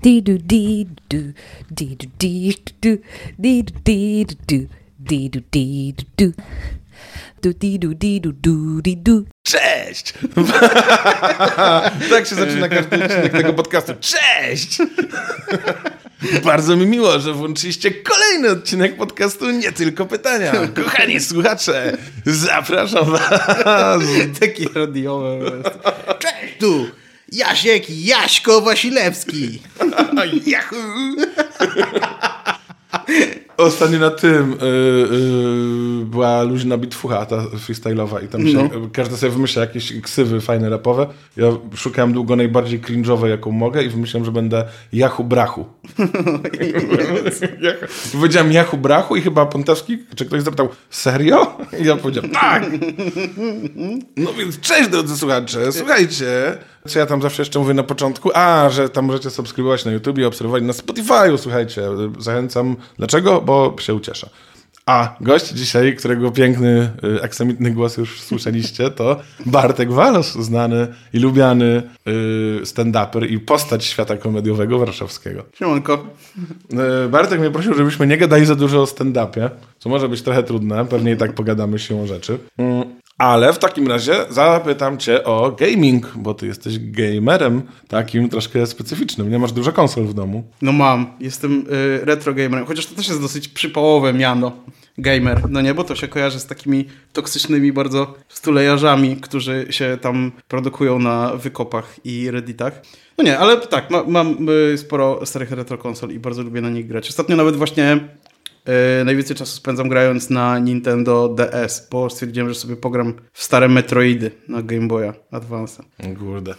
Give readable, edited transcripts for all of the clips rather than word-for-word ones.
Cześć! Tak się zaczyna każdy odcinek tego podcastu. Cześć! Bardzo mi miło, że włączyliście kolejny odcinek podcastu Nie Tylko Pytania. Kochani słuchacze, zapraszam was. Taki radiowy. Cześć tu! Jasiek Jaśko Wasilewski. Yahoo! Ostatnio na tym była luźna bitfucha, ta freestyle'owa i tam się, każdy sobie wymyśla jakieś ksywy fajne rapowe. Ja szukałem długo najbardziej cringe'owej, jaką mogę i wymyślałem, że będę Yahu Brachu. Powiedziałem Yahu Brachu i chyba Pontowski, czy ktoś zapytał, serio? I ja powiedziałem, tak! No więc cześć drodzy słuchacze, słuchajcie, co ja tam zawsze jeszcze mówię na początku, że tam możecie subskrybować na YouTubie, obserwować na Spotify'u, słuchajcie, zachęcam. Dlaczego? Bo się ucieszę. A gość dzisiaj, którego piękny, aksamitny głos już słyszeliście, to Bartek Walos, znany i lubiany stand-uper i postać świata komediowego warszawskiego. Siemanko. Bartek mnie prosił, żebyśmy nie gadali za dużo o stand-upie, co może być trochę trudne, pewnie i tak pogadamy siłą rzeczy. Ale w takim razie zapytam cię o gaming, bo ty jesteś gamerem takim troszkę specyficznym. Nie masz dużo konsol w domu? No mam. Jestem retro gamerem. Chociaż to też jest dosyć przypałowe miano. Gamer. No nie, bo to się kojarzy z takimi toksycznymi bardzo stulejarzami, którzy się tam produkują na wykopach i redditach. No nie, ale tak, mam sporo starych retro konsol i bardzo lubię na nich grać. Ostatnio nawet właśnie najwięcej czasu spędzam grając na Nintendo DS, bo stwierdziłem, że sobie pogram w stare Metroidy na Game Boya Advance'a. Kurde.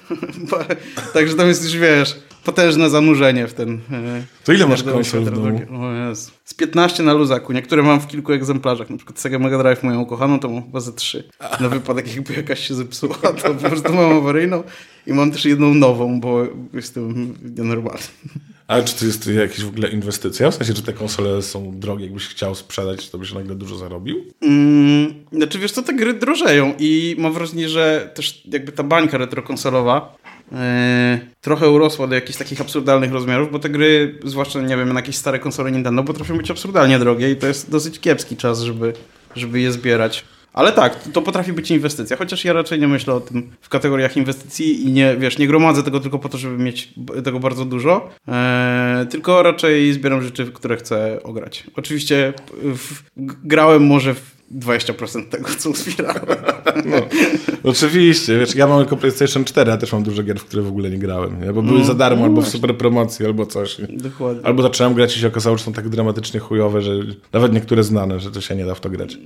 Także tam jest już, wiesz, potężne zanurzenie w ten... To ile masz konsol w domu? O Jezu. Z 15 na luzaku. Niektóre mam w kilku egzemplarzach. Na przykład Sega Mega Drive moją ukochaną, to mam chyba ze 3. Na wypadek jakby jakaś się zepsuła, to po prostu mam awaryjną i mam też jedną nową, bo jestem nienormalny. Ale czy to jest jakaś w ogóle inwestycja? W sensie, czy te konsole są drogie, jakbyś chciał sprzedać, to byś nagle dużo zarobił? Znaczy, wiesz co, te gry drożeją i mam wrażenie, że też jakby ta bańka retrokonsolowa trochę urosła do jakichś takich absurdalnych rozmiarów, bo te gry, zwłaszcza, nie wiem, na jakieś stare konsole Nintendo, potrafią być absurdalnie drogie i to jest dosyć kiepski czas, żeby je zbierać. Ale tak, to potrafi być inwestycja, chociaż ja raczej nie myślę o tym w kategoriach inwestycji i nie gromadzę tego tylko po to, żeby mieć tego bardzo dużo, tylko raczej zbieram rzeczy, które chcę ograć. Oczywiście grałem może w 20% tego, co zbierałem. No, oczywiście, wiesz, ja mam tylko PlayStation 4, a też mam dużo gier, w które w ogóle nie grałem, nie? Bo były za darmo, albo w super promocji, albo coś. Dokładnie. Albo zacząłem grać i się okazało, że są tak dramatycznie chujowe, że nawet niektóre znane, że to się nie da w to grać.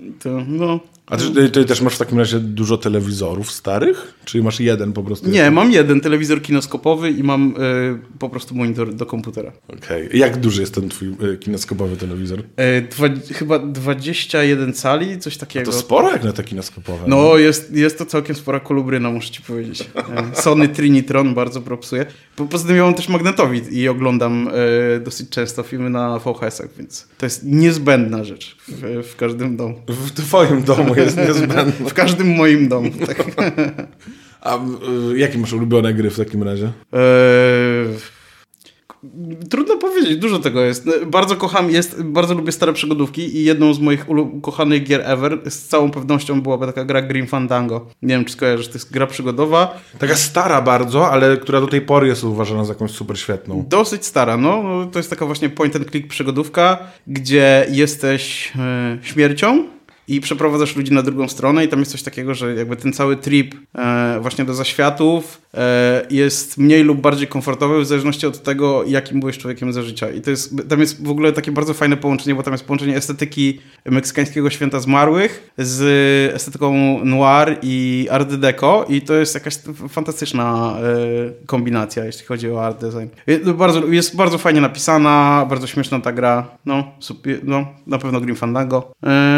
A ty też masz w takim razie dużo telewizorów starych? Czy masz jeden po prostu? Nie, mam jeden telewizor kinoskopowy i mam po prostu monitor do komputera. Okej. Jak duży jest ten twój kinoskopowy telewizor? Chyba 21 cali, coś takiego. A to sporo jak na te kinoskopowe. No, jest to całkiem spora kolubryna, muszę ci powiedzieć. Sony Trinitron bardzo propsuje. Poza tym ja mam też magnetowid i oglądam dosyć często filmy na VHS-ach, więc to jest niezbędna rzecz w każdym domu. W twoim domu jest niezbędna. W każdym moim domu, tak. A jakie masz ulubione gry w takim razie? Trudno powiedzieć, dużo tego jest. Bardzo lubię stare przygodówki i jedną z moich ukochanych gier ever z całą pewnością byłaby taka gra Grim Fandango. Nie wiem, czy skojarzysz, to jest gra przygodowa. Taka stara bardzo, ale która do tej pory jest uważana za jakąś super świetną. Dosyć stara, no. To jest taka właśnie point and click przygodówka, gdzie jesteś śmiercią i przeprowadzasz ludzi na drugą stronę i tam jest coś takiego, że jakby ten cały trip właśnie do zaświatów jest mniej lub bardziej komfortowy w zależności od tego, jakim byłeś człowiekiem za życia. I tam jest w ogóle takie bardzo fajne połączenie, bo tam jest połączenie estetyki meksykańskiego święta zmarłych z estetyką noir i art deco i to jest jakaś fantastyczna kombinacja, jeśli chodzi o art design. Jest bardzo fajnie napisana, bardzo śmieszna ta gra. Na pewno Grim Fandango.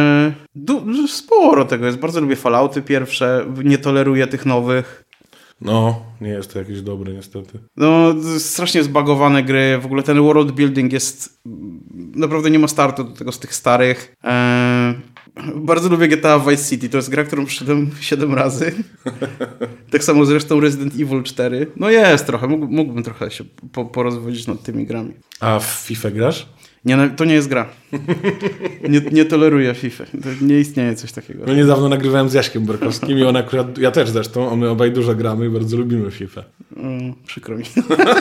Sporo tego jest. Bardzo lubię Fallouty pierwsze. Nie toleruję tych nowych. No, nie jest to jakieś dobre niestety. No, strasznie zbagowane gry. W ogóle ten world building jest... Naprawdę nie ma startu do tego z tych starych. Bardzo lubię GTA Vice City. To jest gra, którą przyszedłem 7 razy. Tak samo zresztą Resident Evil 4. No jest trochę. Mógłbym trochę się porozwodzić nad tymi grami. A w FIFA grasz? Nie, to nie jest gra. Nie toleruję FIFA. To nie istnieje coś takiego. No niedawno nagrywałem z Jaśkiem Borkowskim i on akurat, ja też zresztą, my obaj dużo gramy i bardzo lubimy FIFA. Przykro mi.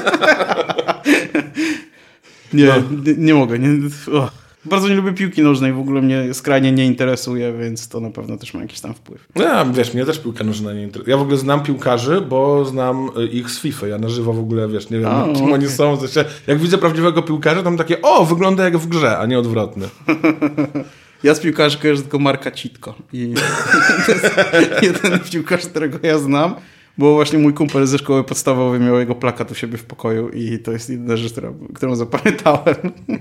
Nie mogę. Bardzo nie lubię piłki nożnej, w ogóle mnie skrajnie nie interesuje, więc to na pewno też ma jakiś tam wpływ. Ja, wiesz, mnie też piłka nożna nie interesuje. Ja w ogóle znam piłkarzy, bo znam ich z FIFA. Ja na żywo w ogóle, wiesz, nie wiem, kim oni są. W sensie, jak widzę prawdziwego piłkarza, tam takie, wygląda jak w grze, a nie odwrotny. Ja z piłkarzy kojarzę tylko Marka Citko. I to jest jeden piłkarz, którego ja znam, bo właśnie mój kumpel ze szkoły podstawowej miał jego plakat u siebie w pokoju i to jest jedyna rzecz, którą zapamiętałem.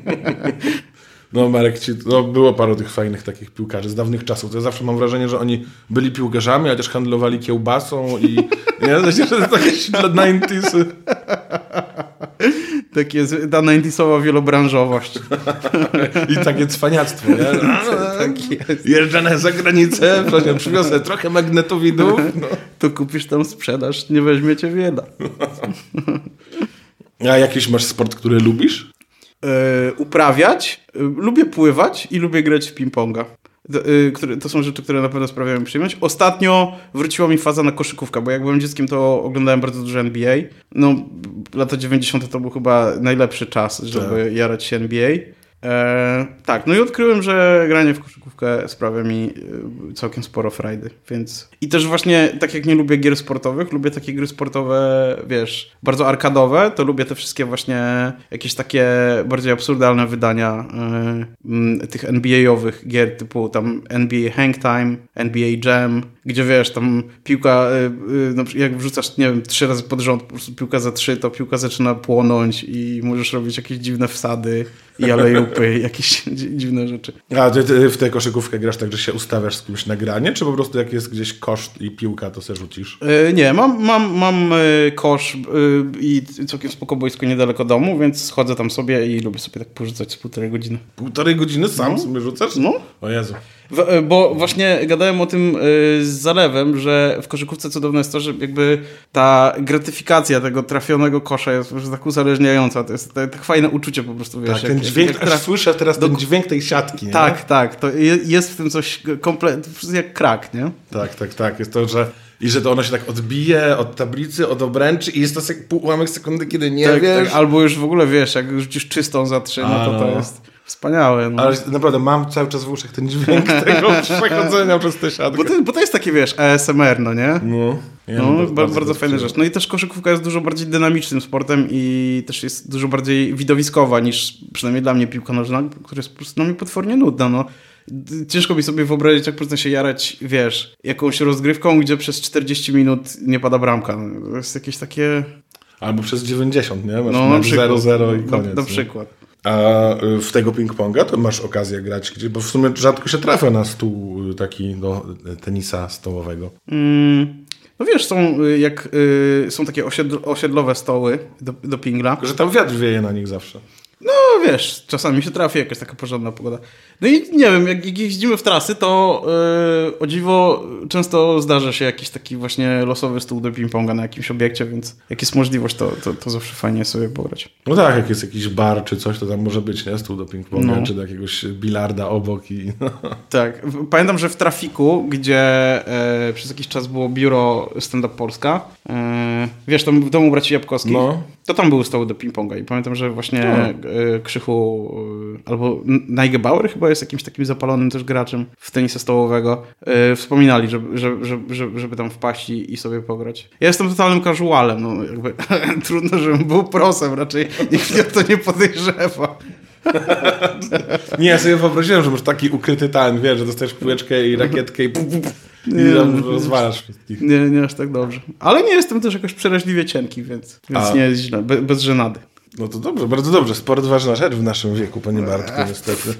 No Marek, było paru tych fajnych takich piłkarzy z dawnych czasów. To ja zawsze mam wrażenie, że oni byli piłkarzami, ale też handlowali kiełbasą i nie, że to jest takie 90s. Tak jest, ta 90sowa wielobranżowość. I takie cwaniactwo, nie? Tak jest. Jeżdżę za granicę, przywiozę trochę magnetowidów. No. To kupisz tam sprzedaż, nie weźmiecie wiele. A jakiś masz sport, który lubisz? Uprawiać, lubię pływać i lubię grać w ping-ponga. To są rzeczy, które na pewno sprawiają mi przyjemność. Ostatnio wróciła mi faza na koszykówkę, bo jak byłem dzieckiem, to oglądałem bardzo dużo NBA. No, lata 90. to był chyba najlepszy czas, żeby jarać się NBA. Tak, no i odkryłem, że granie w koszykówkę sprawia mi całkiem sporo frajdy, więc... I też właśnie, tak jak nie lubię gier sportowych, lubię takie gry sportowe, wiesz, bardzo arkadowe, to lubię te wszystkie właśnie jakieś takie bardziej absurdalne wydania tych NBA-owych gier, typu tam NBA Hang Time, NBA Jam, gdzie wiesz, tam piłka, jak wrzucasz, nie wiem, 3 razy pod rząd, po prostu piłka za 3, to piłka zaczyna płonąć i możesz robić jakieś dziwne wsady i alejupy, jakieś dziwne rzeczy. A ty w tę koszykówkę grasz tak, że się ustawiasz z kimś na granie, czy po prostu jak jest gdzieś koszt i piłka, to se rzucisz? Nie, mam kosz i całkiem spoko boisko niedaleko domu, więc schodzę tam sobie i lubię sobie tak porzucać z 1,5 godziny. 1,5 godziny sam sobie rzucasz? No. O Jezu. Bo właśnie gadałem o tym z Zalewem, że w koszykówce cudowne jest to, że jakby ta gratyfikacja tego trafionego kosza jest po prostu tak uzależniająca. To jest tak fajne uczucie po prostu, wiesz. Tak, ten dźwięk, słyszę teraz ten dźwięk tej siatki. Nie? Tak. To jest w tym coś kompletnie, jak krak, nie? Tak. Jest to, że to ono się tak odbije od tablicy, od obręczy i jest to ułamek sekundy, kiedy nie wiesz. Tak, albo już w ogóle wiesz, jak rzucisz czystą za 3, to jest wspaniałe. No. Ale naprawdę mam cały czas w uszach ten dźwięk tego przechodzenia przez tę siatkę. Bo to jest takie, wiesz, ASMR, no nie? No, bardzo fajna rzecz. No i też koszykówka jest dużo bardziej dynamicznym sportem i też jest dużo bardziej widowiskowa niż przynajmniej dla mnie piłka nożna, która jest po prostu dla mnie potwornie nudna, no. Ciężko mi sobie wyobrazić, jak można się jarać, wiesz, jakąś rozgrywką, gdzie przez 40 minut nie pada bramka. To jest jakieś takie... Albo przez 90, nie? Masz 0-0 i koniec. Na przykład. A w tego ping-ponga to masz okazję grać gdzieś, bo w sumie rzadko się trafia na stół taki do tenisa stołowego. No wiesz, są takie osiedlowe stoły do pingla. Że tam wiatr wieje na nich zawsze. No wiesz, czasami się trafi jakaś taka porządna pogoda. No i nie wiem, jak jeździmy w trasy, to o dziwo często zdarza się jakiś taki właśnie losowy stół do ping-ponga na jakimś obiekcie, więc jak jest możliwość, to zawsze fajnie sobie pograć. No tak, jak jest jakiś bar czy coś, to tam może być, nie? Stół do ping-ponga, czy do jakiegoś bilarda obok. Tak. Pamiętam, że w Trafiku, gdzie przez jakiś czas było biuro Stand Up Polska, wiesz, tam w domu braci Jabłkowskich, to tam były stoły do ping-ponga i pamiętam, że właśnie Krzychu albo Najgebauer chyba jest jakimś takim zapalonym też graczem w tenisa stołowego. Wspominali, żeby tam wpaść i sobie pograć. Ja jestem totalnym casualem, no jakby trudno, żebym był prosem, raczej nikt mnie to nie podejrzewa. Nie, ja sobie wyobraziłem, że masz taki ukryty talent, wiesz, że dostajesz piłeczkę i rakietkę i tam rozwalasz wszystkich. Nie aż tak dobrze. Ale nie jestem też jakoś przeraźliwie cienki, więc nie jest źle, bez żenady. No to dobrze, bardzo dobrze. Sport ważna rzecz w naszym wieku, panie Bartku, niestety.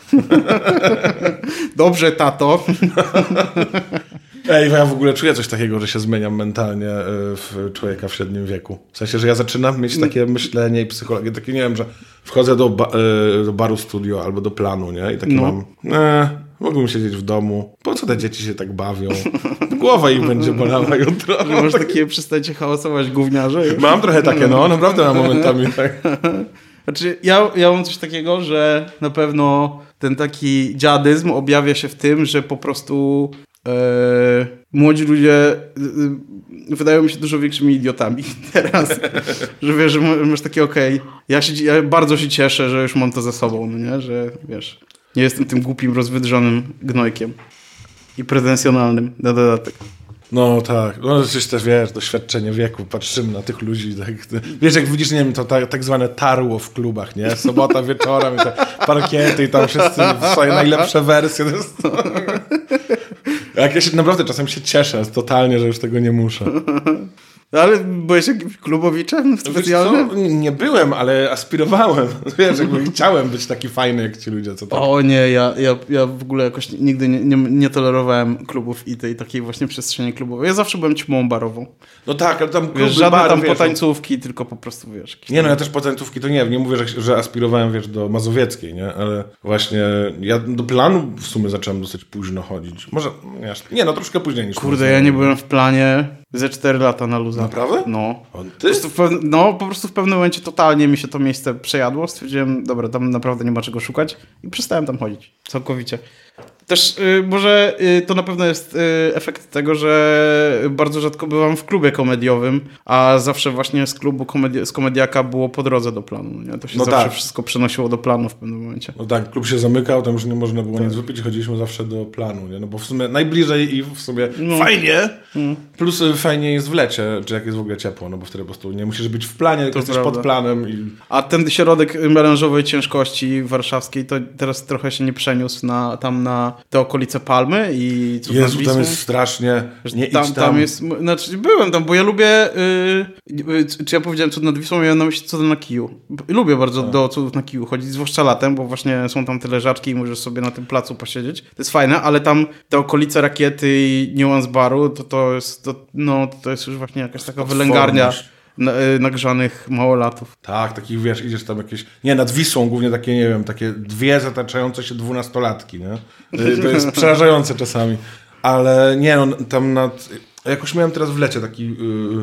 Dobrze, tato. Ej, ja w ogóle czuję coś takiego, że się zmieniam mentalnie w człowieka w średnim wieku. W sensie, że ja zaczynam mieć takie myślenie i psychologię, takie, nie wiem, że wchodzę do baru studio albo do planu, nie? I taki mam, Mógłbym siedzieć w domu. Po co te dzieci się tak bawią? Głowa ich będzie bolała jutro. Że masz takie, przestańcie hałasować gówniarze. Mam trochę takie, naprawdę mam momentami tak. Znaczy, ja mam coś takiego, że na pewno ten taki dziadyzm objawia się w tym, że po prostu młodzi ludzie wydają mi się dużo większymi idiotami teraz. Że wiesz, że masz takie ja bardzo się cieszę, że już mam to za sobą, no nie? Że wiesz, nie jestem tym głupim, rozwydrzonym gnojkiem. I pretensjonalnym na dodatek. No tak, no przecież też wiesz, doświadczenie wieku, patrzymy na tych ludzi, tak, wiesz jak widzisz, nie wiem, to tak zwane tarło w klubach, nie? Sobota wieczorem i te parkiety i tam wszyscy swoje najlepsze wersje. To jest... Jak ja się naprawdę czasem się cieszę totalnie, że już tego nie muszę. No ale byłeś jakimś klubowiczem specjalnym? Nie byłem, ale aspirowałem. Wiesz, jakby chciałem być taki fajny jak ci ludzie, co tam. O nie, ja w ogóle jakoś nigdy nie tolerowałem klubów i tej takiej właśnie przestrzeni klubowej. Ja zawsze byłem ćmą barową. No tak, ale tam kluby, żadne bary, tam potańcówki, tylko po prostu wiesz. Nie no, ja też potańcówki to nie mówię, że aspirowałem, wiesz, do mazowieckiej, nie? Ale właśnie ja do planu w sumie zacząłem dosyć późno chodzić. Może, nie no, troszkę później niż... Kurde, ja nie byłem w planie ze 4 lata na luzach. Naprawdę? No. Ty? Po prostu w pewnym momencie totalnie mi się to miejsce przejadło. Stwierdziłem, dobra, tam naprawdę nie ma czego szukać i przestałem tam chodzić. Całkowicie. Też może to na pewno jest efekt tego, że bardzo rzadko bywam w klubie komediowym, a zawsze właśnie z klubu z komediaka było po drodze do planu. Nie? To się zawsze wszystko przenosiło do planu w pewnym momencie. No tak, klub się zamykał, tam już nie można było nic wypić, chodziliśmy zawsze do planu, nie? No bo w sumie najbliżej i w sumie fajnie, plus fajnie jest w lecie, czy jak jest w ogóle ciepło, no bo wtedy po prostu nie musisz być w planie, tylko jesteś pod planem. A ten środek melanżowej ciężkości warszawskiej to teraz trochę się nie przeniósł na te okolice Palmy i co Jezu, tam jest strasznie. Nie idź tam jest, znaczy byłem tam, bo ja lubię czy ja powiedziałem cud nad Wisłą, ja na myśli cud na kiju. Lubię bardzo do cudów na kiju chodzić, zwłaszcza latem, bo właśnie są tam te leżaczki i możesz sobie na tym placu posiedzieć. To jest fajne, ale tam te okolice Rakiety i Nuance Baru, to jest już właśnie jakaś taka wylęgarnia nagrzanych małolatów. Tak, takich wiesz, idziesz tam jakieś... Nie, nad Wisłą głównie takie, nie wiem, takie dwie zataczające się 12-latki, nie? To jest przerażające czasami. Ale nie, no tam jakoś miałem teraz w lecie taki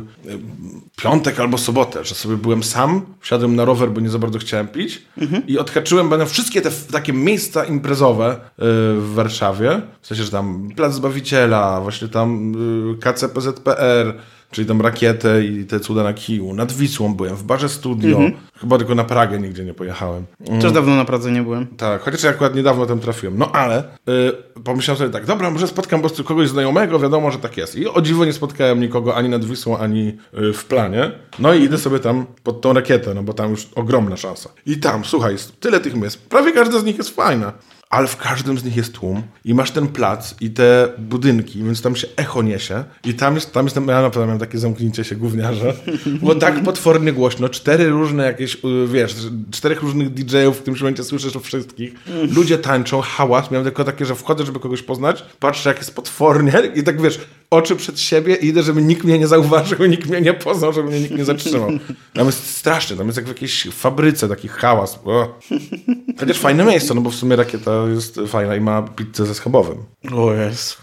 piątek albo sobotę, że sobie byłem sam, wsiadłem na rower, bo nie za bardzo chciałem pić i odhaczyłem będą wszystkie te takie miejsca imprezowe w Warszawie. W sensie, że tam Plac Zbawiciela, właśnie tam KCPZPR, czyli tam Rakietę i te cuda na kiju. Nad Wisłą byłem, w barze Studio. Chyba tylko na Pragę nigdzie nie pojechałem. Też dawno na Pradze nie byłem. Tak, chociaż ja akurat niedawno tam trafiłem. No ale pomyślałem sobie tak, dobra, może spotkam po prostu kogoś znajomego, wiadomo, że tak jest. I o dziwo nie spotkałem nikogo ani nad Wisłą, ani w planie. No i idę sobie tam pod tą Rakietę, no bo tam już ogromna szansa. I tam, słuchaj, tyle tych miejsc. Prawie każda z nich jest fajna. Ale w każdym z nich jest tłum i masz ten plac i te budynki, więc tam się echo niesie i tam jest ja naprawdę miałem takie zamknięcie się gówniarza, bo tak potwornie głośno, 4 różne jakieś, wiesz, 4 różnych DJ-ów w tym momencie słyszysz o wszystkich, ludzie tańczą, hałas, miałem tylko takie, że wchodzę, żeby kogoś poznać, patrzę jak jest potwornie i tak wiesz, oczy przed siebie i idę, żeby nikt mnie nie zauważył, nikt mnie nie poznał, żeby mnie nikt nie zatrzymał. Tam jest strasznie, tam jest jak w jakiejś fabryce taki hałas. Chociaż fajne miejsce, no bo w sumie Rakieta jest fajna i ma pizzę ze schabowym. O Jezu.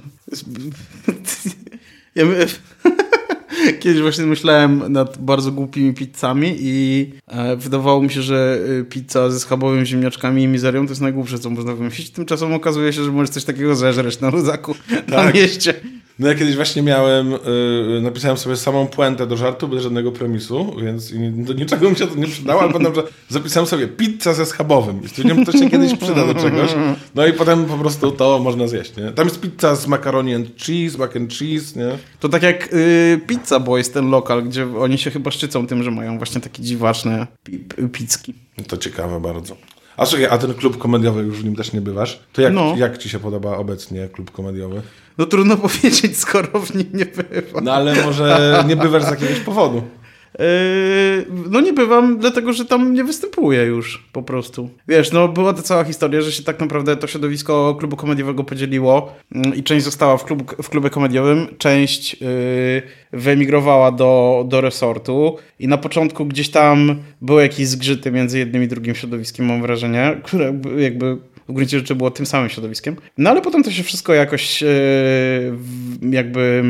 Kiedyś właśnie myślałem nad bardzo głupimi pizzami i wydawało mi się, że pizza ze schabowym, ziemniaczkami i mizerią to jest najgłupsze, co można wymyślić. Tymczasem okazuje się, że możesz coś takiego zeżreć na luzaku na mieście. No ja kiedyś właśnie napisałem sobie samą puentę do żartu, bez żadnego premisu, więc do niczego mi się to nie przydało, ale potem, że zapisałem sobie pizza ze schabowym i stwierdziłem, że to się kiedyś przyda do czegoś. No i potem po prostu to można zjeść, nie? Tam jest pizza z macaroni and cheese, mac and cheese, nie? To tak jak Pizza Boys, ten lokal, gdzie oni się chyba szczycą tym, że mają właśnie takie dziwaczne pizzki. To ciekawe bardzo. A słuchaj, a ten klub komediowy, już w nim też nie bywasz, to jak ci się podoba obecnie klub komediowy? No trudno powiedzieć, skoro w nim nie bywam. No ale może nie bywasz z jakiegoś powodu? No nie bywam, dlatego że tam nie występuję już po prostu. Wiesz, no była ta cała historia, że się tak naprawdę to środowisko klubu komediowego podzieliło i część została w klubie komediowym, część wyemigrowała do resortu i na początku gdzieś tam były jakieś zgrzyty między jednym i drugim środowiskiem, mam wrażenie, które jakby w gruncie rzeczy było tym samym środowiskiem. No ale potem to się wszystko jakoś jakby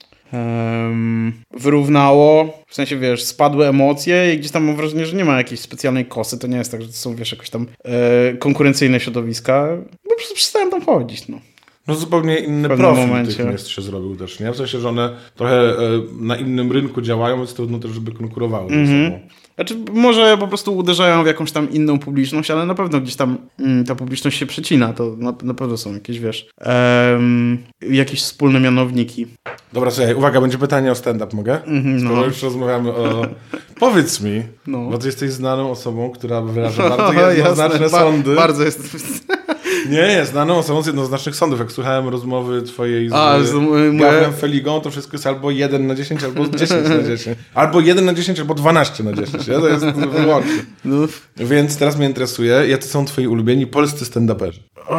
wyrównało, w sensie, wiesz, spadły emocje i gdzieś tam mam wrażenie, że nie ma jakiejś specjalnej kosy, to nie jest tak, że to są, wiesz, jakoś tam konkurencyjne środowiska, bo po prostu przestałem tam chodzić, no. No zupełnie inny profil tych miejsc się zrobił też, nie? W sensie, że one trochę na innym rynku działają, więc trudno też, żeby konkurowały ze sobą. Znaczy, może po prostu uderzają w jakąś tam inną publiczność, ale na pewno gdzieś tam ta publiczność się przecina, to na pewno są jakieś, wiesz, jakieś wspólne mianowniki. Dobra, słuchaj, uwaga, będzie pytanie o stand-up, mogę? Skoro już rozmawiamy o... Powiedz mi, bo ty jesteś znaną osobą, która wyraża bardzo jednoznaczne sądy. Bardzo jest... Nie, znaną osobą z jednoznacznych sądów. Jak słuchałem rozmowy twojej z Gawem Feligą, to wszystko jest albo 1/10, albo 10/10. Albo 1/10, albo 12/10. Ja? To jest wyłącznie. No. Więc teraz mnie interesuje, jacy są twoi ulubieni polscy stand-uperzy?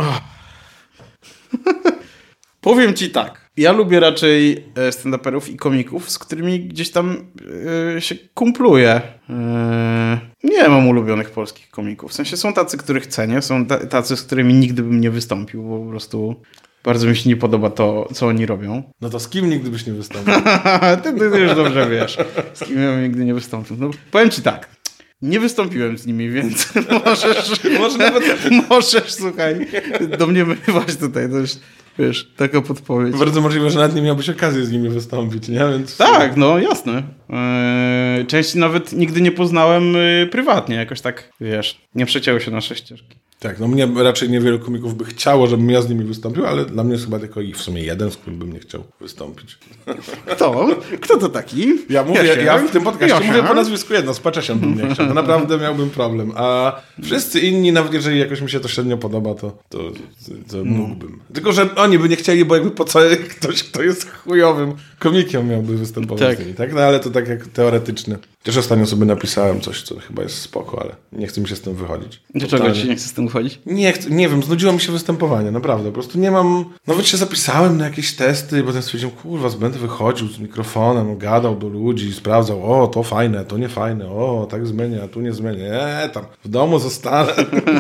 Powiem ci tak. Ja lubię raczej stand-uperów i komików, z którymi gdzieś tam się kumpluję. Nie mam ulubionych polskich komików. W sensie są tacy, których cenię, są tacy, z którymi nigdy bym nie wystąpił, bo po prostu bardzo mi się nie podoba to, co oni robią. No to z kim nigdy byś nie wystąpił? ty już dobrze wiesz, z kim ja nigdy nie wystąpił. No, powiem ci tak. Nie wystąpiłem z nimi, więc możesz, słuchaj, do mnie wyrywać tutaj. To już, wiesz, taka podpowiedź. Bardzo możliwe, że nawet nie miałbyś okazji z nimi wystąpić, nie? Więc... Tak, no jasne. Części nawet nigdy nie poznałem prywatnie. Jakoś tak, wiesz, nie przecięły się nasze ścieżki. Tak, no mnie raczej niewielu komików by chciało, żebym ja z nimi wystąpił, ale dla mnie jest chyba tylko i w sumie jeden, z którym bym nie chciał wystąpić. Kto? Kto to taki? Ja w tym podcaście mówię po nazwisku jedno, z Paczesią bym nie chciał, to naprawdę miałbym problem. A wszyscy inni, nawet jeżeli jakoś mi się to średnio podoba, to mógłbym. Tylko, że oni by nie chcieli, bo jakby po co ktoś, kto jest chujowym komikiem miałby występować z nimi, tak? No ale to tak jak teoretyczne. Też ostatnio sobie napisałem coś, co chyba jest spoko, ale nie chce mi się z tym wychodzić. Dlaczego ci nie chce z tym wychodzić? Nie wiem, znudziło mi się występowanie, naprawdę. Po prostu nie mam... Nawet się zapisałem na jakieś testy i potem stwierdziłem, kurwa, będę wychodził z mikrofonem, gadał do ludzi, sprawdzał, o, to fajne, to nie fajne, o, tak zmienię, a tu nie zmienię. Tam w domu zostanę.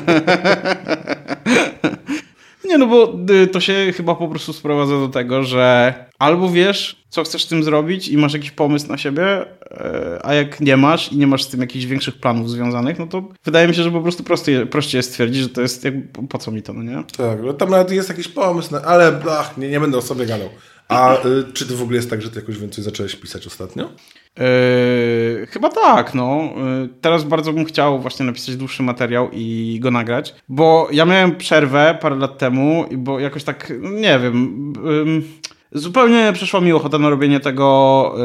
Nie, no bo to się chyba po prostu sprowadza do tego, że albo wiesz, co chcesz z tym zrobić i masz jakiś pomysł na siebie, a jak nie masz i nie masz z tym jakichś większych planów związanych, no to wydaje mi się, że po prostu prościej jest stwierdzić, że to jest jakby, po co mi to, no nie? Tak, no tam nawet jest jakiś pomysł, ale nie będę o sobie gadał. A czy to w ogóle jest tak, że ty jakoś więcej zacząłeś pisać ostatnio? Chyba tak, no. Teraz bardzo bym chciał właśnie napisać dłuższy materiał i go nagrać, bo ja miałem przerwę parę lat temu, bo jakoś tak, nie wiem... Zupełnie przeszła mi ochota na robienie tego.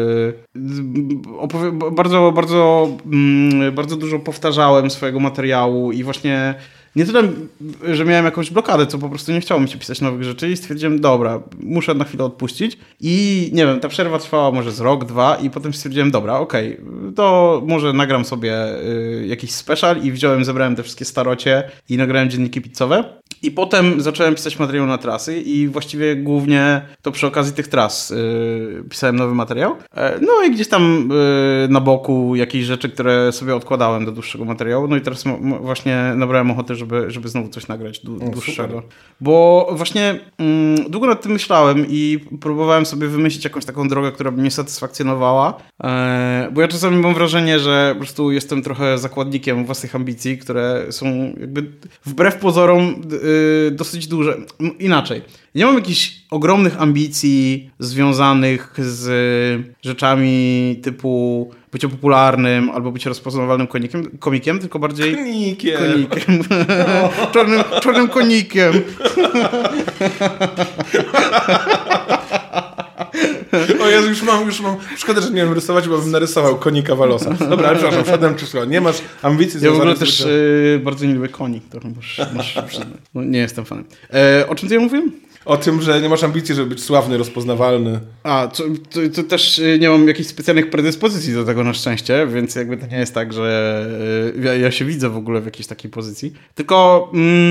Bardzo dużo powtarzałem swojego materiału i właśnie nie tyle, że miałem jakąś blokadę, co po prostu nie chciało mi się pisać nowych rzeczy i stwierdziłem, dobra, muszę na chwilę odpuścić i nie wiem, ta przerwa trwała może z rok, 2 i potem stwierdziłem, dobra, okej, to może nagram sobie jakiś special i zebrałem te wszystkie starocie i nagrałem dzienniki pizzowe. I potem zacząłem pisać materiał na trasy i właściwie głównie to przy okazji tych tras pisałem nowy materiał. No i gdzieś tam na boku jakieś rzeczy, które sobie odkładałem do dłuższego materiału. No i teraz właśnie nabrałem ochoty, żeby znowu coś nagrać dłuższego. Bo właśnie długo nad tym myślałem i próbowałem sobie wymyślić jakąś taką drogę, która by mnie satysfakcjonowała. Bo ja czasami mam wrażenie, że po prostu jestem trochę zakładnikiem własnych ambicji, które są jakby wbrew pozorom dosyć duże. Inaczej. Nie mam jakichś ogromnych ambicji związanych z rzeczami typu bycie popularnym albo bycie rozpoznawalnym komikiem, tylko bardziej... Konikiem. Czarnym konikiem. O Jezu, już mam. Szkoda, że nie wiem rysować, bo bym narysował konika Walosa. Dobra, ale przepraszam, wszedłem czy nie masz ambicji związanych... Ja w ogóle też bardzo nie lubię koni. To masz no, nie jestem fanem. O czym ty ja mówiłem? O tym, że nie masz ambicji, żeby być sławny, rozpoznawalny. To też nie mam jakichś specjalnych predyspozycji do tego na szczęście, więc jakby to nie jest tak, że ja się widzę w ogóle w jakiejś takiej pozycji. Tylko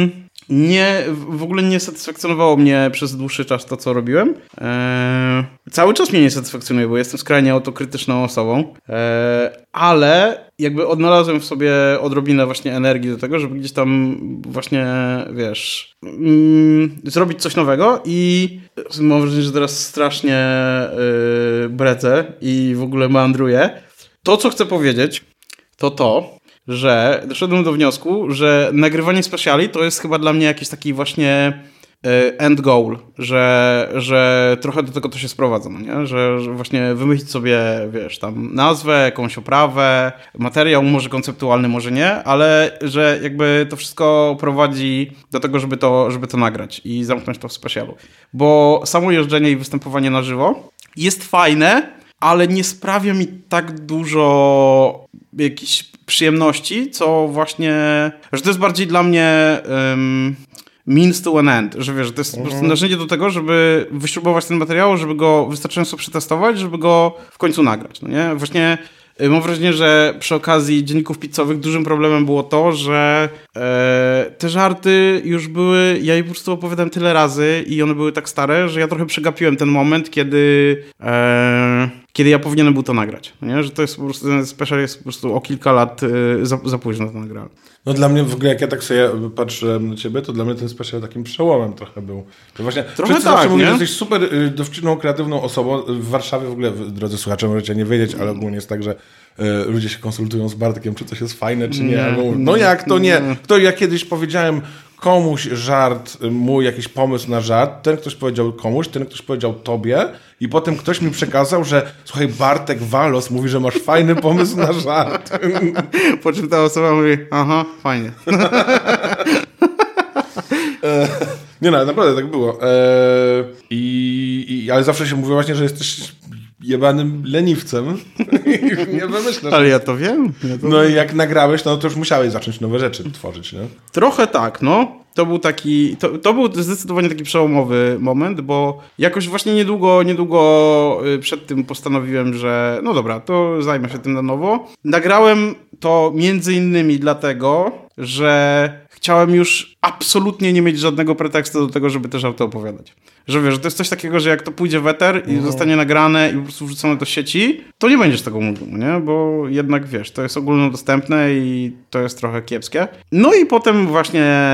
w ogóle nie satysfakcjonowało mnie przez dłuższy czas to, co robiłem. Cały czas mnie nie satysfakcjonuje, bo jestem skrajnie autokrytyczną osobą. Ale jakby odnalazłem w sobie odrobinę właśnie energii do tego, żeby gdzieś tam właśnie, wiesz, zrobić coś nowego i mam wrażenie, że teraz strasznie bredzę i w ogóle meandruję. To, co chcę powiedzieć, to, że doszedłem do wniosku, że nagrywanie speciali to jest chyba dla mnie jakiś taki właśnie end goal, że trochę do tego to się sprowadza, no nie? Że właśnie wymyślić sobie, wiesz, tam nazwę, jakąś oprawę, materiał może konceptualny, może nie, ale że jakby to wszystko prowadzi do tego, żeby to nagrać i zamknąć to w specialu. Bo samo jeżdżenie i występowanie na żywo jest fajne, ale nie sprawia mi tak dużo jakichś przyjemności, co właśnie, że to jest bardziej dla mnie means to an end, że wiesz, że to jest po prostu narzędzie do tego, żeby wyśrubować ten materiał, żeby go wystarczająco przetestować, żeby go w końcu nagrać, no nie? Właśnie mam wrażenie, że przy okazji dzienników pizzowych dużym problemem było to, że te żarty już były, ja je po prostu opowiadałem tyle razy i one były tak stare, że ja trochę przegapiłem ten moment, kiedy ja powinienem był to nagrać. Nie? Że to jest po prostu, ten special jest po prostu o kilka lat za późno to nagrałem. No dla mnie w ogóle, jak ja tak sobie patrzę na ciebie, to dla mnie ten special takim przełomem trochę był. To właśnie, trochę wszyscy tak, zawsze mówią, nie? że jesteś super dowcipną, kreatywną osobą. W Warszawie w ogóle, drodzy słuchacze, możecie nie wiedzieć, ale ogólnie jest tak, że ludzie się konsultują z Bartkiem, czy coś jest fajne, czy nie. Albo mówią, no jak to nie? To ja kiedyś powiedziałem komuś żart, mój jakiś pomysł na żart, ten ktoś powiedział komuś, ten ktoś powiedział tobie i potem ktoś mi przekazał, że słuchaj, Bartek Walos mówi, że masz fajny pomysł na żart. Po czym ta osoba mówi, aha, fajnie. Nie no, naprawdę tak było. Ale zawsze się mówi właśnie, że jesteś jebanym leniwcem i nie wymyślasz. Ale ja to wiem. No i jak nagrałeś, no to już musiałeś zacząć nowe rzeczy tworzyć, nie? Trochę tak, no. To był taki, to był zdecydowanie taki przełomowy moment, bo jakoś właśnie niedługo przed tym postanowiłem, że no dobra, to zajmę się tym na nowo. Nagrałem to między innymi dlatego, że chciałem już absolutnie nie mieć żadnego pretekstu do tego, żeby te żarty opowiadać. Że wiesz, że to jest coś takiego, że jak to pójdzie w eter i zostanie nagrane i po prostu wrzucone do sieci, to nie będziesz tego mówił, nie? Bo jednak wiesz, to jest ogólnodostępne i to jest trochę kiepskie. No i potem właśnie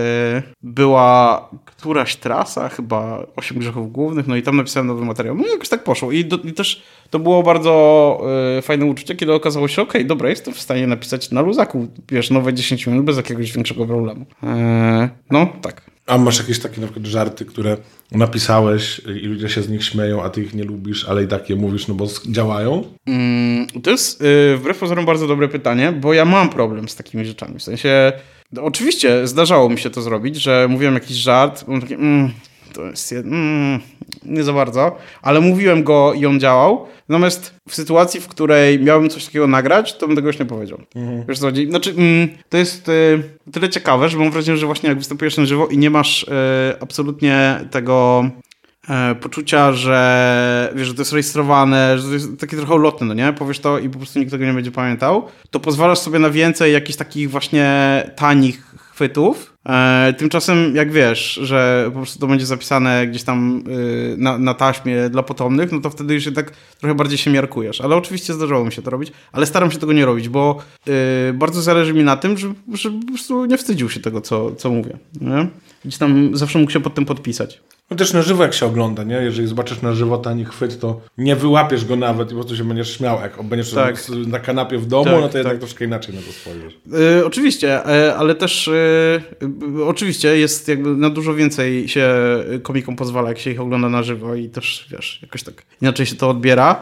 była któraś trasa, chyba 8 grzechów głównych, no i tam napisałem nowy materiał. No i jakoś tak poszło. I też to było bardzo fajne uczucie, kiedy okazało się, okej, dobra, jestem w stanie napisać na luzaku, wiesz, nowe 10 minut bez jakiegoś większego problemu. No, tak. A masz jakieś takie na przykład żarty, które napisałeś i ludzie się z nich śmieją, a ty ich nie lubisz, ale i tak je mówisz, no bo działają? To jest wbrew pozorom bardzo dobre pytanie, bo ja mam problem z takimi rzeczami. W sensie, oczywiście zdarzało mi się to zrobić, że mówiłem jakiś żart, mam takie, to jest nie za bardzo, ale mówiłem go i on działał. Natomiast w sytuacji, w której miałbym coś takiego nagrać, to bym tego już nie powiedział. Wiesz co chodzi? Znaczy, to jest tyle ciekawe, że mam wrażenie, że właśnie jak występujesz na żywo i nie masz absolutnie tego poczucia, że wiesz, że to jest rejestrowane, że to jest takie trochę ulotne, no nie? Powiesz to i po prostu nikt tego nie będzie pamiętał, to pozwalasz sobie na więcej jakichś takich właśnie tanich chwytów. Tymczasem jak wiesz, że po prostu to będzie zapisane gdzieś tam na taśmie dla potomnych, no to wtedy już tak trochę bardziej się miarkujesz. Ale oczywiście zdarzało mi się to robić, ale staram się tego nie robić, bo bardzo zależy mi na tym, że po prostu nie wstydził się tego, co mówię. Nie? Gdzieś tam zawsze mógł się pod tym podpisać. No też na żywo jak się ogląda, nie? Jeżeli zobaczysz na żywo tani chwyt, to nie wyłapiesz go nawet i po prostu się będziesz śmiał. Jak będziesz na kanapie w domu, no to jednak troszkę inaczej na to spojrzysz. Oczywiście, ale też oczywiście jest jakby na dużo więcej się komikom pozwala, jak się ich ogląda na żywo i też, wiesz, jakoś tak inaczej się to odbiera.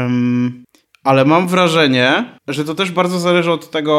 Ale mam wrażenie, że to też bardzo zależy od tego,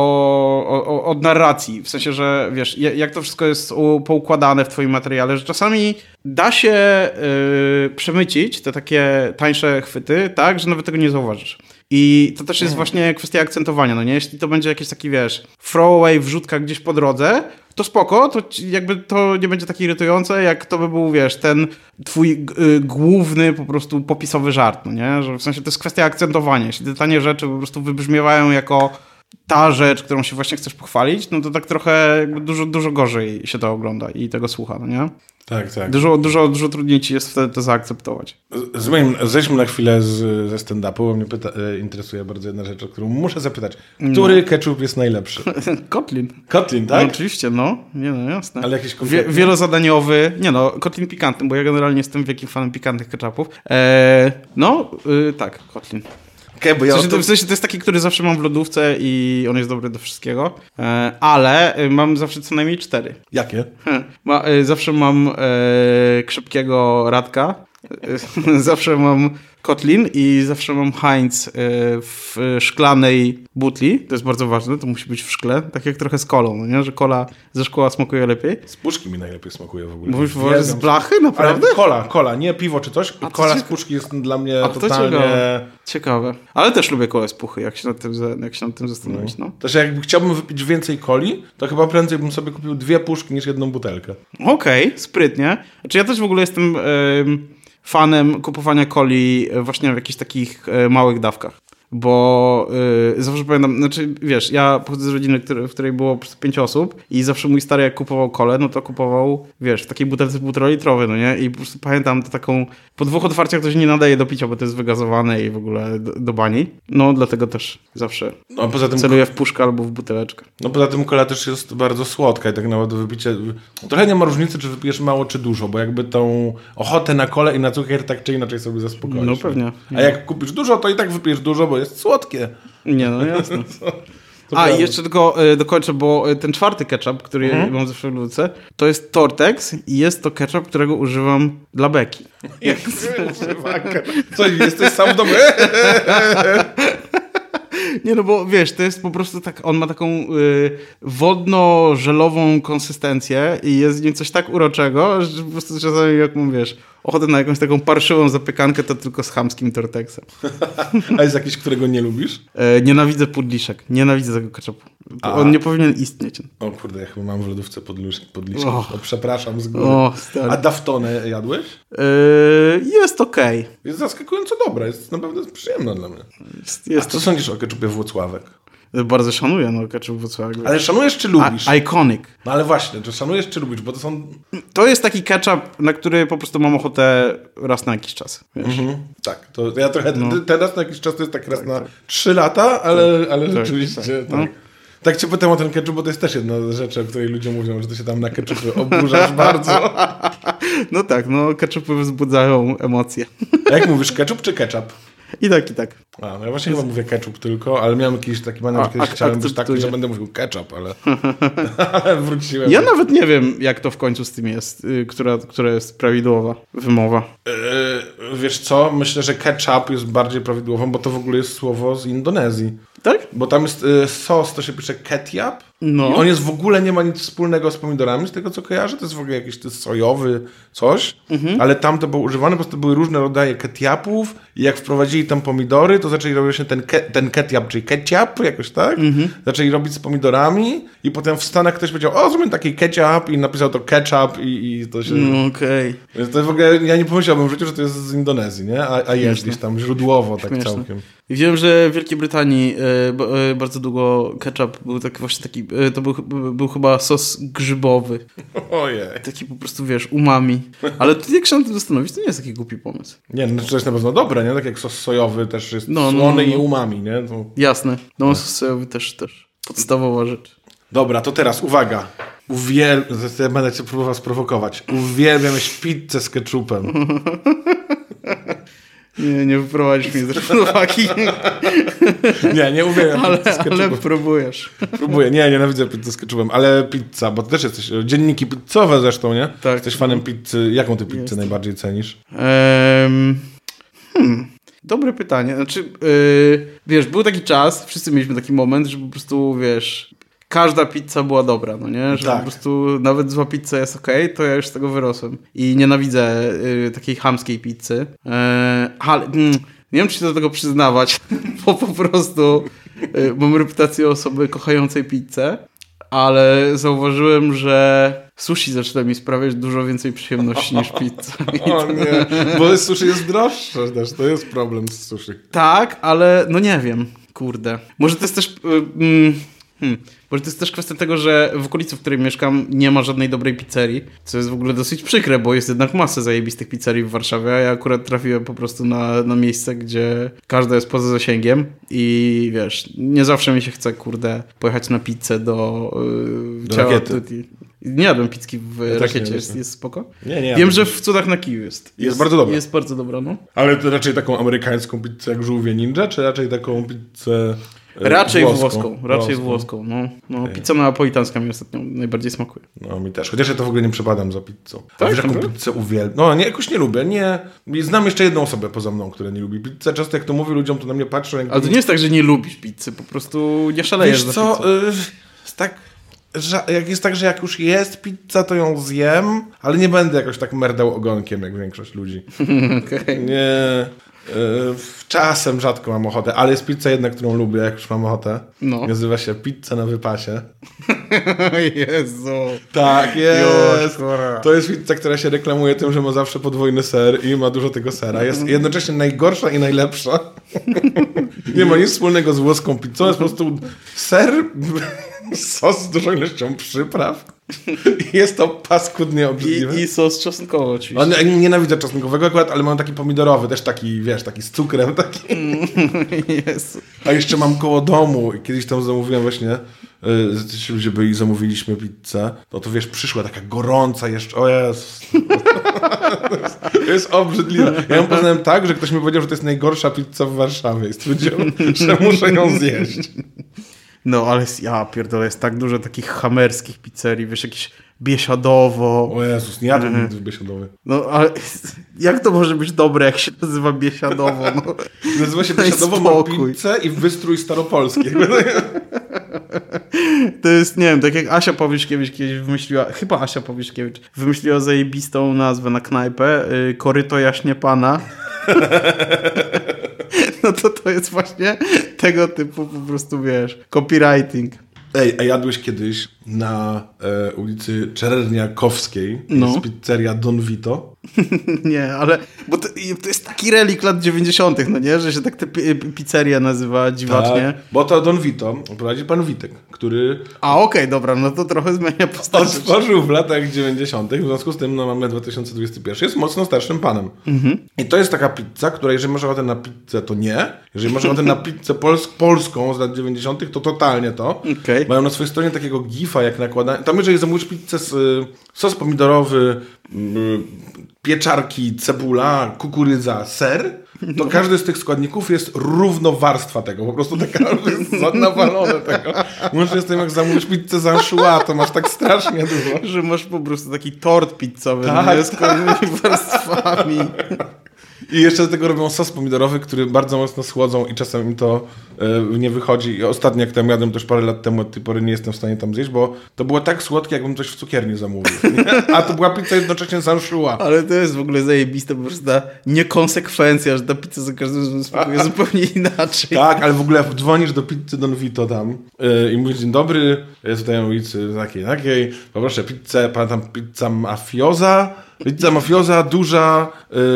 od narracji. W sensie, że wiesz, jak to wszystko jest poukładane w twoim materiale, że czasami da się przemycić te takie tańsze chwyty tak, że nawet tego nie zauważysz. I to też jest właśnie kwestia akcentowania, no nie? Jeśli to będzie jakiś taki, wiesz, throwaway, wrzutka gdzieś po drodze, to spoko, to jakby to nie będzie takie irytujące, jak to by był, wiesz, ten twój główny po prostu popisowy żart, no nie? Że w sensie to jest kwestia akcentowania. Jeśli te tanie rzeczy po prostu wybrzmiewają jako ta rzecz, którą się właśnie chcesz pochwalić, no to tak trochę jakby dużo gorzej się to ogląda i tego słucha, no nie? Tak, tak. Dużo trudniej ci jest wtedy to zaakceptować. Zejdźmy na chwilę ze stand-upu, bo mnie interesuje bardzo jedna rzecz, o którą muszę zapytać. Który ketchup jest najlepszy? Kotlin. Kotlin, tak? No, oczywiście, no. Nie, no jasne. Ale jakiś konkretny? Wielozadaniowy. Nie no, Kotlin pikantny, bo ja generalnie jestem wielkim fanem pikantnych ketchupów. Tak, Kotlin. Okay, bo ja w sensie to jest taki, który zawsze mam w lodówce i on jest dobry do wszystkiego, ale mam zawsze co najmniej 4. Jakie? Zawsze mam krzepkiego Radka, zawsze mam Kotlin i zawsze mam Heinz w szklanej butli. To jest bardzo ważne, to musi być w szkle. Tak jak trochę z kolą, no nie? Że kola ze szkła smakuje lepiej. Z puszki mi najlepiej smakuje w ogóle. Mówisz z blachy? Naprawdę? Ale kola, nie piwo czy coś. Kola z puszki jest dla mnie totalnie... Ciekawe. Ale też lubię kolę z puchy, jak się nad tym zastanowić. No. Też jakby chciałbym wypić więcej coli, to chyba prędzej bym sobie kupił 2 puszki niż 1 butelkę. Okej, sprytnie. Znaczy ja też w ogóle jestem fanem kupowania coli właśnie w jakichś takich małych dawkach. Bo zawsze pamiętam, znaczy wiesz, ja pochodzę z rodziny, w której było po prostu 5 osób i zawsze mój stary jak kupował kolę, no to kupował, wiesz, w takiej butelce 1,5-litrowej, no nie? I po prostu pamiętam to taką, po 2 otwarciach to się nie nadaje do picia, bo to jest wygazowane i w ogóle do bani. No dlatego też zawsze poza tym celuję w puszkę albo w buteleczkę. No poza tym kola też jest bardzo słodka i tak naprawdę wypicie... Trochę nie ma różnicy, czy wypijesz mało, czy dużo, bo jakby tą ochotę na kolę i na cukier tak czy inaczej sobie zaspokoisz. No pewnie. A jak kupisz dużo, to i tak wypijesz dużo, bo jest słodkie. Nie, no jasne. I jeszcze tylko dokończę, bo ten 4. ketchup, który mam zawsze w lodówce, to jest Tortex i jest to ketchup, którego używam dla beki. Co, jesteś sam w domu? Nie, no bo wiesz, to jest po prostu tak, on ma taką wodno-żelową konsystencję i jest w nim coś tak uroczego, że po prostu czasami jak mam, wiesz, ochotę na jakąś taką parszywą zapiekankę, to tylko z chamskim Tortexem. A jest jakiś, którego nie lubisz? Nienawidzę pudliszek. Nienawidzę tego ketchupu. On nie powinien istnieć. O kurde, ja chyba mam w lodówce podliszek. Przepraszam z góry. A Daftonę jadłeś? Jest okej. Jest zaskakująco dobra. Jest naprawdę przyjemna dla mnie. Jest co sądzisz o ketchupie Włocławek? Bardzo szanuję ketchup Włocławek. Ale szanujesz czy lubisz? Iconic. No ale właśnie, czy szanujesz czy lubisz? Bo to są... To jest taki ketchup, na który po prostu mam ochotę raz na jakiś czas. Wiesz? Tak, to ja trochę... Teraz na jakiś czas to jest tak raz na 3 lata, ale rzeczywiście... Tak. Tak cię pytam o ten ketchup, bo to jest też jedna z rzeczy, o której ludzie mówią, że ty się tam na ketchupy oburzasz bardzo. No tak, ketchupy wzbudzają emocje. A jak mówisz, ketchup czy ketchup? I tak, i tak. No ja właśnie chyba mówię ketchup tylko, ale miałem jakiś taki manewr, kiedyś chciałem być taki, że będę mówił ketchup, ale wróciłem. Ja nawet nie wiem, jak to w końcu z tym jest, która jest prawidłowa wymowa. Wiesz co? Myślę, że ketchup jest bardziej prawidłową, bo to w ogóle jest słowo z Indonezji. Tak? Bo tam jest sos, to się pisze ketchup. No. I on jest w ogóle, nie ma nic wspólnego z pomidorami, z tego co kojarzę. To jest w ogóle jakiś sojowy coś, ale tam to było używane, po prostu były różne rodzaje ketchupów i jak wprowadzili tam pomidory, to zaczęli robić się ten ketchup, czyli ketchup, jakoś tak. Zaczęli robić z pomidorami i potem w Stanach ktoś powiedział, zrobimy taki ketchup i napisał to ketchup i to się... Okej. Więc to w ogóle, ja nie pomyślałbym w życiu, że to jest z Indonezji, nie? A jest gdzieś tam źródłowo tak całkiem. Wiem, że w Wielkiej Brytanii bardzo długo ketchup był taki, to był chyba sos grzybowy. Ojej. Taki po prostu, wiesz, umami. Ale jak się nad tym zastanowić, to nie jest taki głupi pomysł. Nie, no to jest na pewno dobre, nie? Tak jak sos sojowy też jest słony i umami, nie? To... Jasne. Sos sojowy też podstawowa rzecz. Dobra, to teraz uwaga. Będę cię próbował sprowokować. Uwielbiam pizzę z ketchupem. Nie wyprowadzisz mnie z równowagi. Nie uwielbiam pizzy z ketchupem. Ale próbujesz. Próbuję. Nie, nienawidzę pizzy z ketchupem, ale pizza, bo ty też jesteś, dzienniki pizzowe zresztą, nie? Tak. Jesteś fanem pizzy. Jaką ty pizzę najbardziej cenisz? Dobre pytanie. Znaczy, wiesz, był taki czas, wszyscy mieliśmy taki moment, że po prostu, wiesz, każda pizza była dobra, no nie? Że po prostu nawet zła pizza jest okej, to ja już z tego wyrosłem. I nienawidzę takiej chamskiej pizzy. Ale nie wiem, czy się do tego przyznawać, bo po prostu mam reputację osoby kochającej pizzę, ale zauważyłem, że sushi zaczyna mi sprawiać dużo więcej przyjemności niż pizza. O nie, bo sushi jest droższe też, to jest problem z sushi. Tak, ale no nie wiem. Kurde. Może to jest też... Może to jest też kwestia tego, że w okolicy, w której mieszkam, nie ma żadnej dobrej pizzerii, co jest w ogóle dosyć przykre, bo jest jednak masę zajebistych pizzerii w Warszawie, a ja akurat trafiłem po prostu na miejsce, gdzie każda jest poza zasięgiem i wiesz, nie zawsze mi się chce, kurde, pojechać na pizzę do Rakiety. Nie jadłem pizzki w Rakiecie, nie, jest spoko? Nie. Wiem, że w Cudach na Kiju jest. Jest bardzo dobra. Jest bardzo dobra, no. Ale to raczej taką amerykańską pizzę jak żółwie ninja, czy raczej taką pizzę Raczej włoską. No, pizza neapolitańska mi ostatnio najbardziej smakuje. No mi też, chociaż ja to w ogóle nie przepadam za pizzą. Tak? Wiesz, jaką pizzę uwielbiam? No nie, jakoś nie lubię, nie. Znam jeszcze jedną osobę poza mną, która nie lubi pizzę. Często jak to mówię ludziom, to na mnie patrzą. Ale to nie jest tak, że nie lubisz pizzy, po prostu nie szalejesz Wiesz za co, pizzą. jest tak, że jak jest tak, że jak już jest pizza, to ją zjem, ale nie będę jakoś tak merdał ogonkiem, jak większość ludzi. Okay. Nie... Czasem rzadko mam ochotę, ale jest pizza jedna, którą lubię, jak już mam ochotę. No. Nazywa się Pizza na wypasie. Jezu. Tak, jest. Już, To jest pizza, która się reklamuje tym, że ma zawsze podwójny ser i ma dużo tego sera. Jest jednocześnie najgorsza i najlepsza. Nie ma nic wspólnego z włoską pizzą. Jest po prostu ser, sos z dużą ilością przypraw. Jest to paskudnie obrzydliwe. I sos czosnkowy oczywiście. Nienawidzę czosnkowego akurat, ale mam taki pomidorowy, też taki, wiesz, taki z cukrem. Taki. Jezu. A jeszcze mam koło domu i kiedyś tam zamówiłem właśnie, ci ludzie byli, zamówiliśmy pizzę, no to wiesz, przyszła taka gorąca jeszcze, o Jezus. To jest obrzydliwe. Ja ją poznałem tak, że ktoś mi powiedział, że to jest najgorsza pizza w Warszawie i stwierdziłem, że muszę ją zjeść. No, ale ja pierdolę, jest tak dużo takich hamerskich pizzerii, wiesz, jakieś Biesiadowo. O Jezus, nie jadłem nigdy w Biesiadowie. No, ale jak to może być dobre, jak się nazywa Biesiadowo? No. Nazywa się Biesiadowo, ma pizzę i wystrój staropolski. To jest, nie wiem, tak jak Asia Powierzkiewicz kiedyś wymyśliła, chyba Asia Powierzkiewicz, wymyśliła zajebistą nazwę na knajpę, Koryto Jaśnie Pana. No to jest właśnie tego typu po prostu, wiesz, copywriting. Ej, a jadłeś kiedyś na ulicy Czerniakowskiej, No. jest pizzeria Don Vito? Nie, ale bo to jest taki relik lat 90., no nie? Że się tak te pizzeria nazywa dziwacznie. Tak, bo to Don Vito prowadzi pan Witek, który Okej, dobra, no to trochę zmienia postać. otworzył w latach 90., w związku z tym no, mamy 2021, jest mocno starszym panem. I to jest taka pizza, która jeżeli masz ochotę na pizzę, to nie. Jeżeli masz ochotę na pizzę polską z lat 90., to totalnie to. Okay. Mają na swojej stronie takiego gifa, jak nakładają. Tam jeżeli zamówisz pizzę z sos pomidorowy, pieczarki, cebula, kukurydza, ser, to każdy z tych składników jest równowarstwa tego. Po prostu taka nawalone tego. Łącznie z tym, jak zamówisz pizzę z anchois, to masz tak strasznie dużo. Że masz po prostu taki tort pizzowy, Tak, z kolejnymi warstwami. I jeszcze do tego robią sos pomidorowy, który bardzo mocno schłodzą i czasem im to nie wychodzi. I ostatnio, jak tam jadłem też parę lat temu, od tej pory nie jestem w stanie tam zjeść, bo to było tak słodkie, jakbym coś w cukierni zamówił. Nie? A to była pizza jednocześnie z anchois. Ale to jest w ogóle zajebiste, po prostu ta niekonsekwencja, że ta pizza za każdym smakuje zupełnie inaczej. Tak, ale w ogóle dzwonisz do pizzy Don Vito tam i mówisz, dzień dobry, jest tutaj na ulicy takiej, poproszę pizzę, pamiętam pizza mafiosa. Pizza mafiosa, duża.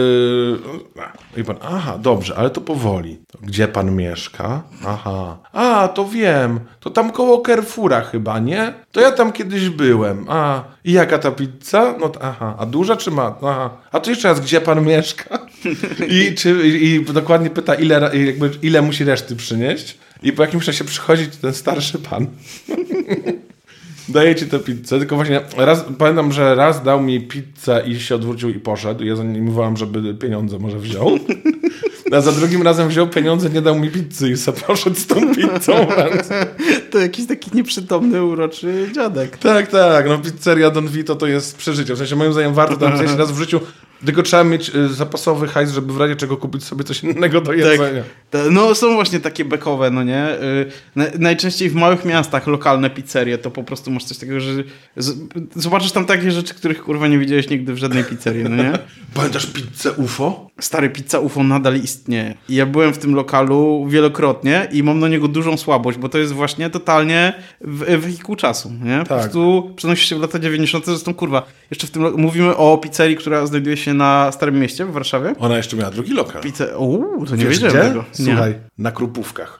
I pan, aha, dobrze, ale to powoli. Gdzie pan mieszka? Aha. A, to wiem. To tam koło Carrefoura chyba, nie? To ja tam kiedyś byłem. A, i jaka ta pizza? No, aha. A duża czy ma? Aha. A to jeszcze raz, gdzie pan mieszka? I dokładnie pyta, ile musi reszty przynieść. I po jakimś czasie przychodzi ten starszy pan. Daję ci tę pizzę, tylko właśnie pamiętam, że raz dał mi pizzę i się odwrócił i poszedł. Ja za nim mówiłam, żeby pieniądze może wziął. A za drugim razem wziął pieniądze, nie dał mi pizzy i sobie poszedł z tą pizzą. To jakiś taki nieprzytomny, uroczy dziadek. Tak, no pizzeria Don Vito to jest przeżycie. W sensie moim zdaniem warto tam zjeść raz w życiu. Tylko trzeba mieć zapasowy hajs, żeby w razie czego kupić sobie coś innego do jedzenia. Tak. No są właśnie takie bekowe, no nie? Najczęściej w małych miastach lokalne pizzerie to po prostu masz coś takiego, że zobaczysz tam takie rzeczy, których kurwa nie widziałeś nigdy w żadnej pizzerii, no nie? Pamiętasz pizzę UFO? Stary, pizza UFO nadal istnieje. I ja byłem w tym lokalu wielokrotnie i mam na niego dużą słabość, bo to jest właśnie totalnie wehikuł czasu, nie? Po prostu przenosisz się w lata 90. Zresztą kurwa, jeszcze w tym mówimy o pizzerii, która znajduje się na Starym Mieście w Warszawie. Ona jeszcze miała drugi lokal. To nie wiedziałem tego. Słuchaj, na Krupówkach.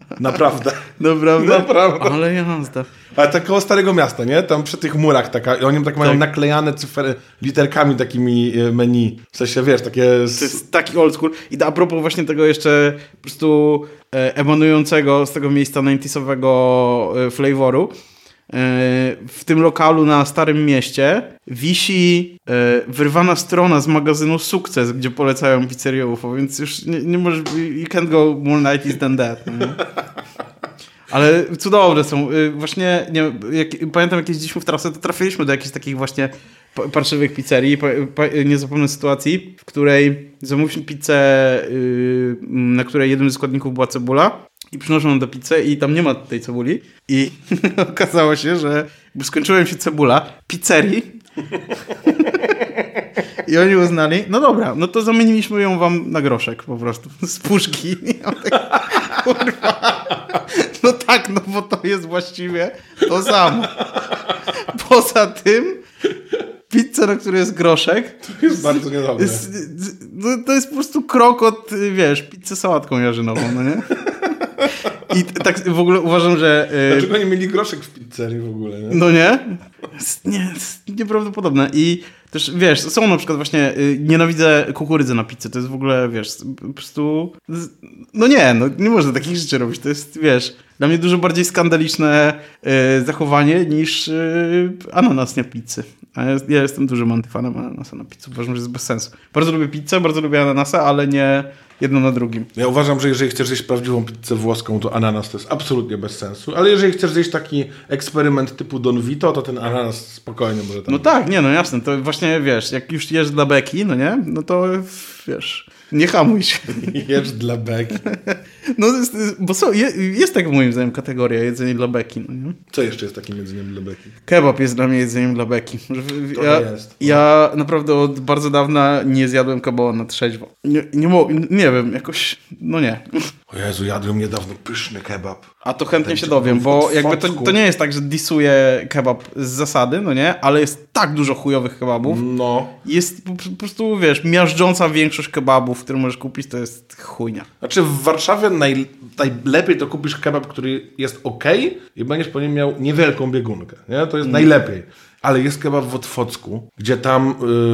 Naprawdę. Naprawdę? Ale jazda. Ale tak koło Starego Miasta, nie? Tam przy tych murach taka, i oni tak mają naklejane cyfry, literkami takimi menu. W sensie, wiesz, takie... To jest taki old school. I a propos właśnie tego jeszcze po prostu emanującego z tego miejsca 90'sowego flavoru, w tym lokalu na Starym Mieście wisi wyrwana strona z magazynu Sukces, gdzie polecają pizzerię UFO, więc już nie możesz... You can't go more 90s than that. Nie? Ale cudowne są. Właśnie, nie, pamiętam, jak jeździliśmy w trasę, to trafiliśmy do jakichś takich właśnie parszywych pizzerii. Nie zapomnę sytuacji, w której zamówiliśmy pizzę, na której jednym z składników była cebula i przynoszą nam do pizzy i tam nie ma tej cebuli. I okazało się, że skończyła im się cebula pizzerii. I oni uznali, no dobra, no to zamieniliśmy ją wam na groszek po prostu, z puszki. Kurwa. No tak, no bo to jest właściwie to samo. Poza tym pizza, na której jest groszek, to jest bardzo niedobre. To jest po prostu krok od, wiesz, pizzę sałatką jarzynową, no nie? I tak w ogóle uważam, że... Dlaczego nie mieli groszek w pizzerii w ogóle, nie? No nie? Jest nieprawdopodobne. I też, wiesz, są na przykład właśnie... Nienawidzę kukurydzy na pizzę. To jest w ogóle, wiesz, po prostu... No nie można takich rzeczy robić. To jest, wiesz, dla mnie dużo bardziej skandaliczne zachowanie niż ananas na pizzy. A ja jestem dużym antyfanem ananasa na pizzę. Uważam, że jest bez sensu. Bardzo lubię pizzę, bardzo lubię ananasa, ale nie jedno na drugim. Ja uważam, że jeżeli chcesz zjeść prawdziwą pizzę włoską, to ananas to jest absolutnie bez sensu. Ale jeżeli chcesz zjeść taki eksperyment typu Don Vito, to ten ananas spokojnie może tam... No tak, nie, no jasne. To właśnie, wiesz, jak już jesz dla beki, no nie? No to, wiesz, nie hamuj się. Jesz dla beki. No, bo jest tak moim zdaniem kategoria jedzenie dla beki, no nie? Co jeszcze jest takim jedzeniem dla beki? Kebab jest dla mnie jedzeniem dla beki. Jest. Ja naprawdę od bardzo dawna nie zjadłem kebaba na trzeźwo. Nie wiem, jakoś, no nie. O Jezu, jadłem niedawno pyszny kebab. A to chętnie się dowiem, bo jakby to nie jest tak, że disuję kebab z zasady, no nie? Ale jest tak dużo chujowych kebabów. No. Jest po prostu, wiesz, miażdżąca większość kebabów, które możesz kupić, to jest chujnia. Znaczy w Warszawie najlepiej to kupisz kebab, który jest okej i będziesz po nim miał niewielką biegunkę. Nie? To jest najlepiej. Ale jest kebab w Otwocku, gdzie tam...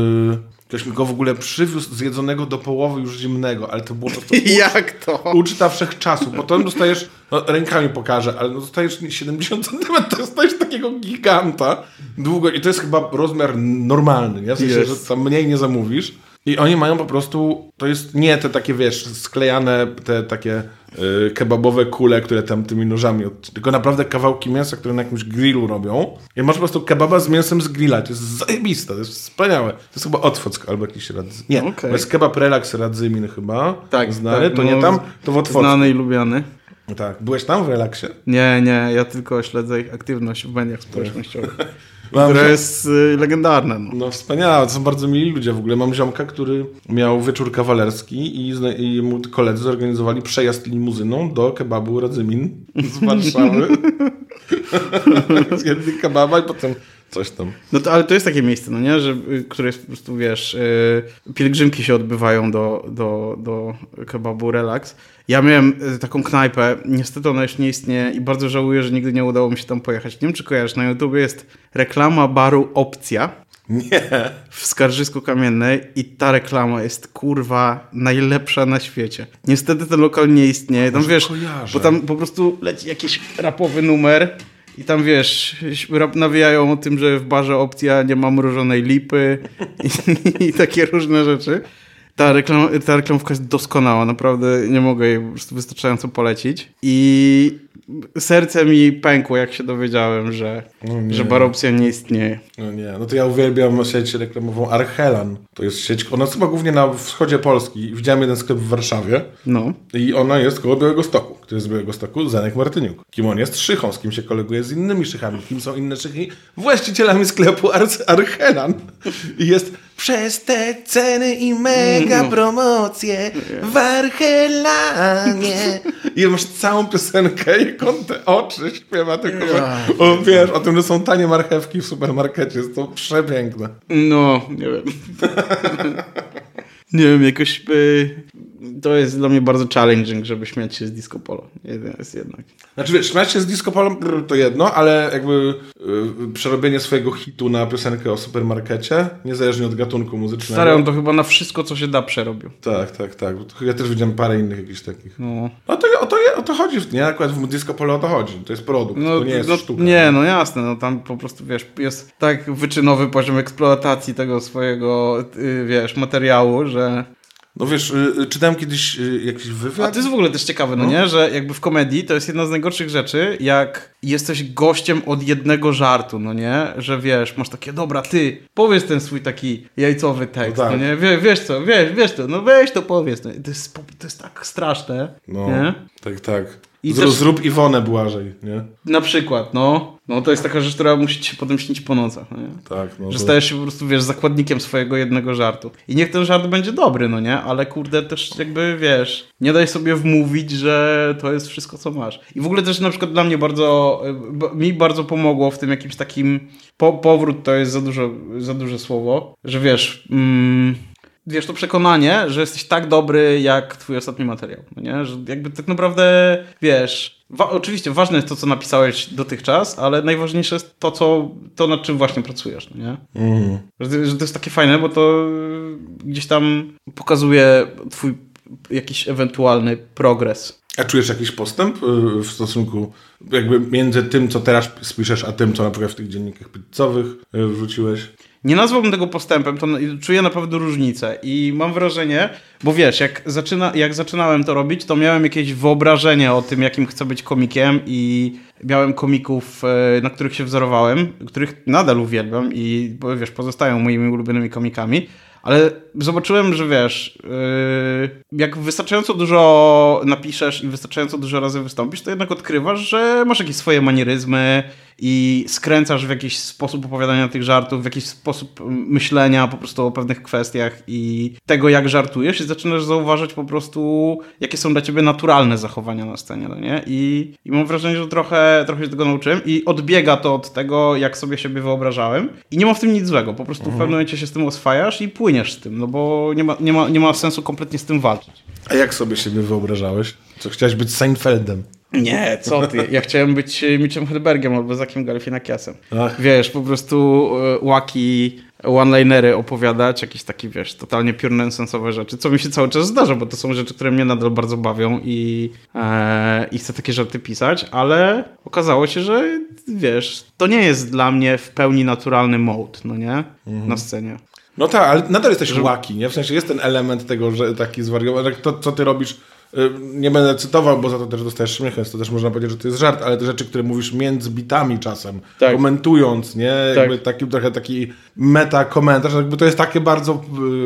Ktoś mi go w ogóle przywiózł zjedzonego do połowy już zimnego, ale to było to jak to? Uczta wszechczasu. Potem dostajesz, no, rękami pokażę, ale no, dostajesz 70 cm, dostajesz takiego giganta długo i to jest chyba rozmiar normalny, nie? W sensie, że tam mniej nie zamówisz. I oni mają po prostu, to jest nie te takie, wiesz, sklejane, te takie kebabowe kule, które tam tymi nożami, tylko naprawdę kawałki mięsa, które na jakimś grillu robią. I masz po prostu kebaba z mięsem z grilla. To jest zajebiste, to jest wspaniałe. To jest chyba Otwock albo jakiś Radzymin. Nie, to jest kebab Relax Radzymin chyba. Tak, znany, tak, to nie tam, to w Otwocku. Znany i lubiany. Tak, byłeś tam w Relaxie? Nie, ja tylko śledzę ich aktywność w mediach społecznościowych. Która jest legendarna. No wspaniała, to są bardzo mili ludzie w ogóle. Mam ziomka, który miał wieczór kawalerski i mu koledzy zorganizowali przejazd limuzyną do kebabu Radzymin z Warszawy. Zjedli kebaba i potem coś tam. No to, ale to jest takie miejsce, no nie? Które jest po prostu, wiesz, pielgrzymki się odbywają do kebabu Relax. Ja miałem taką knajpę, niestety ona już nie istnieje i bardzo żałuję, że nigdy nie udało mi się tam pojechać. Nie wiem, czy kojarzysz, na YouTubie jest reklama baru Opcja. Nie. W Skarżysku Kamiennej i ta reklama jest, kurwa, najlepsza na świecie. Niestety ten lokal nie istnieje. Tam, wiesz, bo tam po prostu leci jakiś rapowy numer i tam, wiesz, nawijają o tym, że w barze Opcja nie ma mrożonej lipy i takie różne rzeczy. Ta reklamówka jest doskonała, naprawdę nie mogę jej po prostu wystarczająco polecić. I serce mi pękło, jak się dowiedziałem, że bar Opcja nie istnieje. No nie, no to ja uwielbiam sieć reklamową Archelan. To jest sieć, ona jest chyba głównie na wschodzie Polski. Widziałem jeden sklep w Warszawie. No. I ona jest koło Białegostoku. Kto jest z Białegostoku? Zenek Martyniuk. Kim on jest? Szychą, z kim się koleguje z innymi szychami. Kim są inne szychy? Właścicielami sklepu Archelan. I jest przez te ceny i mega promocje w Archelanie. I masz całą piosenkę, jak on te oczy śpiewa, tylko wiesz, o tym, że są tanie marchewki w supermarkecie. Jest to przepiękne. No, nie wiem. Nie wiem, jakoś... to jest dla mnie bardzo challenging, żeby śmiać się z disco polo. Jest jednak. Znaczy wiesz, śmiać się z disco polo to jedno, ale jakby przerobienie swojego hitu na piosenkę o supermarkecie, niezależnie od gatunku muzycznego. Stary, on to chyba na wszystko, co się da, przerobił. Tak. Ja też widziałem parę innych jakichś takich. No. O to chodzi, nie? Akurat w disco polo o to chodzi. To jest produkt, to nie jest sztuka. Nie, no jasne, no tam po prostu, wiesz, jest tak wyczynowy poziom eksploatacji tego swojego, wiesz, materiału, że... No wiesz, czytałem kiedyś jakiś wywiad. A to jest w ogóle też ciekawe, no nie? Że jakby w komedii to jest jedna z najgorszych rzeczy, jak jesteś gościem od jednego żartu, no nie? Że wiesz, masz takie, dobra, ty, powiedz ten swój taki jajcowy tekst, no, tak. No nie? Wiesz to, no weź to powiedz. No. To jest tak straszne, no, nie? Tak. Zrób Iwonę Błażej, nie? Na przykład, no. No to jest taka rzecz, która musi ci się potem śnić po nocach, no nie? Tak, no. Że stajesz się po prostu, wiesz, zakładnikiem swojego jednego żartu. I niech ten żart będzie dobry, no nie? Ale kurde, też jakby, wiesz, nie daj sobie wmówić, że to jest wszystko, co masz. I w ogóle też na przykład dla mnie mi bardzo pomogło w tym jakimś takim... Powrót to jest za duże słowo, że wiesz... Wiesz, to przekonanie, że jesteś tak dobry jak twój ostatni materiał, no nie? Że jakby tak naprawdę, wiesz, oczywiście ważne jest to, co napisałeś dotychczas, ale najważniejsze jest to nad czym właśnie pracujesz, no nie? Że to jest takie fajne, bo to gdzieś tam pokazuje twój jakiś ewentualny progres. A czujesz jakiś postęp w stosunku jakby między tym, co teraz spiszesz, a tym, co na przykład w tych dziennikach pizzowych wrzuciłeś? Nie nazwałbym tego postępem, to czuję naprawdę różnicę i mam wrażenie, bo wiesz, jak zaczynałem to robić, to miałem jakieś wyobrażenie o tym, jakim chcę być komikiem i miałem komików, na których się wzorowałem, których nadal uwielbiam i wiesz, pozostają moimi ulubionymi komikami, ale zobaczyłem, że wiesz, jak wystarczająco dużo napiszesz i wystarczająco dużo razy wystąpisz, to jednak odkrywasz, że masz jakieś swoje manieryzmy i skręcasz w jakiś sposób opowiadania tych żartów, w jakiś sposób myślenia po prostu o pewnych kwestiach i tego, jak żartujesz i zaczynasz zauważać po prostu, jakie są dla ciebie naturalne zachowania na scenie, no nie? I mam wrażenie, że trochę się tego nauczyłem i odbiega to od tego, jak sobie siebie wyobrażałem i nie ma w tym nic złego, po prostu w pewnym momencie się z tym oswajasz i płyniesz z tym, no bo nie ma sensu kompletnie z tym walczyć. A jak sobie siebie wyobrażałeś? Co, chciałeś być Seinfeldem? Nie, co ty? Ja chciałem być Mitchem Hedbergiem albo Zakiem Galifianakiasem. Wiesz, po prostu łaki one-linery opowiadać, jakieś takie, wiesz, totalnie pure nonsensowe rzeczy, co mi się cały czas zdarza, bo to są rzeczy, które mnie nadal bardzo bawią i chcę takie żarty pisać, ale okazało się, że wiesz, to nie jest dla mnie w pełni naturalny mode, no nie? Na scenie. No tak, ale nadal jesteś łaki, nie? W sensie jest ten element tego, że taki zwariowany, to co ty robisz, nie będę cytował, bo za to też dostajesz śmiech, więc to też można powiedzieć, że to jest żart, ale te rzeczy, które mówisz między bitami czasem, tak. Komentując, nie? Jakby trochę taki meta-komentarz, jakby to jest takie bardzo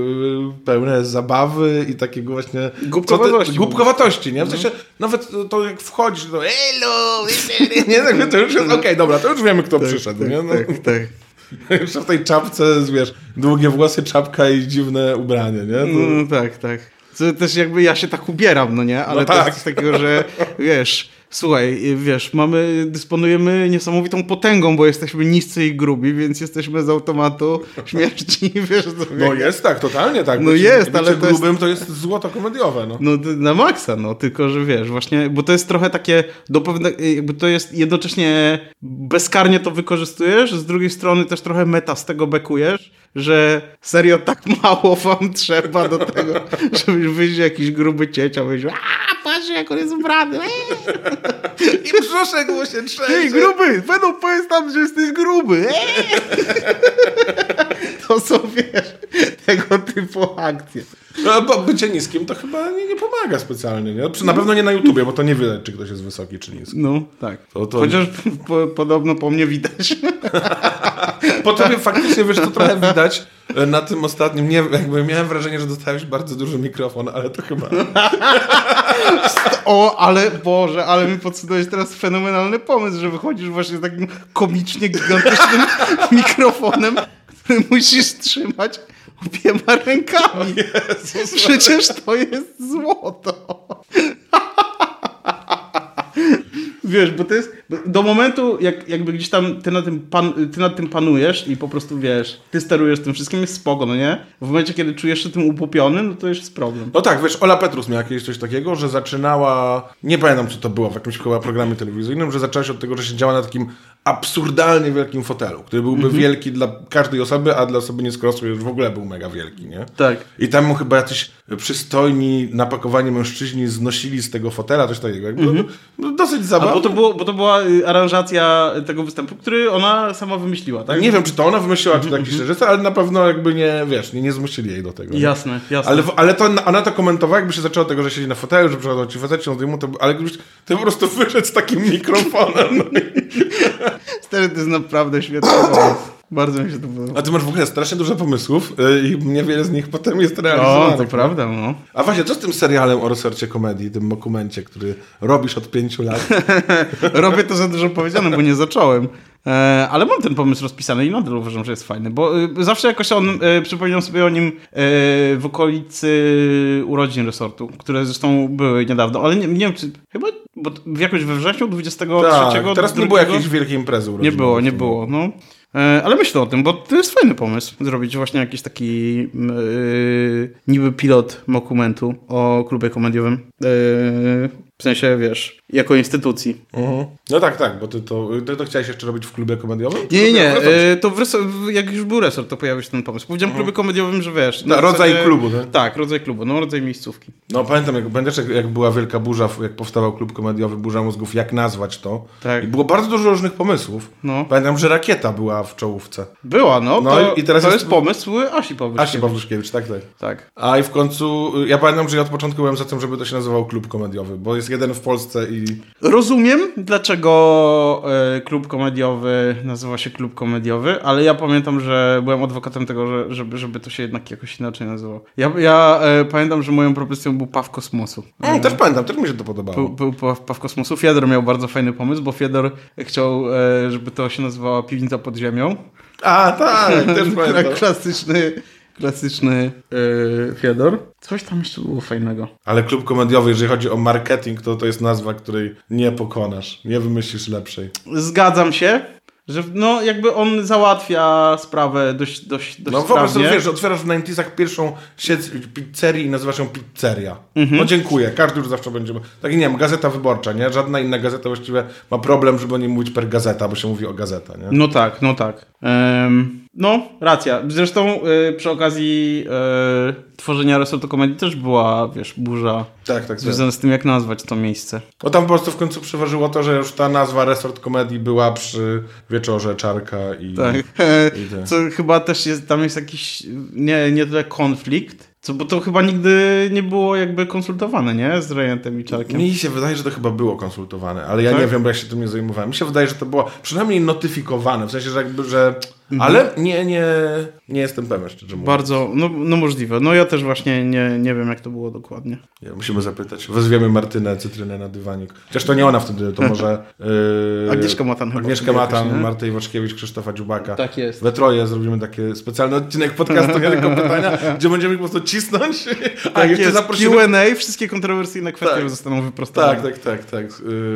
pełne zabawy i takiego właśnie... Głupkowatości, nie? W sensie nawet to jak wchodzisz, to hello, nie? To już jest okej, dobra, to już wiemy, kto przyszedł, nie? No. Tak. Jeszcze w tej czapce, wiesz, długie włosy, czapka i dziwne ubranie, nie? To... No, tak. To też jakby ja się tak ubieram, no nie? Ale no tak. To jest coś takiego, że wiesz, słuchaj, wiesz, dysponujemy niesamowitą potęgą, bo jesteśmy niscy i grubi, więc jesteśmy z automatu śmierci, wiesz. No jest tak, totalnie tak. No jest, ale to grubym to jest złoto komediowe, no. No na maksa, no, tylko że wiesz, właśnie, bo to jest trochę takie, jakby to jest jednocześnie bezkarnie to wykorzystujesz, z drugiej strony też trochę meta z tego bekujesz, że serio tak mało wam trzeba do tego, żebyś wyjść jakiś gruby cieć, a powiedział, patrz jak on jest ubrany. I brzuszek mu się trzęsie. Ej, gruby, będą powiedz tam, że jesteś gruby. To są, wiesz, tego typu akcje. No, bo bycie niskim to chyba nie pomaga specjalnie, nie? Na pewno nie na YouTubie, bo to nie widać, czy ktoś jest wysoki, czy niski. No, tak. Chociaż podobno po mnie widać. Po tobie faktycznie, wiesz, to trochę widać na tym ostatnim. Jakby miałem wrażenie, że dostałeś bardzo duży mikrofon, ale to chyba... Ale Boże, ale mi podsunąłeś teraz fenomenalny pomysł, że wychodzisz właśnie z takim komicznie gigantycznym mikrofonem, który musisz trzymać obiema rękami. Przecież to jest złoto. Wiesz, bo to jest... Do momentu, jakby gdzieś tam ty nad tym panujesz i po prostu, wiesz, ty sterujesz tym wszystkim, jest spoko, no nie? W momencie, kiedy czujesz się tym upłupiony, no to już jest problem. No tak, wiesz, Ola Petrus miała kiedyś coś takiego, że zaczynała, nie pamiętam co to było, w jakimś chyba programie telewizyjnym, że zaczęła się od tego, że siedziała na takim absurdalnie wielkim fotelu, który byłby wielki dla każdej osoby, a dla osoby nieskorosłej już w ogóle był mega wielki, nie? Tak. I tam mu chyba jacyś przystojni, napakowani mężczyźni znosili z tego fotela, coś takiego. Dosyć zabawne. Bo to była aranżacja tego występu, który ona sama wymyśliła, tak? Nie wiem, czy to ona wymyśliła, czy to jakiś reżyser, ale na pewno jakby nie zmusili jej do tego. Nie? Jasne. Ale to ona to komentowała, jakby się zaczęło od tego, że siedzi na fotelu, że przychodzą ci faceci, ale gdybyś ty po prostu wyszedł z takim mikrofonem. No Stary, to jest naprawdę świetny pomysł. Bardzo mi się to podoba. A ty masz w ogóle strasznie dużo pomysłów i niewiele z nich potem jest realizowanych. O, to prawda, no. A właśnie, co z tym serialem o resorcie komedii, tym dokumencie, który robisz od 5 lat? Robię to za dużo powiedziane, bo nie zacząłem. Ale mam ten pomysł rozpisany i nadal uważam, że jest fajny, bo zawsze jakoś przypominam sobie o nim w okolicy urodzin resortu, które zresztą były niedawno, ale nie wiem, czy chyba bo jakoś we wrześniu 23. Tak, teraz nie było jakiejś wielkiej imprezy urodzinowej. Nie było, no. Ale myślę o tym, bo to jest fajny pomysł, zrobić właśnie jakiś taki niby pilot dokumentu o klubie komediowym. W sensie, wiesz, jako instytucji. No tak, bo ty to chciałeś jeszcze robić w klubie komediowym? Nie. Jak już był resort, to pojawił się ten pomysł. Powiedziałem klubie komediowym, że wiesz... Rodzaj klubu, tak? Tak, rodzaj klubu, no rodzaj miejscówki. No pamiętam, jak była wielka burza, jak powstawał klub komediowy, burza mózgów, jak nazwać to. Tak. I było bardzo dużo różnych pomysłów. No. Pamiętam, że Rakieta była w czołówce. Była, no. I teraz to jest pomysł Asi Pawluszkiewicz. Asi Pawluszkiewicz, tak. A i w końcu, ja pamiętam, że ja od początku byłem za tym, żeby to się nazywał klub komediowy, bo jest jeden w Polsce i... Rozumiem, dlaczego klub komediowy nazywa się klub komediowy, ale ja pamiętam, że byłem adwokatem tego, żeby to się jednak jakoś inaczej nazywało. Ja pamiętam, że moją propozycją był Paw Kosmosu. Też pamiętam, też mi się to podobało. Był Paw Kosmosu. Fiedor miał bardzo fajny pomysł, bo Fiedor chciał, żeby to się nazywała Piwnica pod ziemią. A, tak, też pamiętam. Klasyczny Fiedor. Coś tam jeszcze było fajnego. Ale klub komediowy, jeżeli chodzi o marketing, to jest nazwa, której nie pokonasz. Nie wymyślisz lepszej. Zgadzam się, że no jakby on załatwia sprawę dość no po prostu wiesz, otwierasz w 90'sach pierwszą sieć pizzerii i nazywasz ją pizzeria. No dziękuję, każdy już zawsze będzie... Tak nie wiem, Gazeta Wyborcza, nie? Żadna inna gazeta właściwie ma problem, żeby o niej mówić per gazeta, bo się mówi o gazeta, nie? No tak. No, racja. Zresztą przy okazji tworzenia resortu komedii też była, wiesz, burza. Tak. Związana z tym, jak nazwać to miejsce. No tam po prostu w końcu przeważyło to, że już ta nazwa resort komedii była przy wieczorze Czarka i... Tak. Co chyba też jest, tam jest jakiś nie tyle konflikt, bo to chyba nigdy nie było jakby konsultowane, nie? Z Rejentem i Czarkiem. Mi się wydaje, że to chyba było konsultowane, ale ja nie wiem, bo ja się tym nie zajmowałem. Mi się wydaje, że to było przynajmniej notyfikowane, w sensie, że ale nie jestem pewien, szczerze mówiąc. Bardzo, no możliwe. No ja też właśnie nie wiem, jak to było dokładnie. Musimy zapytać. Wezwiemy Martynę Cytrynę na dywanik. Chociaż to nie ona wtedy, to może... Agnieszka Matan. Agnieszka Matan, Marta Iwaczkiewicz, Krzysztofa Dziubaka. Tak jest. We troje zrobimy taki specjalny odcinek podcastu Wielkiego Pytania, gdzie będziemy po prostu cisnąć. Tak jeszcze jest. Q&A, wszystkie kontrowersyjne kwestie zostaną wyprostowane. Tak.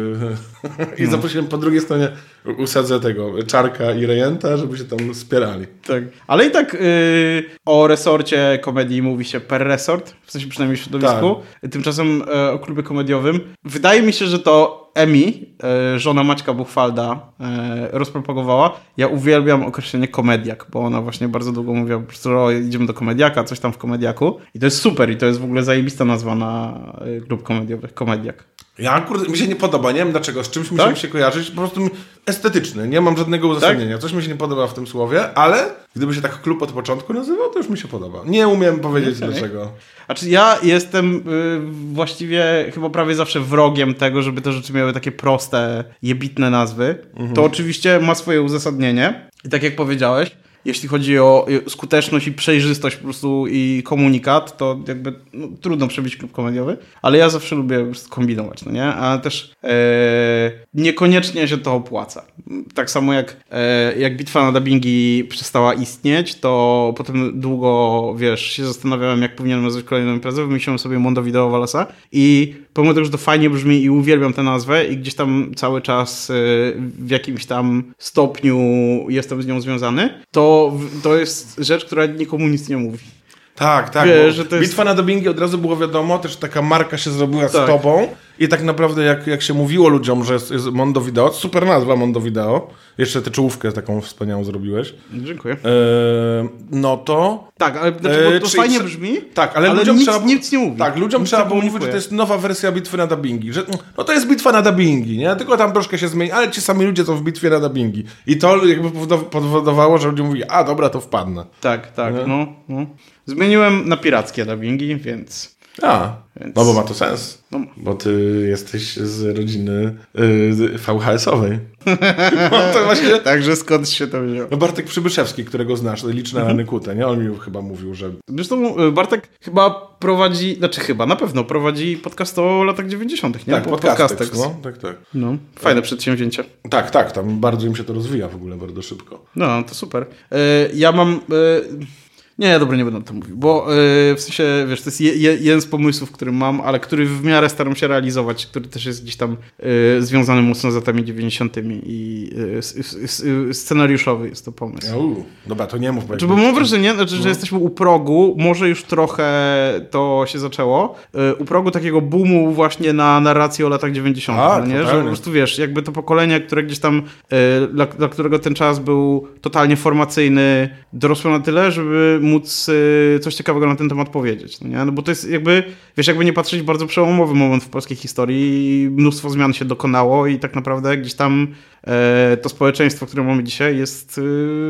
I zaprosiłem po drugiej stronie, usadzę tego Czarka i Rejenta, żeby się tam spierali. Tak. Ale i tak o resorcie komedii mówi się per resort, w sensie przynajmniej w środowisku. Tak. Tymczasem o klubie komediowym. Wydaje mi się, że to Emi, żona Maćka Buchwalda, rozpropagowała. Ja uwielbiam określenie komediak, bo ona właśnie bardzo długo mówiła po prostu, idziemy do komediaka, coś tam w komediaku. I to jest super i to jest w ogóle zajebista nazwa na klub komediowy. Komediak. Ja mi się nie podoba, nie wiem dlaczego, z czymś mi się kojarzyć, po prostu estetyczny, nie mam żadnego uzasadnienia. Coś mi się nie podoba w tym słowie, ale gdyby się tak klub od początku nazywał, to już mi się podoba. Nie umiem powiedzieć dlaczego. Znaczy ja jestem właściwie chyba prawie zawsze wrogiem tego, żeby te rzeczy miały takie proste, jebitne nazwy. To oczywiście ma swoje uzasadnienie i tak jak powiedziałeś, jeśli chodzi o skuteczność i przejrzystość po prostu i komunikat, to jakby trudno przebić klub komediowy, ale ja zawsze lubię po prostu kombinować, no nie? A też niekoniecznie się to opłaca. Tak samo jak bitwa na dubbingi przestała istnieć, to potem długo, się zastanawiałem, jak powinienem nazwać kolejną imprezę, wymyśliłem sobie Mondo Video Wallace'a i pomimo tego, że to fajnie brzmi i uwielbiam tę nazwę i gdzieś tam cały czas w jakimś tam stopniu jestem z nią związany, to jest rzecz, która nikomu nic nie mówi. Tak. Że to Bitwa na dubbingi od razu było wiadomo, też taka marka się zrobiła z tobą i tak naprawdę jak się mówiło ludziom, że jest Mondo Video, super nazwa Mondo Video, jeszcze tę czołówkę taką wspaniałą zrobiłeś. Dziękuję. No to... Tak, ale bo to fajnie brzmi, tak, ale ludziom nic nie mówi. Tak, ludziom trzeba było mówić, że to jest nowa wersja bitwy na dubbingi, że no to jest bitwa na dubbingi, nie? Tylko tam troszkę się zmieni, ale ci sami ludzie są w bitwie na dubbingi. I to jakby powodowało, że ludzie mówili, a dobra, to wpadnę. Tak, no. Zmieniłem na pirackie dubbingi, więc... No bo ma to sens. No. Bo ty jesteś z rodziny VHS-owej. No to właśnie... Także skąd się to wzięło? No Bartek Przybyszewski, którego znasz, Liczne rany kute, nie? On mi chyba mówił, że... Zresztą Bartek chyba prowadzi, na pewno prowadzi podcast o latach 90., nie? Tak, Podcastex, no. Tak. No, fajne przedsięwzięcie. Tak, tam bardzo im się to rozwija w ogóle, bardzo szybko. No, to super. Ja mam... Nie, dobra, nie będę o tym mówił, bo w sensie, to jest jeden z pomysłów, który mam, ale który w miarę staram się realizować, który też jest gdzieś tam związany mocno z latami 90. i scenariuszowy jest to pomysł. Dobra, to nie mów. Bo mam wrażenie, że jesteśmy u progu, może już trochę to się zaczęło, u progu takiego boomu właśnie na narrację o latach 90. Nie? Że po prostu jakby to pokolenie, które gdzieś tam, dla którego ten czas był totalnie formacyjny, dorosło na tyle, żeby móc coś ciekawego na ten temat powiedzieć. No nie? No bo to jest jakby, jakby nie patrzeć, bardzo przełomowy moment w polskiej historii. Mnóstwo zmian się dokonało i tak naprawdę gdzieś tam to społeczeństwo, które mamy dzisiaj, jest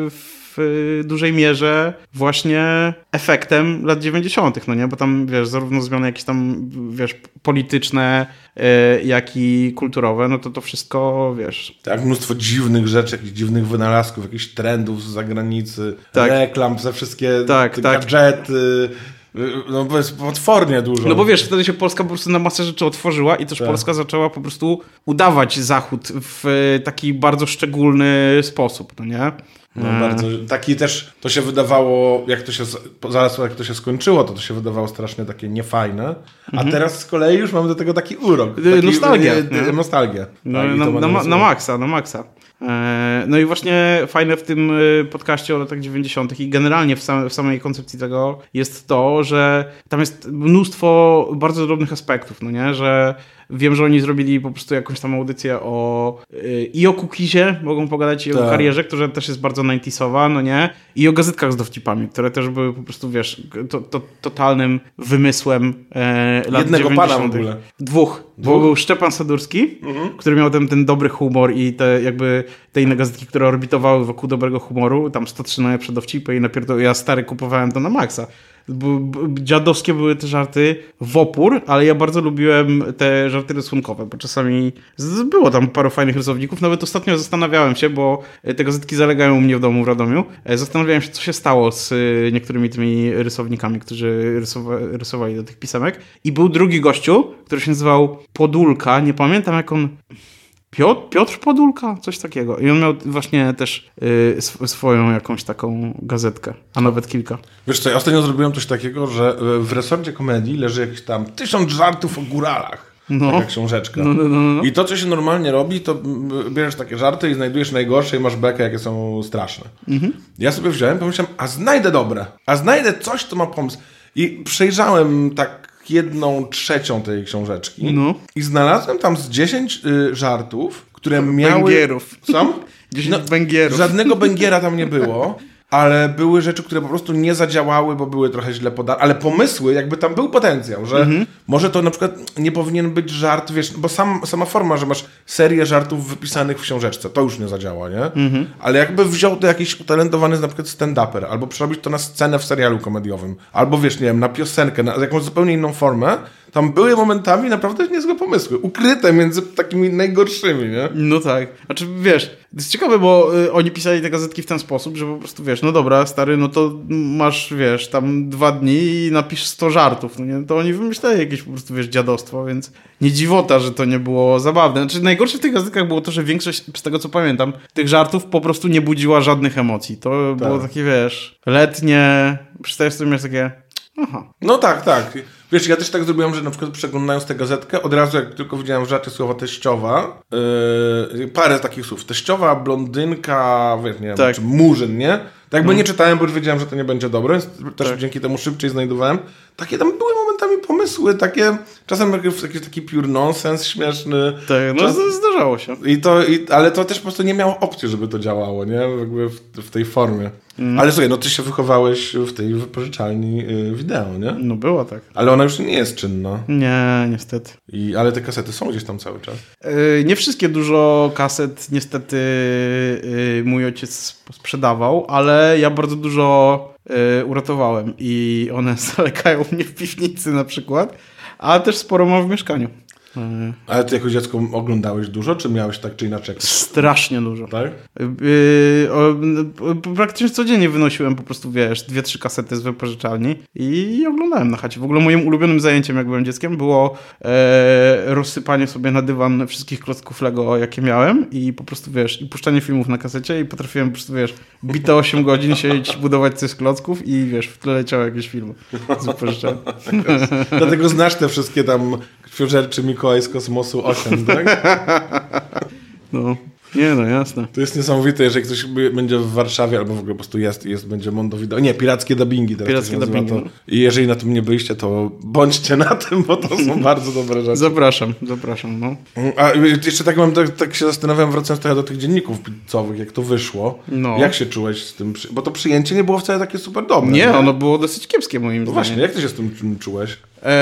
w dużej mierze właśnie efektem lat 90., no nie? Bo tam, zarówno zmiany jakieś tam, polityczne, jak i kulturowe, no to wszystko, Tak, mnóstwo dziwnych rzeczy, jakichś dziwnych wynalazków, jakichś trendów z zagranicy, reklam, za wszystkie gadżety. No bo jest potwornie dużo. No bo wtedy się Polska po prostu na masę rzeczy otworzyła i też Polska zaczęła po prostu udawać Zachód w taki bardzo szczególny sposób, no nie? No bardzo, taki też, to się wydawało, zaraz jak to się skończyło, to się wydawało strasznie takie niefajne, a teraz z kolei już mamy do tego taki urok. Nostalgia. Na maksa. No i właśnie fajne w tym podcaście o latach 90. i generalnie w samej koncepcji tego jest to, że tam jest mnóstwo bardzo drobnych aspektów, no nie? Że wiem, że oni zrobili po prostu jakąś tam audycję i o Kukizie, mogą pogadać i o karierze, która też jest bardzo 90sowa, no nie? I o gazetkach z dowcipami, które też były po prostu, totalnym wymysłem lat jednego 90. pana w ogóle. Dwóch. Bo był Szczepan Sadurski, który miał ten dobry humor i te inne gazetki, które orbitowały wokół dobrego humoru, tam 103 najlepsze dowcipy i ja stary kupowałem to na maksa. Dziadowskie były te żarty w opór, ale ja bardzo lubiłem te żarty rysunkowe, bo czasami było tam paru fajnych rysowników. Nawet ostatnio zastanawiałem się, bo te gazetki zalegają u mnie w domu w Radomiu. Zastanawiałem się, co się stało z niektórymi tymi rysownikami, którzy rysowali do tych pisemek. I był drugi gościu, który się nazywał Podulka. Nie pamiętam, jak on... Piotr Podulka? Coś takiego. I on miał właśnie też swoją jakąś taką gazetkę, a nawet kilka. Wiesz co, ja ostatnio zrobiłem coś takiego, że w resorcie komedii leży jakieś tam 1000 żartów o góralach. Taka książeczka. No. I to, co się normalnie robi, to bierzesz takie żarty i znajdujesz najgorsze i masz bekę, jakie są straszne. Ja sobie wziąłem, pomyślałem, a znajdę coś, co ma pomysł. I przejrzałem tak 1/3 tej książeczki i znalazłem tam z 10 żartów, które miały... Węgierów. Co? 10 węgierów. Żadnego Węgiera tam nie było, ale były rzeczy, które po prostu nie zadziałały, bo były trochę źle podane, ale pomysły, jakby tam był potencjał, że może to na przykład nie powinien być żart, bo sama forma, że masz serię żartów wypisanych w książeczce, to już nie zadziała, nie? Ale jakby wziął to jakiś utalentowany na przykład stand-uper, albo przerobić to na scenę w serialu komediowym, albo na piosenkę, na jakąś zupełnie inną formę, tam były momentami naprawdę niezłe pomysły, ukryte między takimi najgorszymi, nie? No tak. Znaczy, wiesz, to jest ciekawe, bo oni pisali te gazetki w ten sposób, że po prostu, wiesz, no dobra, stary, no to masz, wiesz, tam 2 dni i napisz 100 żartów, no nie? To oni wymyślali jakieś po prostu, wiesz, dziadostwo, więc nie dziwota, że to nie było zabawne. Znaczy, najgorsze w tych gazetkach było to, że większość, z tego co pamiętam, tych żartów po prostu nie budziła żadnych emocji. To było takie, wiesz, letnie, przystajesz sobie mieć takie... Aha. No tak. Wiesz, ja też tak zrobiłem, że na przykład przeglądając tę gazetkę, od razu jak tylko widziałem w żarcie słowa teściowa, parę takich słów, teściowa, blondynka, wiesz, nie wiem, tak. czy murzyn, nie? Tak jakby nie czytałem, bo już wiedziałem, że to nie będzie dobre, więc też dzięki temu szybciej znajdowałem. Takie tam były momentami pomysły, takie czasem jakiś taki pure nonsens śmieszny. Tak, no zdarzało się. Ale to też po prostu nie miało opcji, żeby to działało, nie? Jakby w tej formie. Ale słuchaj, no ty się wychowałeś w tej wypożyczalni wideo, nie? No było tak. Ale ona już nie jest czynna. Nie, niestety. Ale te kasety są gdzieś tam cały czas. Nie wszystkie, dużo kaset niestety mój ojciec sprzedawał, ale ja bardzo dużo uratowałem i one zalekają mnie w piwnicy na przykład, a też sporo mam w mieszkaniu. Ale ty jako dziecko oglądałeś dużo, czy miałeś tak czy inaczej? Strasznie dużo. Tak? Praktycznie codziennie wynosiłem po prostu, wiesz, 2-3 kasety z wypożyczalni i oglądałem na chacie. W ogóle moim ulubionym zajęciem, jak byłem dzieckiem, było rozsypanie sobie na dywan wszystkich klocków Lego, jakie miałem i po prostu, wiesz, i puszczanie filmów na kasecie i potrafiłem po prostu, wiesz, bite 8 godzin siedzieć, budować coś z klocków i, wiesz, w tle leciały jakieś filmy z wypożyczalni. Dlatego znasz te wszystkie tam krwiożerczy Mikołaj z Kosmosu 8, tak? No, nie no, jasne. To jest niesamowite, jeżeli ktoś będzie w Warszawie, albo w ogóle po prostu będzie Mondo Video. Nie, pirackie dubbingi teraz. Pirackie dubbingi. To. I jeżeli na tym nie byliście, to bądźcie na tym, bo to są bardzo dobre rzeczy. Zapraszam, no. A jeszcze tak się zastanawiam, wracając trochę do tych dzienników pizzowych, jak to wyszło. No. Jak się czułeś z tym? Bo to przyjęcie nie było wcale takie super dobre. Nie, ono było dosyć kiepskie moim zdaniem. Właśnie, jak ty się z tym czułeś?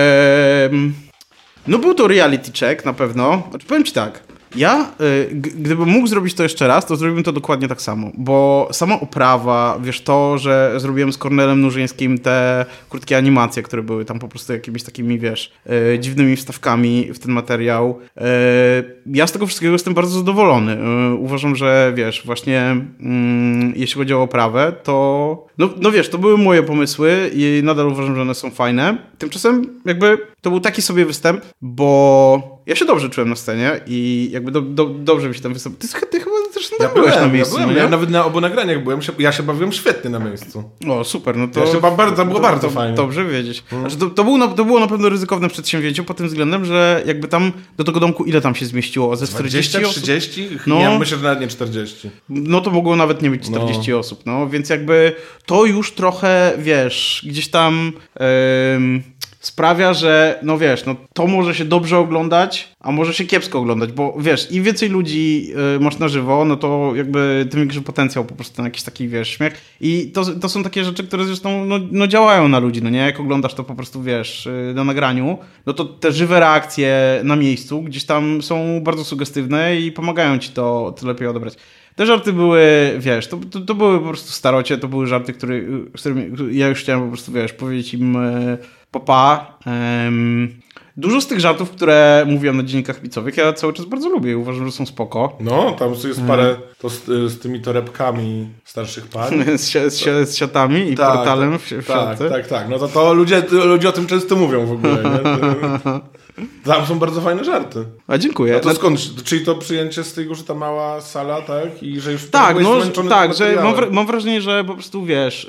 No był to reality check na pewno. Znaczy, powiem ci tak, ja gdybym mógł zrobić to jeszcze raz, to zrobiłbym to dokładnie tak samo, bo sama oprawa, wiesz, to, że zrobiłem z Kornelem Nurzyńskim te krótkie animacje, które były tam po prostu jakimiś takimi, wiesz, dziwnymi wstawkami w ten materiał. Ja z tego wszystkiego jestem bardzo zadowolony. Uważam, że wiesz, właśnie jeśli chodzi o oprawę, to no wiesz, to były moje pomysły i nadal uważam, że one są fajne. Tymczasem jakby to był taki sobie występ, bo ja się dobrze czułem na scenie i jakby dobrze mi się tam występowało. Ty chyba też byłeś na miejscu. Ja nawet na obu nagraniach byłem, ja się bawiłem świetnie na miejscu. O, super, no to... Ja się było bardzo fajnie. Dobrze wiedzieć. Znaczy, to było na pewno ryzykowne przedsięwzięcie pod tym względem, że jakby tam do tego domku ile tam się zmieściło? Ze 40 osób? 30? No, nie, myślę, że nawet nie 40. No to mogło nawet nie być 40 osób, no. Więc jakby to już trochę, wiesz, gdzieś tam... sprawia, że no wiesz, no to może się dobrze oglądać, a może się kiepsko oglądać, bo wiesz, im więcej ludzi masz na żywo, no to jakby tym większy potencjał po prostu na jakiś taki, wiesz, śmiech. I to są takie rzeczy, które zresztą no działają na ludzi, no nie? Jak oglądasz to po prostu, wiesz, na nagraniu, no to te żywe reakcje na miejscu gdzieś tam są bardzo sugestywne i pomagają ci to lepiej odebrać. Te żarty były, wiesz, to były po prostu starocie, to były żarty, z którymi ja już chciałem po prostu, wiesz, powiedzieć im papa. Dużo z tych żartów, które mówiłem na dziennikach pizzowych, ja cały czas bardzo lubię i uważam, że są spoko. No, tam jest parę to z tymi torebkami starszych par. z siatami i portalem w siatce. Tak. No to ludzie o tym często mówią w ogóle, nie? Tam są bardzo fajne żarty. A dziękuję. A to skąd? Czyli to przyjęcie z tego, że ta mała sala, tak? I że już tak, że mam wrażenie, że po prostu wiesz...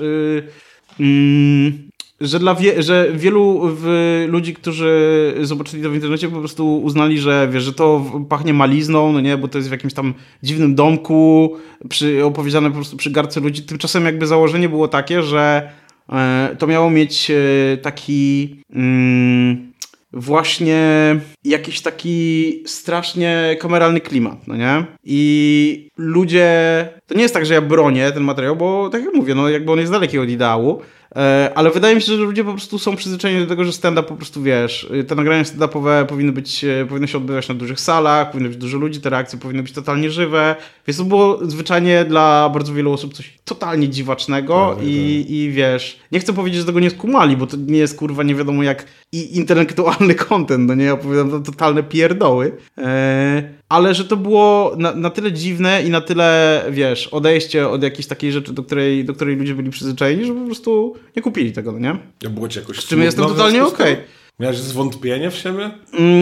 że wielu ludzi, którzy zobaczyli to w internecie, po prostu uznali, że wiesz, że to pachnie malizną, no nie, bo to jest w jakimś tam dziwnym domku, opowiedziane po prostu przy garce ludzi. Tymczasem jakby założenie było takie, że to miało mieć taki właśnie jakiś taki strasznie kameralny klimat, no nie? I ludzie... To nie jest tak, że ja bronię ten materiał, bo tak jak mówię, no jakby on jest daleki od ideału, ale wydaje mi się, że ludzie po prostu są przyzwyczajeni do tego, że stand-up po prostu, wiesz, te nagrania stand-upowe powinny się odbywać na dużych salach, powinno być dużo ludzi, te reakcje powinny być totalnie żywe, więc to było zwyczajnie dla bardzo wielu osób coś totalnie dziwacznego i wiesz, nie chcę powiedzieć, że tego nie skumali, bo to nie jest kurwa nie wiadomo jak intelektualny content, no nie, ja opowiadam to totalne pierdoły, ale że to było na tyle dziwne i na tyle, wiesz, odejście od jakiejś takiej rzeczy, do której ludzie byli przyzwyczajeni, że po prostu nie kupili tego, no nie? Ja było ci jakoś z czym jestem totalnie okej. Miałeś zwątpienie w siebie?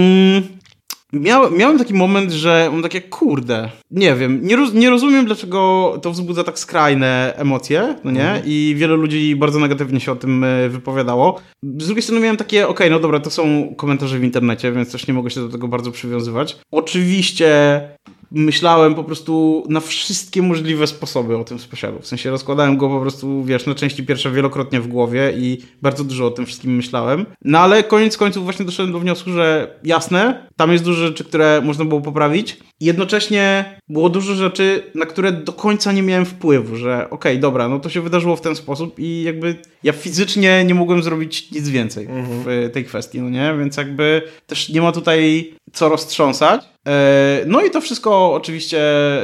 Miałem taki moment, że mam takie, kurde, nie wiem, nie rozumiem, dlaczego to wzbudza tak skrajne emocje, no nie? I wiele ludzi bardzo negatywnie się o tym wypowiadało. Z drugiej strony miałem takie, okej, no dobra, to są komentarze w internecie, więc też nie mogę się do tego bardzo przywiązywać. Oczywiście myślałem po prostu na wszystkie możliwe sposoby o tym specialu. W sensie rozkładałem go po prostu, wiesz, na części pierwsze wielokrotnie w głowie i bardzo dużo o tym wszystkim myślałem. No ale koniec końców właśnie doszedłem do wniosku, że jasne, tam jest dużo rzeczy, które można było poprawić. I jednocześnie było dużo rzeczy, na które do końca nie miałem wpływu, że okej, dobra, no to się wydarzyło w ten sposób i jakby ja fizycznie nie mogłem zrobić nic więcej w tej kwestii, no nie? Więc jakby też nie ma tutaj co roztrząsać. No i to wszystko oczywiście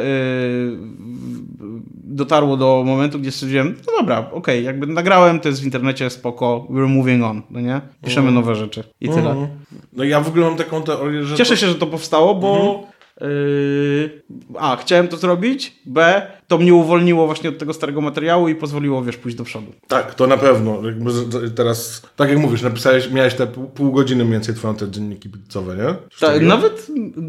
dotarło do momentu, gdzie stwierdziłem, no dobra, okej, jakby nagrałem, to jest w internecie, spoko, we're moving on, no nie? Piszemy nowe rzeczy i tyle. No ja w ogóle mam taką teorię, że... Cieszę się, że to powstało, bo A, chciałem to zrobić, B, to mnie uwolniło właśnie od tego starego materiału i pozwoliło, wiesz, pójść do przodu. Tak, to na pewno. Jakby teraz, tak jak mówisz, miałeś te pół godziny mniej więcej trwają te dzienniki pizzowe, nie? Tak, nawet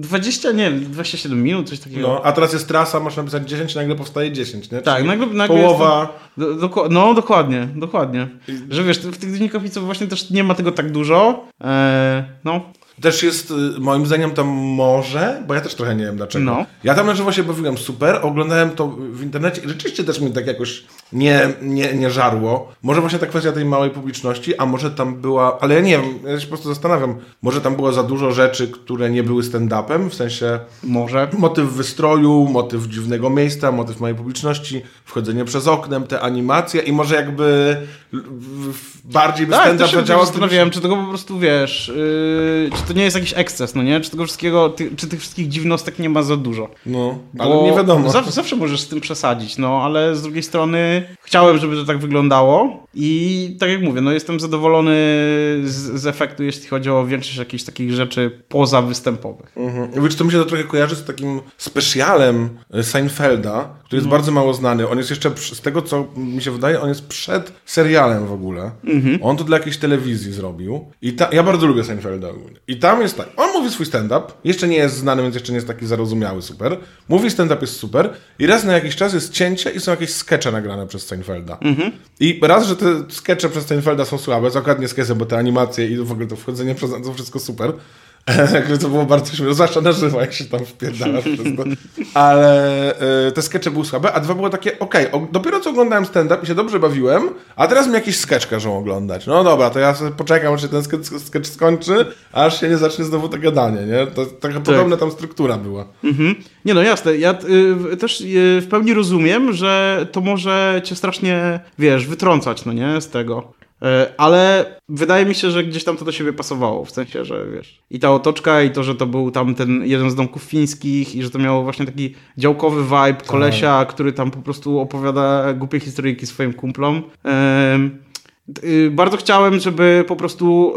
27 minut, coś takiego. No, a teraz jest trasa, masz napisać 10, nagle powstaje 10, nie? Tak, nagle połowa... No, dokładnie. Że wiesz, w tych dziennikach pizzowych właśnie też nie ma tego tak dużo. No. Też jest, moim zdaniem, tam może, bo ja też trochę nie wiem dlaczego. No. Ja tam na żywo się bawiłem super, oglądałem to w internecie i rzeczywiście też mnie tak jakoś nie żarło. Może właśnie ta kwestia tej małej publiczności, a może tam była, ale ja nie wiem, ja się po prostu zastanawiam, może tam było za dużo rzeczy, które nie były stand-upem, w sensie może motyw wystroju, motyw dziwnego miejsca, motyw małej publiczności, wchodzenie przez oknem, te animacje i może jakby bardziej by stand-up zadziałał. Zastanawiałem, czy tego po prostu, wiesz, czy to nie jest jakiś eksces, no nie? Czy tego wszystkiego, czy tych wszystkich dziwnostek nie ma za dużo? No, ale nie wiadomo. Zawsze możesz z tym przesadzić, no, ale z drugiej strony chciałem, żeby to tak wyglądało i tak jak mówię, no jestem zadowolony z efektu, jeśli chodzi o większość jakichś takich rzeczy pozawystępowych. Wiesz, to mi się to trochę kojarzy z takim specjalem Seinfelda, który jest bardzo mało znany. On jest jeszcze, z tego co mi się wydaje, on jest przed serialem w ogóle. On to dla jakiejś telewizji zrobił. I ja bardzo lubię Seinfelda ogólnie. I tam jest tak, on mówi swój stand-up, jeszcze nie jest znany, więc jeszcze nie jest taki zarozumiały super. Mówi stand-up jest super i raz na jakiś czas jest cięcie i są jakieś skecze nagrane przez Seinfelda. I raz, że te skecze przez Seinfelda są słabe, co akurat nie skesy, bo te animacje i w ogóle to wchodzenie przez to wszystko super. Jakby to było bardzo śmieszne, zwłaszcza na żywo, jak się tam wpierdalasz przez to. Ale te skecze były słabe, a dwa było takie, dopiero co oglądałem stand-up i się dobrze bawiłem, a teraz mi jakiś sketch każą oglądać. No dobra, to ja sobie poczekam, aż się ten sketch skończy, aż się nie zacznie znowu to gadanie, nie? To taka podobna tam struktura była. Nie no, jasne. Ja też w pełni rozumiem, że to może cię strasznie, wiesz, wytrącać, no nie, z tego. Ale wydaje mi się, że gdzieś tam to do siebie pasowało, w sensie, że wiesz, i ta otoczka, i to, że to był tam ten jeden z domków fińskich i że to miało właśnie taki działkowy vibe kolesia, który tam po prostu opowiada głupie historyjki swoim kumplom. Bardzo chciałem, żeby po prostu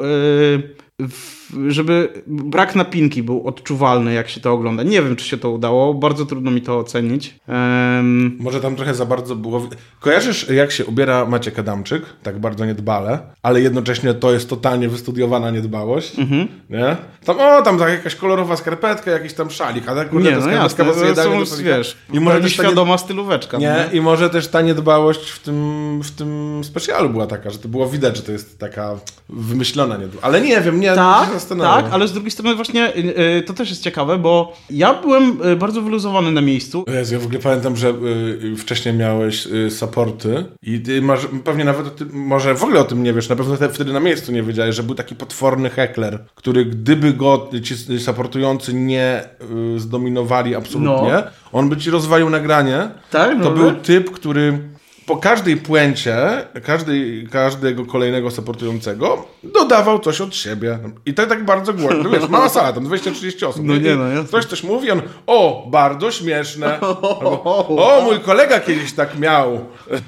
żeby brak napinki był odczuwalny, jak się to ogląda. Nie wiem, czy się to udało. Bardzo trudno mi to ocenić. Może tam trochę za bardzo było... Kojarzysz, jak się ubiera Maciek Adamczyk? Tak bardzo niedbale, ale jednocześnie to jest totalnie wystudiowana niedbałość. Nie? Tam jakaś kolorowa skarpetka, jakiś tam szalik, a tak kurde, ta skarpetka pasuje dalej do wiesz, i może też świadoma stylóweczka. Nie? I może też ta niedbałość w tym specjalu była taka, że to było widać, że to jest taka wymyślona niedbałość. Ale nie wiem, nie... Tak, zastanawiam. Tak, ale z drugiej strony właśnie to też jest ciekawe, bo ja byłem bardzo wyluzowany na miejscu. Jezu, ja w ogóle pamiętam, że wcześniej miałeś supporty i ty masz, pewnie nawet może w ogóle o tym nie wiesz, na pewno wtedy na miejscu nie wiedziałeś, że był taki potworny heckler, który gdyby go ci supportujący nie zdominowali absolutnie, on by ci rozwalił nagranie. Tak? To był typ, który po każdej puencie, każdego kolejnego supportującego dodawał coś od siebie. I tak bardzo głośno. Wiesz, mała sala, tam 230 osób. Ktoś coś mówi, on bardzo śmieszne. Albo, mój kolega kiedyś tak miał.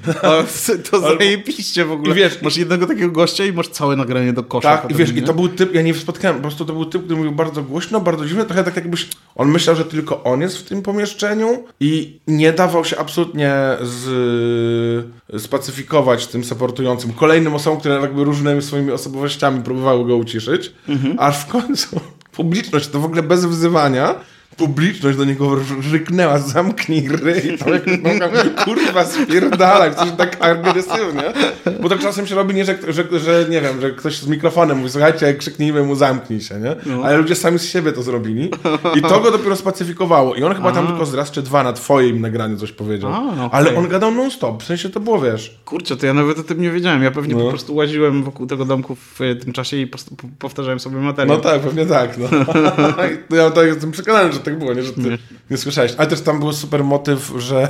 To zajebiście w ogóle. I wiesz, masz jednego takiego gościa i masz całe nagranie do kosza. Tak, i wiesz, i to był typ, ja nie spotkałem, po prostu to był typ, który mówił bardzo głośno, bardzo dziwnie, trochę tak jakbyś, on myślał, że tylko on jest w tym pomieszczeniu i nie dawał się absolutnie spacyfikować tym supportującym kolejnym osobom, które jakby różnymi swoimi osobowościami próbowały go uciszyć, aż w końcu publiczność, to w ogóle bez wzywania, publiczność do niego ryknęła, zamknij ryj, tam jak kurwa spierdalaj, coś tak agresywnie, bo tak czasem się robi, nie, że nie wiem, że ktoś z mikrofonem mówi, słuchajcie, krzyknijmy mu, zamknij się, nie? Ale ludzie sami z siebie to zrobili i to go dopiero spacyfikowało i on chyba tam tylko raz czy dwa na twoim nagraniu coś powiedział, ale on gadał non-stop, w sensie to było, wiesz. Kurczę, to ja nawet o tym nie wiedziałem, ja pewnie po prostu łaziłem wokół tego domku w tym czasie i powtarzałem sobie materiał. No tak, pewnie tak, no. Ja tak jestem przekonany, że tak było, nie, że ty nie słyszałeś. Ale też tam był super motyw, że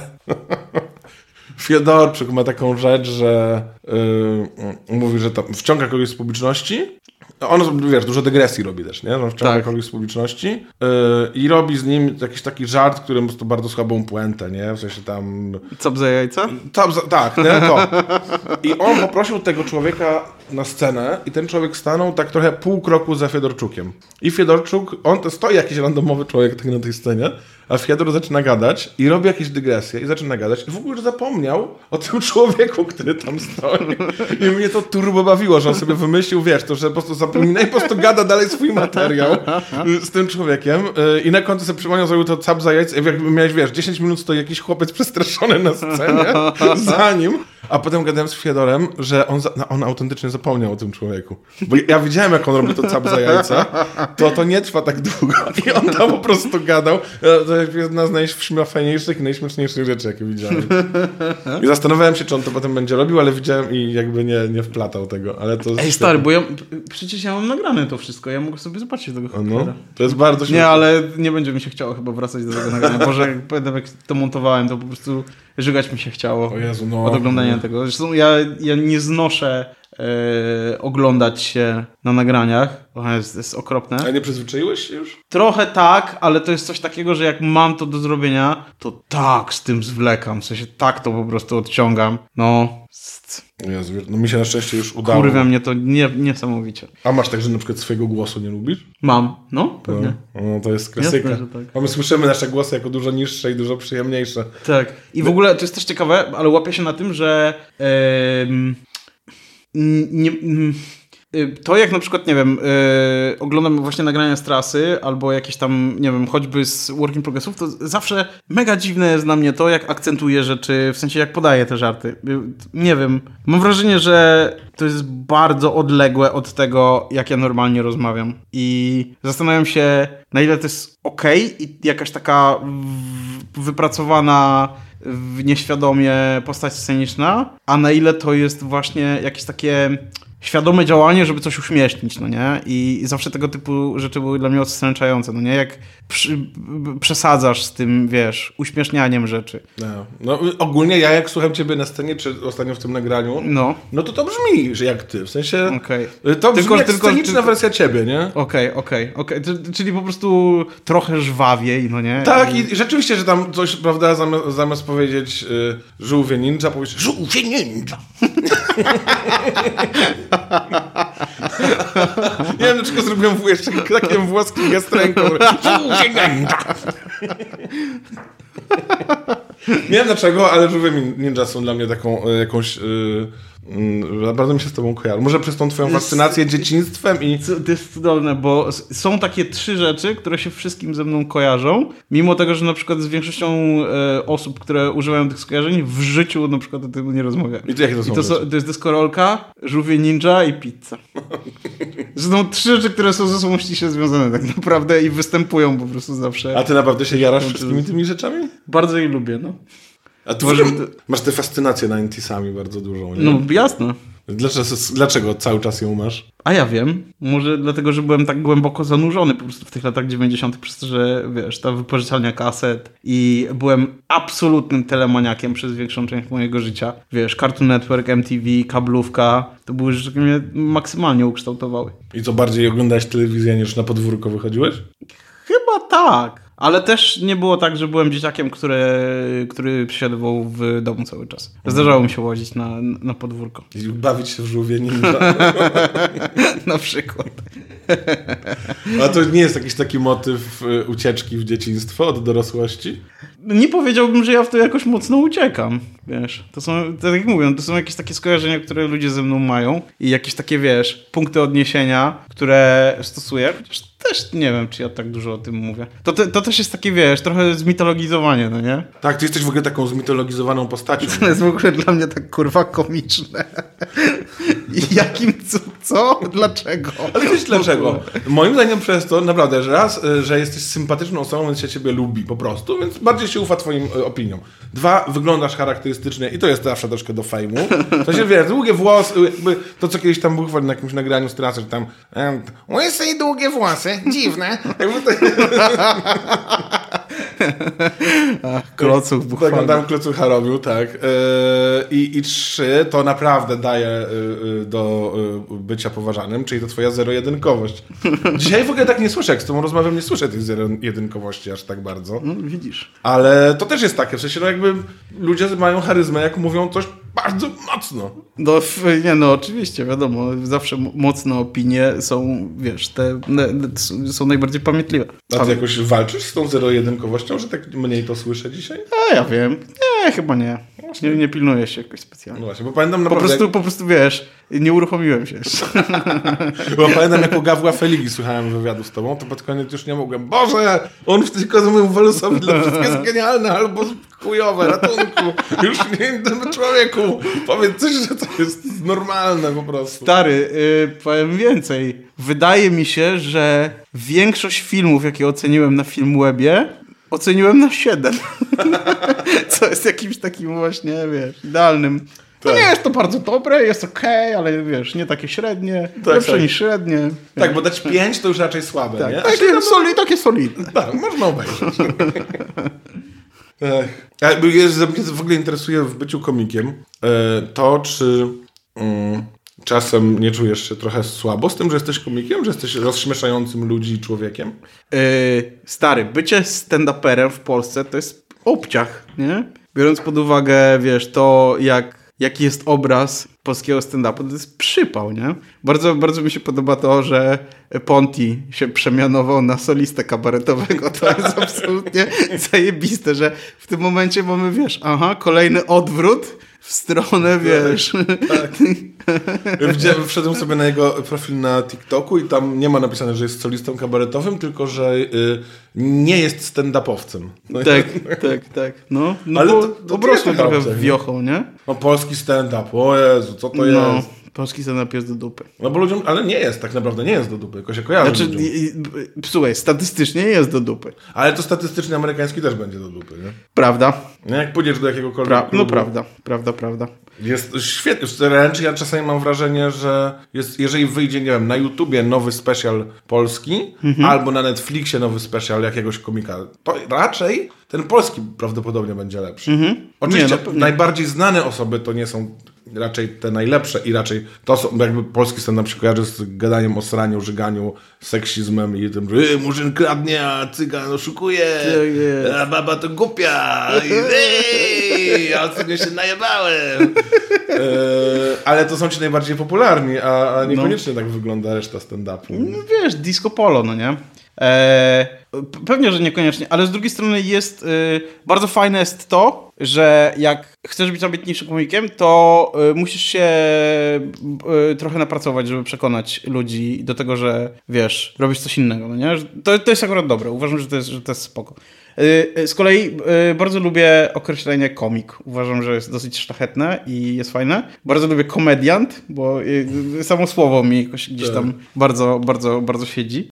Fiodorczyk ma taką rzecz, że mówi, że tam wciąga kogoś z publiczności. On, wiesz, dużo dygresji robi też, nie? On wciąga kogoś z publiczności i robi z nim jakiś taki żart, który ma bardzo słabą puentę, nie? W sensie tam... Cop za jajca? Tak, nie? To. I on poprosił tego człowieka na scenę i ten człowiek stanął tak trochę pół kroku za Fiodorczukiem. I Fiodorczuk, on to stoi jakiś randomowy człowiek tak na tej scenie, a Fiodor zaczyna gadać i robi jakieś dygresje i zaczyna gadać i w ogóle już zapomniał o tym człowieku, który tam stoi. I mnie to turbo bawiło, że on sobie wymyślił, wiesz, to, że po prostu zapomina i po prostu gada dalej swój materiał z tym człowiekiem i na końcu sobie przypomniał, zrobił to cap za jajce, jakby miałeś, wiesz, 10 minut stoi jakiś chłopiec przestraszony na scenie za nim, a potem gadałem z Fiodorem, że on autentycznie zapomniał o tym człowieku. Bo ja widziałem, jak on robi to cap za jajca, to nie trwa tak długo i on tam po prostu gadał. To jest jedna z najfajniejszych i najśmieszniejszych rzeczy, jakie widziałem. I zastanawiałem się, czy on to potem będzie robił, ale widziałem i jakby nie wplatał tego. Ale to Ej, stary, bo przecież ja mam nagrane to wszystko, ja mogę sobie zobaczyć tego hackera. To jest bardzo śmieszne. Nie, ale nie będzie mi się chciało chyba wracać do tego nagrania. Boże, jak pamiętam, jak to montowałem, to po prostu żygać mi się chciało. O Jezu, od oglądania tego. Zresztą ja nie znoszę oglądać się na nagraniach. To jest okropne. A nie przyzwyczaiłeś się już? Trochę tak, ale to jest coś takiego, że jak mam to do zrobienia, to tak z tym zwlekam. W sensie tak to po prostu odciągam. Jezu, no mi się na szczęście już udało. Kurwa, mnie to niesamowicie. A masz tak, że na przykład swojego głosu nie lubisz? Mam, pewnie. No, to jest klasyka. Jasne, że tak. A my słyszymy nasze głosy jako dużo niższe i dużo przyjemniejsze. Tak. I w ogóle to jest też ciekawe, ale łapię się na tym, że to jak na przykład, nie wiem, oglądam właśnie nagrania z trasy albo jakieś tam, nie wiem, choćby z work in progressów, to zawsze mega dziwne jest dla mnie to, jak akcentuję rzeczy, w sensie jak podaję te żarty. Nie wiem, mam wrażenie, że to jest bardzo odległe od tego, jak ja normalnie rozmawiam. I zastanawiam się, na ile to jest okej i jakaś taka wypracowana nieświadomie postać sceniczna, a na ile to jest właśnie jakieś takie świadome działanie, żeby coś uśmiesznić, no nie? I zawsze tego typu rzeczy były dla mnie odstręczające, no nie? Jak przesadzasz z tym, wiesz, uśmiesznianiem rzeczy. No ogólnie ja jak słucham ciebie na scenie, czy ostatnio w tym nagraniu, no to brzmi, że jak ty, w sensie to brzmi jak sceniczna wersja ciebie, nie? Okej. Czyli po prostu trochę żwawiej, no nie? Tak, i rzeczywiście, że tam coś, prawda, zamiast powiedzieć żółwie ninja, powiesz żółwie ninja. Nie wiem, dlaczego zrobiłem jeszcze takim włoskim gest ręką. Nie wiem dlaczego, ale żółwie ninja są dla mnie taką jakąś... bardzo mi się z tobą kojarzy. Może przez tą twoją fascynację dzieciństwem i... To jest cudowne, bo są takie 3 rzeczy, które się wszystkim ze mną kojarzą, mimo tego, że na przykład z większością osób, które używają tych skojarzeń, w życiu na przykład o tym nie rozmawiam. I to jakie to są? To jest deskorolka, żółwie ninja i pizza. Że są 3 rzeczy, które są ze sobą ściśle związane tak naprawdę i występują po prostu zawsze. A ty naprawdę się jarasz wszystkimi tymi rzeczami? Bardzo je lubię, no. A ty masz tę fascynację 90sami bardzo dużą, nie? No, jasne. Dlaczego cały czas ją masz? A ja wiem. Może dlatego, że byłem tak głęboko zanurzony po prostu w tych latach 90. przez to, że wiesz, ta wypożyczalnia kaset i byłem absolutnym telemaniakiem przez większą część mojego życia. Wiesz, Cartoon Network, MTV, kablówka, to były rzeczy, które mnie maksymalnie ukształtowały. I co, bardziej oglądałeś telewizję niż na podwórko wychodziłeś? Chyba tak. Ale też nie było tak, że byłem dzieciakiem, który przesiadywał w domu cały czas. Zdarzało mi się łazić na podwórko. I bawić się w żółwie ninja. Na przykład. A to nie jest jakiś taki motyw ucieczki w dzieciństwo od dorosłości? Nie powiedziałbym, że ja w to jakoś mocno uciekam, wiesz. To są, tak jak mówię, to są jakieś takie skojarzenia, które ludzie ze mną mają i jakieś takie, wiesz, punkty odniesienia, które stosuję. Chociaż też nie wiem, czy ja tak dużo o tym mówię. To też jest takie, wiesz, trochę zmitologizowanie, no nie? Tak, ty jesteś w ogóle taką zmitologizowaną postacią. To jest w ogóle dla mnie tak kurwa komiczne. I jakim, co? Dlaczego? Ale wiesz dlaczego? Moim zdaniem przez to naprawdę, że raz, że jesteś sympatyczną osobą, więc się ciebie lubi po prostu, więc bardziej się ufa twoim opiniom. 2, wyglądasz charakterystycznie i to jest zawsze troszkę do fejmu. W sensie, wiesz, długie włosy, jakby to, co kiedyś tam było na jakimś nagraniu z trasy, że tam łysy i długie włosy, dziwne. Jakby to... Klocuch buchwalny. Tak, tam klocucha robił, tak. I 3 to naprawdę daje do bycia poważanym, czyli to twoja zero-jedynkowość. Dzisiaj w ogóle tak nie słyszę, jak z tobą rozmawiam, nie słyszę tej zero-jedynkowości aż tak bardzo. No, widzisz. Ale to też jest takie, w sensie, no jakby ludzie mają charyzmę, jak mówią coś bardzo mocno. No oczywiście, wiadomo, zawsze mocne opinie są, wiesz, są najbardziej pamiętliwe. A ty jakoś walczysz z tą zero-jedynkowością, że tak mniej to słyszę dzisiaj? A ja wiem. Nie, chyba nie. Nie pilnuję się jakoś specjalnie. No właśnie, bo pamiętam naprawdę... Po prostu, wiesz, nie uruchomiłem się jeszcze. Bo pamiętam, jak u Gawła Feligi słuchałem wywiadu z tobą, to pod koniec już nie mogłem. Boże, on tylko mówił Walusowi, dla wszystko jest genialne, albo chujowe, ratunku. Już nie tym człowieku. Powiedz coś, że to jest normalne po prostu. Stary, powiem więcej. Wydaje mi się, że większość filmów, jakie oceniłem na Filmwebie, oceniłem na 7. Co jest jakimś takim właśnie, wiesz, idealnym. To nie jest to bardzo dobre, jest okej, ale wiesz, nie takie średnie, lepsze niż średnie. Tak, bo dać 5 to już raczej słabe, tak, nie? Takie solidne. Tak, można obejrzeć. Mnie w ogóle interesuje w byciu komikiem to, czy czasem nie czujesz się trochę słabo z tym, że jesteś komikiem, że jesteś rozśmieszającym ludzi i człowiekiem? Stary, bycie stand-uperem w Polsce to jest obciach, nie? Biorąc pod uwagę, wiesz, to jaki jest obraz polskiego stand-upu, to jest przypał, nie? Bardzo, bardzo mi się podoba to, że Ponti się przemianował na solistę kabaretowego. To jest absolutnie zajebiste, że w tym momencie mamy, wiesz, kolejny odwrót w stronę, wiesz... Tak. Wszedłem sobie na jego profil na TikToku i tam nie ma napisane, że jest solistą kabaretowym, tylko że nie jest stand-upowcem. No tak. No ale to obrosło trochę w wiochą, nie? No polski stand-up, o Jezu, co to jest? Polski stand-up jest do dupy. No bo ludziom, ale nie jest, tak naprawdę nie jest do dupy, jakoś się kojarzy. Znaczy, słuchaj, statystycznie jest do dupy. Ale to statystycznie amerykański też będzie do dupy, nie? Prawda. No jak pójdziesz do jakiegokolwiek klubu. No prawda. Jest świetnie. Wręcz ja czasami mam wrażenie, że jeżeli wyjdzie, nie wiem, na YouTubie nowy special polski, albo na Netflixie nowy special jakiegoś komika, to raczej ten polski prawdopodobnie będzie lepszy. Oczywiście najbardziej znane osoby to nie są raczej te najlepsze i raczej to są, jakby polski stand-up się kojarzy z gadaniem o sraniu, żyganiu, seksizmem i tym, że murzyn kradnie, a cygan oszukuje, a baba to głupia, ja ostatnio się najebałem. Ale to są ci najbardziej popularni, a niekoniecznie tak wygląda reszta stand-upu. No wiesz, disco polo, no nie? Pewnie, że niekoniecznie, ale z drugiej strony jest bardzo fajne jest to, że jak chcesz być ambitniejszym komikiem, to musisz się trochę napracować, żeby przekonać ludzi do tego, że wiesz, robisz coś innego, no nie? To jest akurat dobre, uważam, że to jest spoko. Z kolei bardzo lubię określenie komik. Uważam, że jest dosyć szlachetne i jest fajne. Bardzo lubię komediant, bo samo słowo mi jakoś gdzieś tam bardzo, bardzo, bardzo siedzi.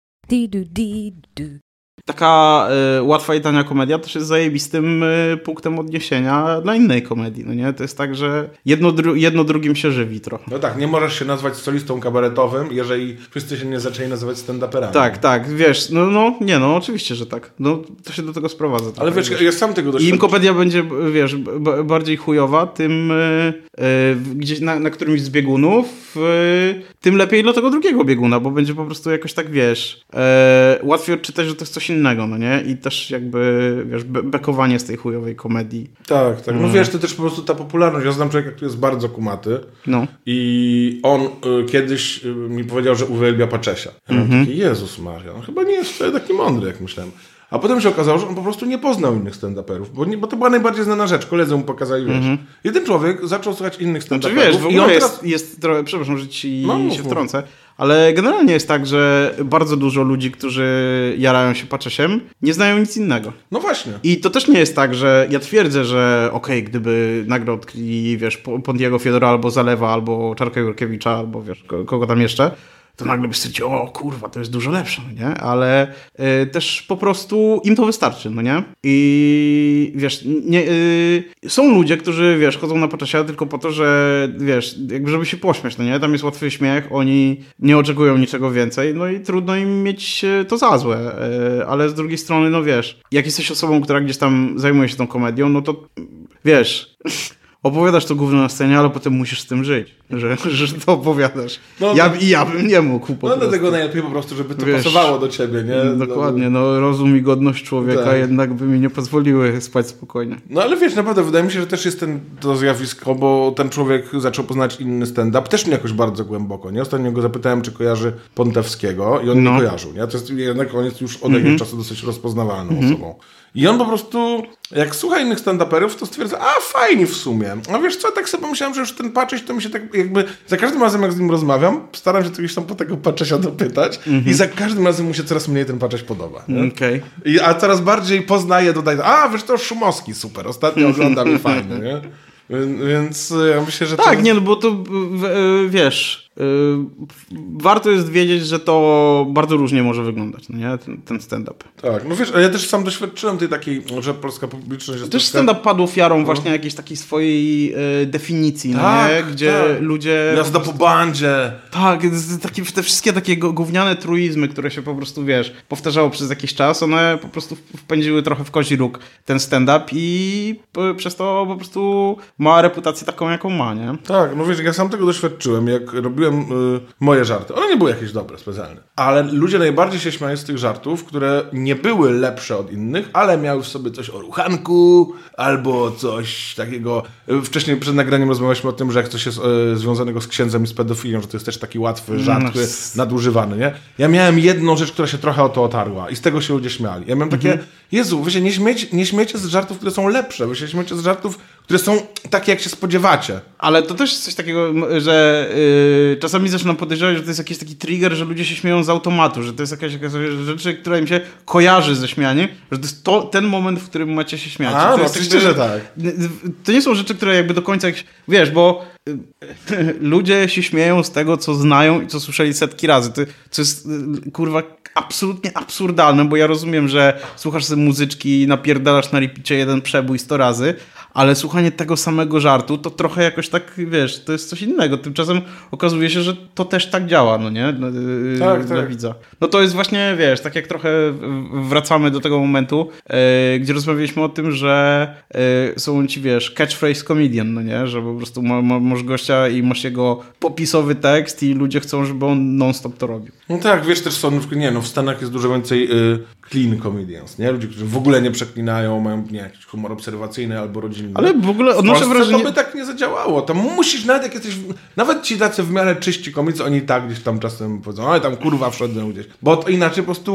Taka łatwa i tania komedia też jest zajebistym punktem odniesienia dla innej komedii, no nie? To jest tak, że jedno drugim się żywi trochę. No tak, nie możesz się nazwać solistą kabaretowym, jeżeli wszyscy się nie zaczęli nazywać stand-uperami. Tak, wiesz, oczywiście, że tak. No, to się do tego sprowadza. Ale wiesz, ja sam tego doświadczyłem. Im komedia będzie, wiesz, bardziej chujowa, tym gdzieś na którymś z biegunów, tym lepiej dla tego drugiego bieguna, bo będzie po prostu jakoś tak, wiesz, łatwiej odczytać, że to jest coś innego, no nie? I też jakby, wiesz, bekowanie z tej chujowej komedii. Tak. No wiesz, to też po prostu ta popularność. Ja znam człowieka, który jest bardzo kumaty i on kiedyś mi powiedział, że uwielbia Paczesia. Ja miałem taki, Jezus Maria, on chyba nie jest wcale taki mądry, jak myślałem. A potem się okazało, że on po prostu nie poznał innych stand-uperów, bo to była najbardziej znana rzecz. Koledzy mu pokazali, wiesz. I ten człowiek zaczął słuchać innych stand-uperów. Znaczy, wiesz, w ogóle jest trochę, przepraszam, że ci się wtrącę, ale generalnie jest tak, że bardzo dużo ludzi, którzy jarają się Paczesiem, nie znają nic innego. No właśnie. I to też nie jest tak, że ja twierdzę, że gdyby nagle odkryli, wiesz, Pontiego Fiodora albo Zalewa, albo Czarka Jurkiewicza, albo wiesz, kogo tam jeszcze, to nagle by stwierdził, o kurwa, to jest dużo lepsze, no nie? Ale też po prostu im to wystarczy, no nie? I wiesz, są ludzie, którzy, wiesz, chodzą na Paczesia tylko po to, że, wiesz, jakby żeby się pośmiać, no nie? Tam jest łatwy śmiech, oni nie oczekują niczego więcej, no i trudno im mieć to za złe. Ale z drugiej strony, no wiesz, jak jesteś osobą, która gdzieś tam zajmuje się tą komedią, no to, wiesz... Opowiadasz to gówno na scenie, ale potem musisz z tym żyć, że to opowiadasz. Ja bym nie mógł po prostu. Dlatego najlepiej po prostu, żeby to pasowało do ciebie, nie? Dokładnie, rozum i godność człowieka jednak by mi nie pozwoliły spać spokojnie. No ale wiesz, naprawdę wydaje mi się, że też jest to zjawisko, bo ten człowiek zaczął poznać inny stand-up, też mnie jakoś bardzo głęboko, nie? Ostatnio go zapytałem, czy kojarzy Pontewskiego i on nie kojarzył, nie? To jest jednak on jest już od jakiegoś czasu dosyć rozpoznawalną osobą. I on po prostu, jak słucha innych stand-uperów, to stwierdza, fajnie w sumie. A wiesz co, tak sobie pomyślałem, że już ten Pacześ, to mi się tak jakby, za każdym razem jak z nim rozmawiam, staram się gdzieś tam po tego Paczesia dopytać i za każdym razem mu się coraz mniej ten Pacześ podoba. A coraz bardziej poznaję, dodaję, wiesz, to Szumowski, super, ostatnio oglądam i fajnie, nie? Więc ja myślę, że tak, bo to, wiesz... warto jest wiedzieć, że to bardzo różnie może wyglądać, no nie? Ten stand-up. Tak, no wiesz, ja też sam doświadczyłem tej takiej, że polska publiczność jest też stand-up padł ofiarą właśnie jakiejś takiej swojej definicji, no nie? Gdzie ludzie... Jazda po bandzie. Tak, te wszystkie takie gówniane truizmy, które się po prostu, wiesz, powtarzało przez jakiś czas, one po prostu wpędziły trochę w kozi róg ten stand-up i przez to po prostu ma reputację taką, jaką ma, nie? Tak, no wiesz, ja sam tego doświadczyłem, jak robiłem moje żarty. One nie były jakieś dobre, specjalne. Ale ludzie najbardziej się śmieją z tych żartów, które nie były lepsze od innych, ale miały w sobie coś o ruchanku, albo coś takiego. Wcześniej przed nagraniem rozmawialiśmy o tym, że jak coś jest związanego z księdzem i z pedofilią, że to jest też taki łatwy żart, który jest nadużywany, nie? Ja miałem jedną rzecz, która się trochę o to otarła i z tego się ludzie śmiali. Ja miałem takie, Jezu, wy się nie śmiecie z żartów, które są lepsze, wy się śmiecie z żartów, które są takie, jak się spodziewacie. Ale to też jest coś takiego, że czasami zaczynam podejrzewać, że to jest jakiś taki trigger, że ludzie się śmieją z automatu, że to jest jakaś rzecz, która im się kojarzy ze śmianiem, że to jest ten moment, w którym macie się śmiać. No oczywiście, że tak. To nie są rzeczy, które jakby do końca, wiesz, bo ludzie się śmieją z tego, co znają i co słyszeli setki razy. To jest, kurwa, absolutnie absurdalne, bo ja rozumiem, że słuchasz sobie muzyczki i napierdalasz na repeacie jeden przebój 100 razy, ale słuchanie tego samego żartu to trochę jakoś tak, wiesz, to jest coś innego. Tymczasem okazuje się, że to też tak działa, no nie? Dla widza. No to jest właśnie, wiesz, tak jak trochę wracamy do tego momentu, gdzie rozmawialiśmy o tym, że są ci, wiesz, catchphrase comedian, no nie? Że po prostu masz gościa i masz jego popisowy tekst i ludzie chcą, żeby on non-stop to robił. No tak, wiesz, też są, w Stanach jest dużo więcej clean comedians, nie? Ludzie, którzy w ogóle nie przeklinają, mają jakiś humor obserwacyjny albo rodzinny. Ale w ogóle odnoszę wrażenie... to by tak nie zadziałało. Tam musisz, nawet jak jesteś... Nawet ci tacy w miarę czyści komicy, oni tak gdzieś tam czasem powiedzą, tam kurwa wszedłem gdzieś. Bo to inaczej po prostu...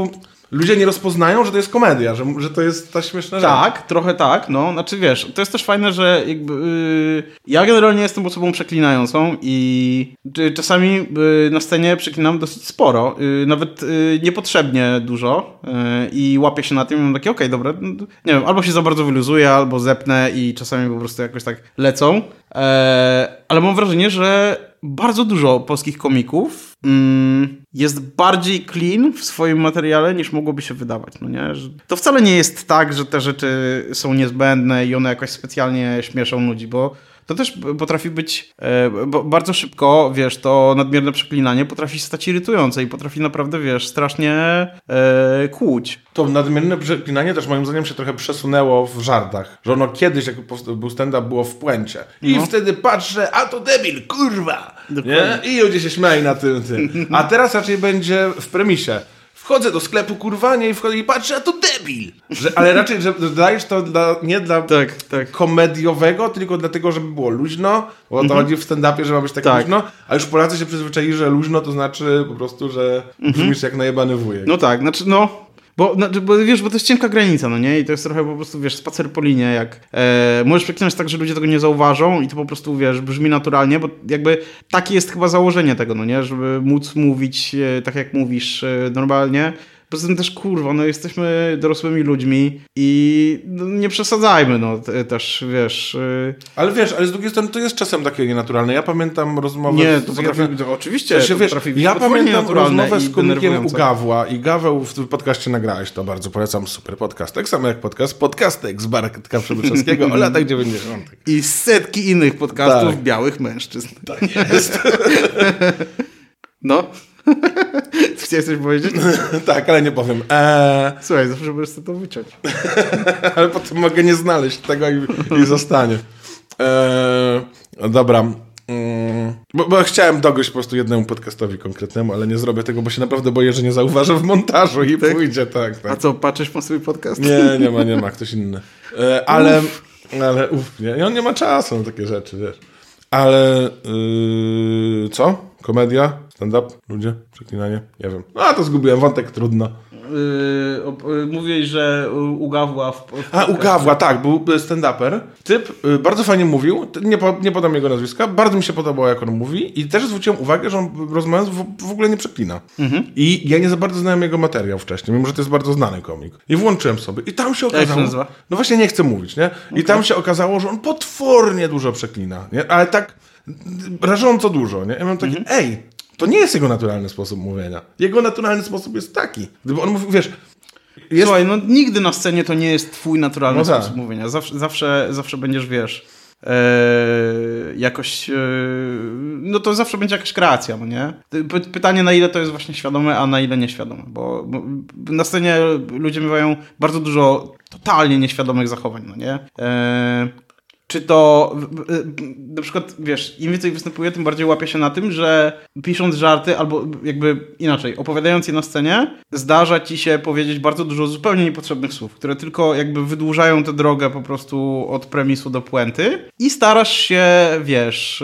ludzie nie rozpoznają, że to jest komedia, że to jest ta śmieszna rzecz. Tak, trochę tak, no, znaczy wiesz, to jest też fajne, że jakby ja generalnie jestem osobą przeklinającą i czasami na scenie przeklinam dosyć sporo, nawet niepotrzebnie dużo i łapię się na tym i mam takie, okej, dobra, nie wiem, albo się za bardzo wyluzuję, albo zepnę i czasami po prostu jakoś tak lecą, ale mam wrażenie, że bardzo dużo polskich komików jest bardziej clean w swoim materiale niż mogłoby się wydawać, no nie? Że to wcale nie jest tak, że te rzeczy są niezbędne i one jakoś specjalnie śmieszą ludzi, bo to też potrafi być bardzo szybko, wiesz, to nadmierne przeklinanie potrafi się stać irytujące i potrafi naprawdę, wiesz, strasznie kłuć. To nadmierne przeklinanie też moim zdaniem się trochę przesunęło w żartach. Że ono kiedyś, jak był stand-up, było w puencie. I wtedy patrzę, a to debil, kurwa! Nie? I ludzie się śmiali na tym. A teraz raczej będzie w premisie. Wchodzę do sklepu, kurwa, nie, i wchodzę i patrzę, a to debil! Ale raczej, że dajesz to nie dla komediowego, tylko dlatego, żeby było luźno, bo to chodzi w stand-upie, że ma być tak luźno, a już Polacy się przyzwyczaili, że luźno to znaczy po prostu, że brzmisz jak najebany wujek. No tak, znaczy Bo wiesz, bo to jest cienka granica, no nie? I to jest trochę po prostu, wiesz, spacer po linie, jak możesz przeklinać tak, że ludzie tego nie zauważą i to po prostu, wiesz, brzmi naturalnie, bo jakby takie jest chyba założenie tego, no nie? Żeby móc mówić tak, jak mówisz normalnie. Poza tym też, kurwa, no jesteśmy dorosłymi ludźmi i nie przesadzajmy, no też, wiesz... Ale wiesz, ale z drugiej strony to jest czasem takie nienaturalne. Ja pamiętam rozmowę... Nie, to potrafi być, oczywiście, to potrafi być. Ja pamiętam rozmowę z komikiem u Gawła i Gaweł w podcaście nagrałeś to bardzo, polecam, super podcast. Tak samo jak Podcastek z Bartka Przybyszewskiego o latach 90. I setki innych podcastów białych mężczyzn. Tak jest. No... Chciałeś coś powiedzieć? Tak, ale nie powiem. Słuchaj, zawsze możesz sobie to wyciąć. Ale potem mogę nie znaleźć tego i zostanie. Dobra. Bo chciałem dogryźć po prostu jednemu podcastowi konkretnemu, ale nie zrobię tego, bo się naprawdę boję, że nie zauważę w montażu i pójdzie, tak. A co, patrzysz na swój podcast? Nie ma, ktoś inny. Ale nie, on nie ma czasu na takie rzeczy, wiesz. Ale co? Komedia? Stand-up? Ludzie? Przeklinanie? Nie wiem. To zgubiłem wątek, trudno. Mówiłeś, że u Gawła... U Gawła, tak, był stand-uper. Typ bardzo fajnie mówił, nie podam jego nazwiska, bardzo mi się podobało, jak on mówi i też zwróciłem uwagę, że on rozmawiając w ogóle nie przeklina. I ja nie za bardzo znałem jego materiał wcześniej, mimo że to jest bardzo znany komik. I włączyłem sobie i tam się okazało... Jak się nazywa? No właśnie nie chcę mówić, nie? I tam się okazało, że on potwornie dużo przeklina, nie? Ale tak rażąco dużo, nie? Ja mam takie, to nie jest jego naturalny sposób mówienia. Jego naturalny sposób jest taki. Gdyby on mówił, wiesz... Słuchaj, nigdy na scenie to nie jest twój naturalny sposób mówienia. Zawsze będziesz, wiesz... jakoś... to zawsze będzie jakaś kreacja, no nie? Pytanie, na ile to jest właśnie świadome, a na ile nieświadome. Bo na scenie ludzie miewają bardzo dużo totalnie nieświadomych zachowań, no nie? Czy to, na przykład, wiesz, im więcej występuje, tym bardziej łapie się na tym, że pisząc żarty, albo jakby inaczej, opowiadając je na scenie, zdarza ci się powiedzieć bardzo dużo zupełnie niepotrzebnych słów, które tylko jakby wydłużają tę drogę po prostu od premisu do puenty i starasz się, wiesz,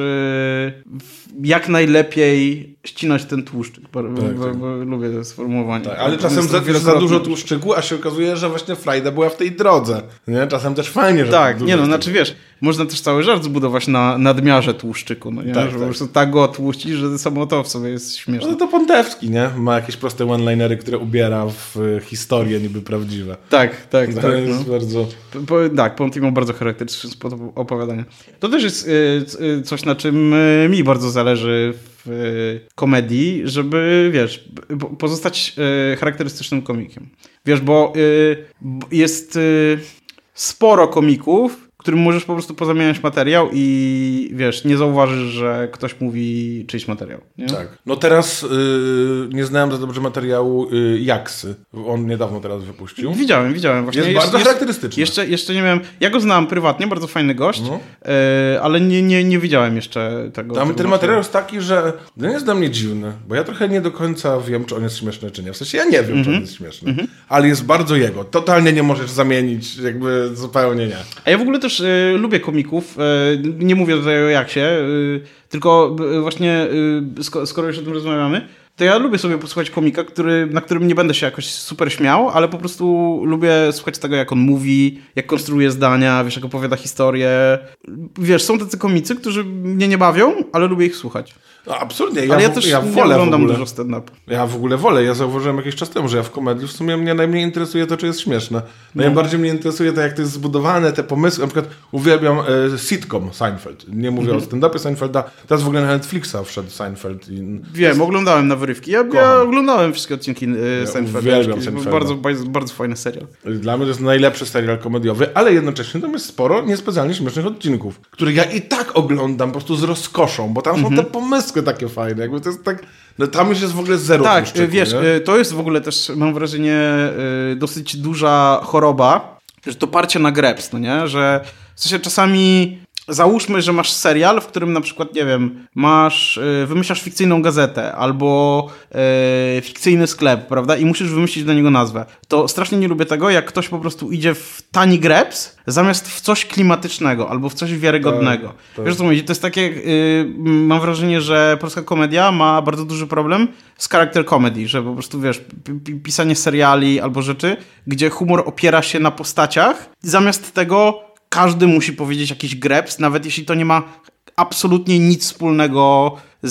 jak najlepiej ścinać ten tłuszczyk, bo lubię to sformułowanie. Tak, ale czasem za dużo tłuszczyku, a się okazuje, że właśnie frajda była w tej drodze. Nie? Czasem też fajnie, że... Tak, znaczy wiesz, można też cały żart zbudować na nadmiarze tłuszczyku, no nie? Tak, że po prostu tak go otłuścić, że samo to w sobie jest śmieszne. No to Pątewski, nie? Ma jakieś proste one-linery, które ubiera w historie niby prawdziwe. Tak. To jest bardzo... Tak, Ponty ma bardzo charakterystyczny sposób opowiadania. To też jest coś, na czym mi bardzo zależy w komedii, żeby, wiesz, pozostać charakterystycznym komikiem. Wiesz, bo jest sporo komików, którym możesz po prostu pozamieniać materiał i wiesz, nie zauważysz, że ktoś mówi czyjś materiał. Nie? Tak. No teraz nie znałem za dobrze materiału Jaksy. On niedawno teraz wypuścił. Widziałem. Właśnie jest bardzo charakterystyczny. Jeszcze nie miałem... Ja go znam prywatnie, bardzo fajny gość, ale nie widziałem jeszcze tego. Ten materiał jest taki, że nie jest dla mnie dziwny, bo ja trochę nie do końca wiem, czy on jest śmieszny, czy nie. W sensie ja nie wiem, czy on jest śmieszny. Ale jest bardzo jego. Totalnie nie możesz zamienić, jakby zupełnie nie. A ja w ogóle też lubię komików, nie mówię tutaj o Jaksie, tylko właśnie skoro już o tym rozmawiamy, to ja lubię sobie posłuchać komika, na którym nie będę się jakoś super śmiał, ale po prostu lubię słuchać tego, jak on mówi, jak konstruuje zdania, wiesz, jak opowiada historię. Wiesz, są tacy komicy, którzy mnie nie bawią, ale lubię ich słuchać. No, absolutnie. Ale ja też nie oglądam dużo stand-upu. Ja w ogóle wolę. Ja zauważyłem jakiś czas temu, że ja w komedii w sumie mnie najmniej interesuje to, czy jest śmieszne. Najbardziej mnie interesuje to, jak to jest zbudowane, te pomysły. Na przykład uwielbiam sitcom Seinfeld. Nie mówię o stand-upie Seinfelda. Teraz w ogóle na Netflixa wszedł Seinfeld. Wiem, oglądałem na wyrywki. Ja oglądałem wszystkie odcinki Seinfelda. Uwielbiam Seinfelda. Bardzo fajny serial. Dla mnie to jest najlepszy serial komediowy, ale jednocześnie tam jest sporo niespecjalnie śmiesznych odcinków, których ja i tak oglądam po prostu z rozkoszą, bo tam są te pomysły takie fajne. Jakby to jest tak... No tam już jest w ogóle zero Tak, tłuszczyku, wiesz, nie? to jest w ogóle też, mam wrażenie, dosyć duża choroba, że to parcie na greps, no nie? Że w sensie czasami... Załóżmy, że masz serial, w którym na przykład, nie wiem, wymyślasz fikcyjną gazetę albo fikcyjny sklep, prawda? I musisz wymyślić do niego nazwę. To strasznie nie lubię tego, jak ktoś po prostu idzie w tani greps, zamiast w coś klimatycznego albo w coś wiarygodnego. Wiesz co mówię? To jest takie, mam wrażenie, że polska komedia ma bardzo duży problem z character comedy, że po prostu, wiesz, pisanie seriali albo rzeczy, gdzie humor opiera się na postaciach, zamiast tego każdy musi powiedzieć jakiś greps, nawet jeśli to nie ma absolutnie nic wspólnego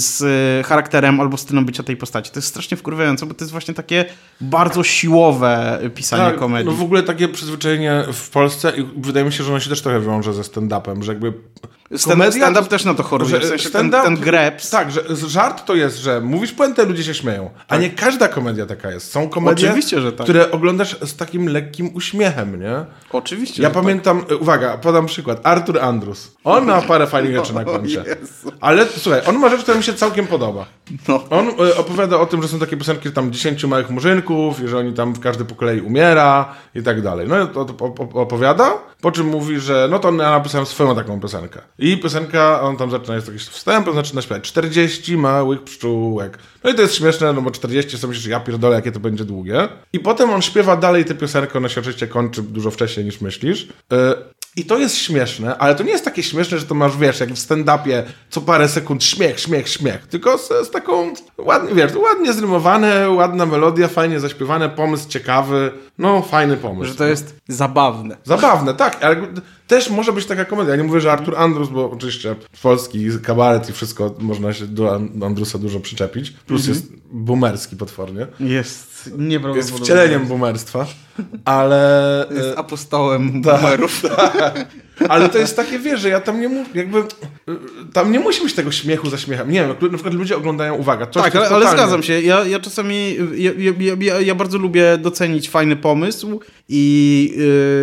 z charakterem albo stylem bycia tej postaci. To jest strasznie wkurwiające, bo to jest właśnie takie bardzo siłowe pisanie komedii. No w ogóle takie przyzwyczajenie w Polsce i wydaje mi się, że ono się też trochę wiąże ze stand-upem, że jakby stand-up też na to choruje. W sensie ten greps. Tak, że żart to jest, że mówisz puentę, ludzie się śmieją. A nie każda komedia taka jest. Są komedie, oczywiście, że tak, które oglądasz z takim lekkim uśmiechem, nie? Oczywiście. Ja pamiętam, uwaga, podam przykład. Artur Andrus. On ma parę fajnych rzeczy na koncie. Ale słuchaj, on ma rzecz, która mi się całkiem podoba. No. On opowiada o tym, że są takie piosenki, że tam 10 małych murzynków i że oni tam każdy po kolei umiera i tak dalej. No i to opowiada, po czym mówi, że no to ja napisałem swoją taką piosenkę. I piosenka, on tam zaczyna, jest jakiś wstęp, on zaczyna śpiewać 40 małych pszczółek. No i to jest śmieszne, no bo 40 sobie myślisz, ja pierdolę, jakie to będzie długie. I potem on śpiewa dalej tę piosenkę, ona się oczywiście kończy dużo wcześniej niż myślisz. I to jest śmieszne, ale to nie jest takie śmieszne, że to masz, wiesz, jak w stand-upie co parę sekund śmiech, tylko z taką, ładnie zrymowane, ładna melodia, fajnie zaśpiewane, pomysł ciekawy, no fajny pomysł. Że to jest zabawne. Zabawne, tak, ale też może być taka komedia. Ja nie mówię, że Artur Andrus, bo oczywiście polski kabaret i wszystko, można się do Andrusa dużo przyczepić, plus jest boomerski potwornie. Jest nieprawdopodobny. Jest wcieleniem boomerstwa, ale... Jest apostołem boomerów. Tak. Ale to jest takie, wiesz, że ja tam nie mówię, jakby tam nie musi być tego śmiechu za śmiechem. Nie wiem, na przykład ludzie oglądają, uwaga, coś, tak, ale zgadzam się. Ja czasami, ja bardzo lubię docenić fajny pomysł i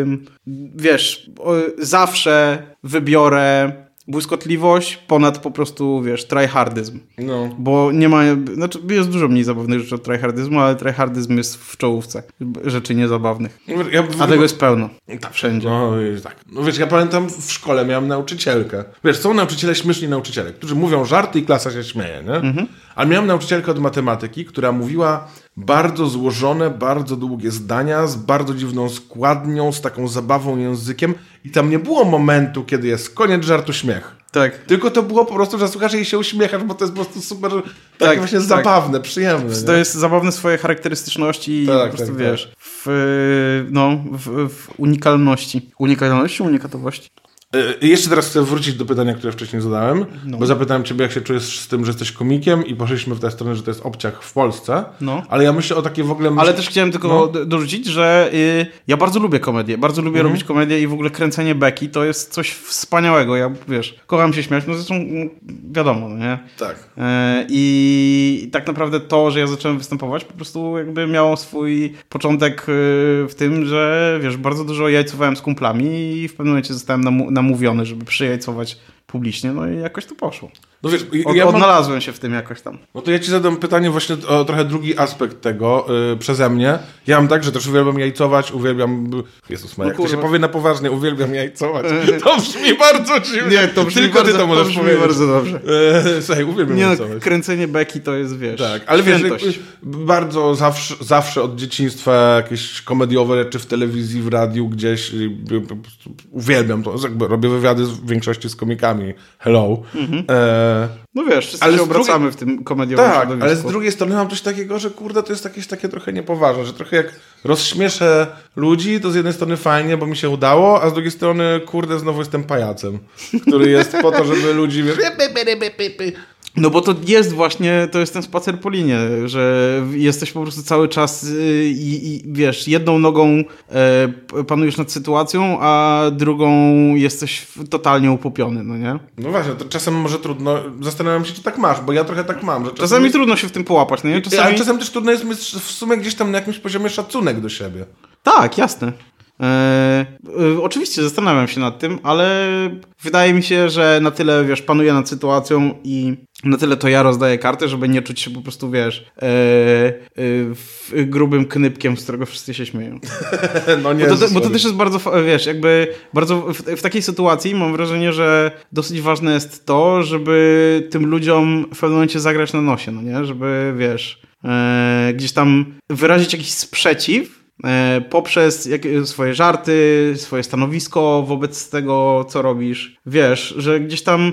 wiesz, zawsze wybiorę błyskotliwość ponad po prostu, wiesz, tryhardyzm. No. Bo nie ma, znaczy jest dużo mniej zabawnych rzeczy od tryhardyzmu, ale tryhardyzm jest w czołówce rzeczy niezabawnych. A tego jest pełno. Tak, wszędzie. No, tak. No wiesz, ja pamiętam w szkole miałem nauczycielkę. Wiesz, są nauczyciele, śmieszni nauczyciele, którzy mówią żarty i klasa się śmieje, nie? Mhm. Ale miałem nauczycielkę od matematyki, która mówiła bardzo złożone, bardzo długie zdania, z bardzo dziwną składnią, z taką zabawą językiem i tam nie było momentu, kiedy jest koniec żartu, śmiech. Tak. Tylko to było po prostu, że słuchasz i się uśmiechasz, bo to jest po prostu super takie właśnie zabawne, przyjemne. To jest zabawne w swojej charakterystyczności i po prostu wiesz, w unikalności. Unikatowości. Jeszcze teraz chcę wrócić do pytania, które wcześniej zadałem, bo zapytałem ciebie, jak się czujesz z tym, że jesteś komikiem i poszliśmy w tę stronę, że to jest obciach w Polsce, ale ja myślę o takie w ogóle... Ale też chciałem tylko dorzucić, że ja bardzo lubię komedię, bardzo lubię robić komedię i w ogóle kręcenie beki to jest coś wspaniałego. Ja, wiesz, kocham się śmiać, no zresztą wiadomo, nie? Tak. I tak naprawdę to, że ja zacząłem występować, po prostu jakby miało swój początek w tym, że wiesz, bardzo dużo jajcowałem z kumplami i w pewnym momencie zostałem namówiony, żeby przyjajcować publicznie, no i jakoś to poszło. No wiesz, odnalazłem się w tym jakoś tam. No to ja ci zadam pytanie właśnie o trochę drugi aspekt tego przeze mnie. Ja mam tak, że też uwielbiam jajcować, Jezus Maria, jak to się powie na poważnie, uwielbiam jajcować. To brzmi bardzo dziwnie. Nie, to brzmi tylko bardzo, ty to możesz powiedzieć. bardzo dobrze. Słuchaj, uwielbiam jajcować. No, kręcenie beki to jest, wiesz, tak, ale świętość. Wiesz, bardzo zawsze od dzieciństwa jakieś komediowe rzeczy w telewizji, w radiu gdzieś, po prostu uwielbiam to. Jakby robię wywiady w większości z komikami. Hello. No wiesz, wszyscy się obracamy w tym komediowym środowisku. Tak, ale z drugiej strony mam coś takiego, że kurde, to jest jakieś takie trochę niepoważne, że trochę jak rozśmieszę ludzi, to z jednej strony fajnie, bo mi się udało, a z drugiej strony, kurde, znowu jestem pajacem, który jest po to, żeby ludzi, wiesz... No bo to jest właśnie, to jest ten spacer po linie, że jesteś po prostu cały czas i wiesz, jedną nogą panujesz nad sytuacją, a drugą jesteś totalnie upopiony, no nie? No właśnie, to czasem może trudno, zastanawiam się, czy tak masz, bo ja trochę tak mam. Że czasami trudno się w tym połapać, no nie? Ale czasem też trudno jest mieć w sumie gdzieś tam na jakimś poziomie szacunek do siebie. Tak, jasne. Oczywiście zastanawiam się nad tym, ale wydaje mi się, że na tyle, wiesz, panuję nad sytuacją i na tyle to ja rozdaję kartę, żeby nie czuć się po prostu, wiesz, grubym knypkiem, z którego wszyscy się śmieją. No nie, bo to też jest bardzo, wiesz, jakby bardzo w takiej sytuacji mam wrażenie, że dosyć ważne jest to, żeby tym ludziom w pewnym momencie zagrać na nosie, no nie? Żeby, wiesz, gdzieś tam wyrazić jakiś sprzeciw poprzez swoje żarty, swoje stanowisko wobec tego, co robisz. Wiesz, że gdzieś tam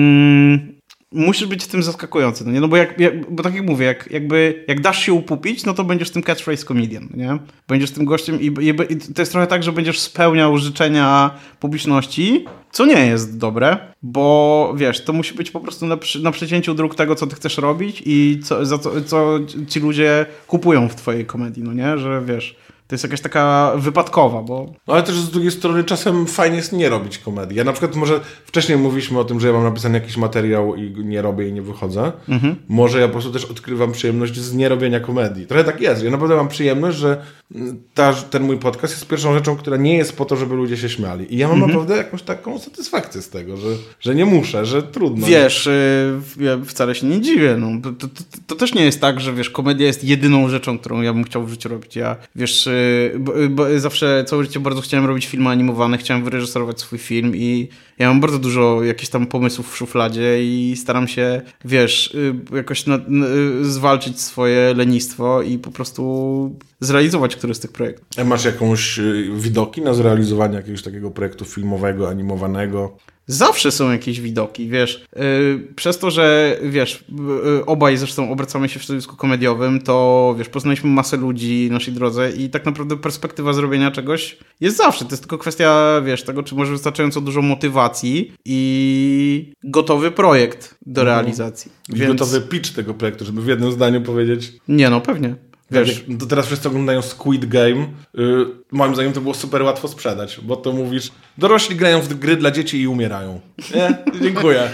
musisz być w tym zaskakujący, no nie? No bo tak jak mówię, jak dasz się upupić, no to będziesz tym catchphrase comedian, nie? Będziesz tym gościem i to jest trochę tak, że będziesz spełniał życzenia publiczności, co nie jest dobre, bo wiesz, to musi być po prostu na przecięciu dróg tego, co ty chcesz robić i co ci ludzie kupują w twojej komedii, no nie? Że wiesz... To jest jakaś taka wypadkowa, bo... No ale też z drugiej strony czasem fajnie jest nie robić komedii. Ja na przykład może wcześniej mówiliśmy o tym, że ja mam napisany jakiś materiał i nie robię i nie wychodzę. Może ja po prostu też odkrywam przyjemność z nierobienia komedii. Trochę tak jest. Ja naprawdę mam przyjemność, że ten mój podcast jest pierwszą rzeczą, która nie jest po to, żeby ludzie się śmiali. I ja mam naprawdę jakąś taką satysfakcję z tego, że nie muszę, że trudno. Wiesz, ja wcale się nie dziwię. No. To też nie jest tak, że wiesz, komedia jest jedyną rzeczą, którą ja bym chciał w życiu robić. Ja, wiesz... Bo zawsze całe życie bardzo chciałem robić filmy animowane, chciałem wyreżyserować swój film i ja mam bardzo dużo jakichś tam pomysłów w szufladzie i staram się, wiesz, jakoś zwalczyć swoje lenistwo i po prostu zrealizować któryś z tych projektów. A masz jakąś widoki na zrealizowanie jakiegoś takiego projektu filmowego, animowanego? Zawsze są jakieś widoki, wiesz. Przez to, że wiesz, obaj zresztą obracamy się w środowisku komediowym, to wiesz, poznaliśmy masę ludzi w naszej drodze i tak naprawdę perspektywa zrobienia czegoś jest zawsze. To jest tylko kwestia, wiesz, tego, czy masz wystarczająco dużo motywacji i gotowy projekt do realizacji. Więc... gotowy pitch tego projektu, żeby w jednym zdaniu powiedzieć... Nie, no pewnie. Wiesz, to teraz wszyscy oglądają Squid Game. Moim zdaniem to było super łatwo sprzedać, bo to mówisz, dorośli grają w gry dla dzieci i umierają. Nie? Dziękuję.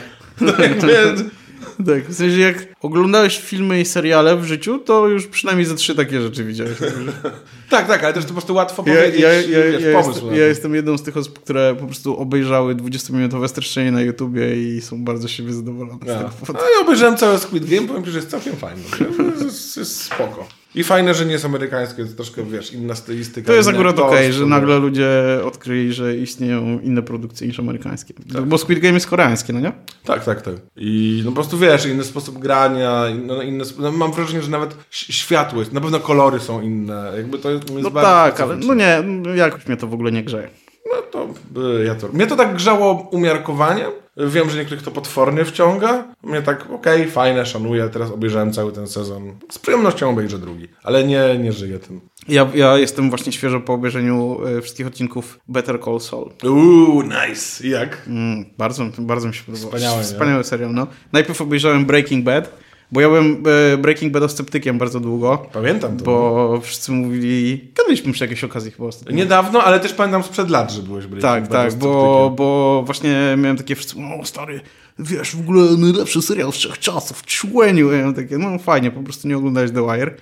Tak, w sensie jak oglądałeś filmy i seriale w życiu, to już przynajmniej ze 3 takie rzeczy widziałeś. Tak, ale też to po prostu łatwo powiedzieć, pomysł. Ja jestem jedną z tych osób, które po prostu obejrzały 20-minutowe streszczenie na YouTubie i są bardzo z siebie zadowolone z tego powodu. Ja obejrzałem całe Squid Game, powiem ci, że jest całkiem fajne. Jest spoko. I fajne, że nie jest amerykańskie, jest troszkę, wiesz, inna stylistyka. To jest akurat okej, że nagle ludzie odkryli, że istnieją inne produkcje niż amerykańskie. Tak. Bo Squid Game jest koreańskie, no nie? Tak. I no po prostu, wiesz, inny sposób grania, mam wrażenie, że nawet światło jest, na pewno kolory są inne. Jakby to jest no tak, ale no nie, jakoś mnie to w ogóle nie grzeje. No to mnie to tak grzało umiarkowaniem. Wiem, że niektórych to potwornie wciąga. Mnie tak, fajne, szanuję. Teraz obejrzałem cały ten sezon. Z przyjemnością obejrzę drugi, ale nie żyję tym. Ja jestem właśnie świeżo po obejrzeniu wszystkich odcinków Better Call Saul. Nice. Jak? Bardzo mi się podobało. Wspaniały serial, no. Najpierw obejrzałem Breaking Bad, bo ja byłem Breaking Bad sceptykiem bardzo długo. Pamiętam to. Bo wszyscy mówili... Gadaliśmy przy jakiejś okazji chyba ostatnio. Niedawno, ale też pamiętam sprzed lat, że byłeś Breaking Bad sceptykiem. Bo właśnie miałem takie wszyscy... stary, wiesz, w ogóle najlepszy serial wszechczasów, człeniu. Ja takie, fajnie, po prostu nie oglądałeś The Wire.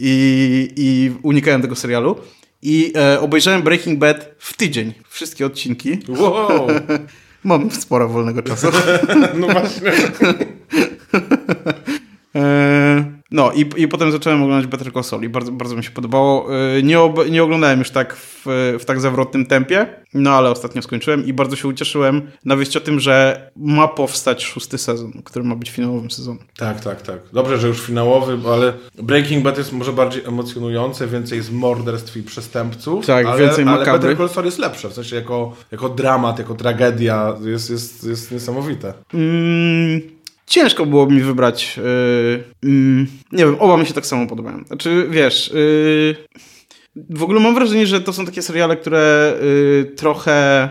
I unikałem tego serialu. I obejrzałem Breaking Bad w tydzień. Wszystkie odcinki. Wow! Mam sporo wolnego czasu. No właśnie. No i potem zacząłem oglądać Better Call Saul i bardzo, bardzo mi się podobało. Nie oglądałem już tak w tak zawrotnym tempie, no ale ostatnio skończyłem i bardzo się ucieszyłem na wieść o tym, że ma powstać 6. sezon, który ma być finałowym sezonem. Tak. Dobrze, że już finałowy, ale Breaking Bad jest może bardziej emocjonujące, więcej jest morderstw i przestępców. Tak, więcej makabry. Ale Better Call Saul jest lepsze, w sensie jako dramat, jako tragedia jest niesamowite. ciężko było mi wybrać. Nie wiem, oba mi się tak samo podobają. Znaczy, wiesz... w ogóle mam wrażenie, że to są takie seriale, które trochę...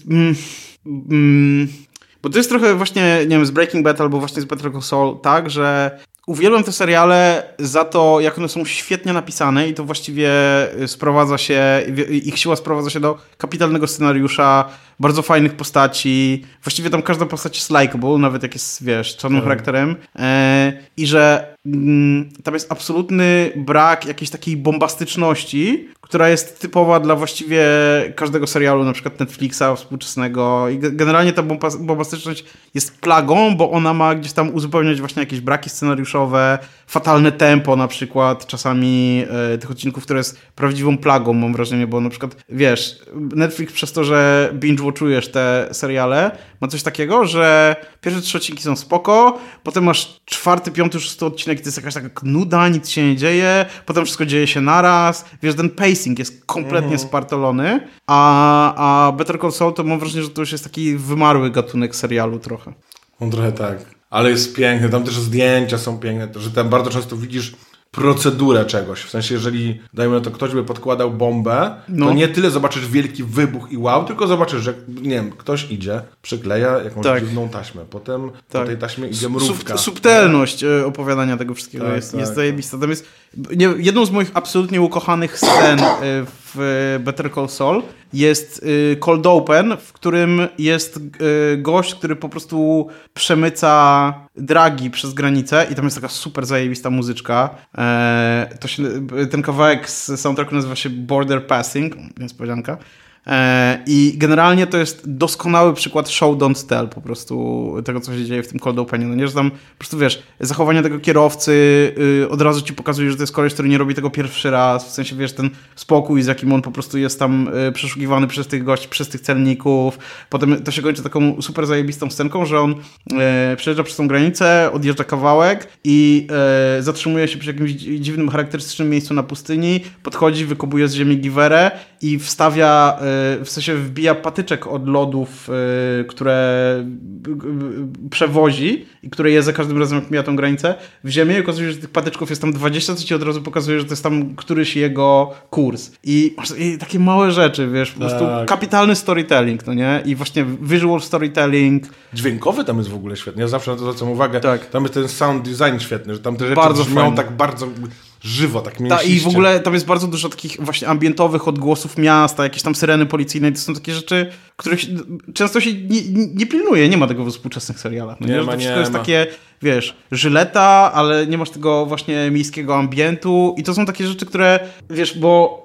bo to jest trochę właśnie, nie wiem, z Breaking Bad albo właśnie z Better Call Saul, tak, że uwielbiam te seriale za to, jak one są świetnie napisane i to właściwie sprowadza się, ich siła sprowadza się do kapitalnego scenariusza, bardzo fajnych postaci. Właściwie tam każda postać jest likeable, nawet jak jest, wiesz, czarnym charakterem. I że tam jest absolutny brak jakiejś takiej bombastyczności, która jest typowa dla właściwie każdego serialu, na przykład Netflixa współczesnego. I generalnie ta bombastyczność jest plagą, bo ona ma gdzieś tam uzupełniać właśnie jakieś braki scenariuszowe, fatalne tempo na przykład czasami tych odcinków, które jest prawdziwą plagą, mam wrażenie, bo na przykład, wiesz, Netflix przez to, że binge-watchujesz te seriale, ma coś takiego, że pierwsze 3 odcinki są spoko, potem masz 4., 5., 6. odcinek i to jest jakaś taka nuda, nic się nie dzieje, potem wszystko dzieje się naraz, wiesz, ten pacing jest kompletnie spartolony, a Better Call Saul to mam wrażenie, że to już jest taki wymarły gatunek serialu trochę. On trochę tak, ale jest piękny, tam też zdjęcia są piękne, że tam bardzo często widzisz procedurę czegoś. W sensie, jeżeli, dajmy na to, ktoś by podkładał bombę, to nie tyle zobaczysz wielki wybuch i wow, tylko zobaczysz, że, nie wiem, ktoś idzie, przykleja jakąś dziwną taśmę. Potem po tej taśmie idzie mrówka. Subtelność opowiadania tego wszystkiego jest zajebista. Tam jest jedną z moich absolutnie ukochanych scen w Better Call Saul jest Cold Open, w którym jest gość, który po prostu przemyca dragi przez granicę i tam jest taka super zajebista muzyczka. Ten kawałek z soundtracku nazywa się Border Passing, niespodzianka. I generalnie to jest doskonały przykład show don't tell po prostu tego, co się dzieje w tym cold openie. No nie, że tam po prostu, wiesz, zachowanie tego kierowcy od razu ci pokazuje, że to jest koleś, który nie robi tego pierwszy raz, w sensie, wiesz, ten spokój, z jakim on po prostu jest tam przeszukiwany przez tych gości, przez tych celników. Potem to się kończy taką super zajebistą scenką, że on przejeżdża przez tą granicę, odjeżdża kawałek i zatrzymuje się przy jakimś dziwnym, charakterystycznym miejscu na pustyni, podchodzi, wykopuje z ziemi giwerę i wstawia, w sensie wbija patyczek od lodów, które przewozi i które je za każdym razem, jak mija tą granicę, w ziemię i okazuje się, że tych patyczków jest tam 20, co ci od razu pokazuje, że to jest tam któryś jego kurs. I takie małe rzeczy, wiesz, po prostu kapitalny storytelling, no nie? I właśnie visual storytelling. Dźwiękowy tam jest w ogóle świetny. Ja zawsze na to zwracam uwagę. Tak. Tam jest ten sound design świetny, że tam te rzeczy bardzo brzmią fajnie. tak bardzo żywo, tak mięsiście. I w ogóle tam jest bardzo dużo takich właśnie ambientowych odgłosów miasta, jakieś tam syreny policyjne, to są takie rzeczy, których często się nie pilnuje, nie ma tego we współczesnych serialach. No nie ma, to wszystko jest takie, wiesz, żyleta, ale nie masz tego właśnie miejskiego ambientu i to są takie rzeczy, które, wiesz, bo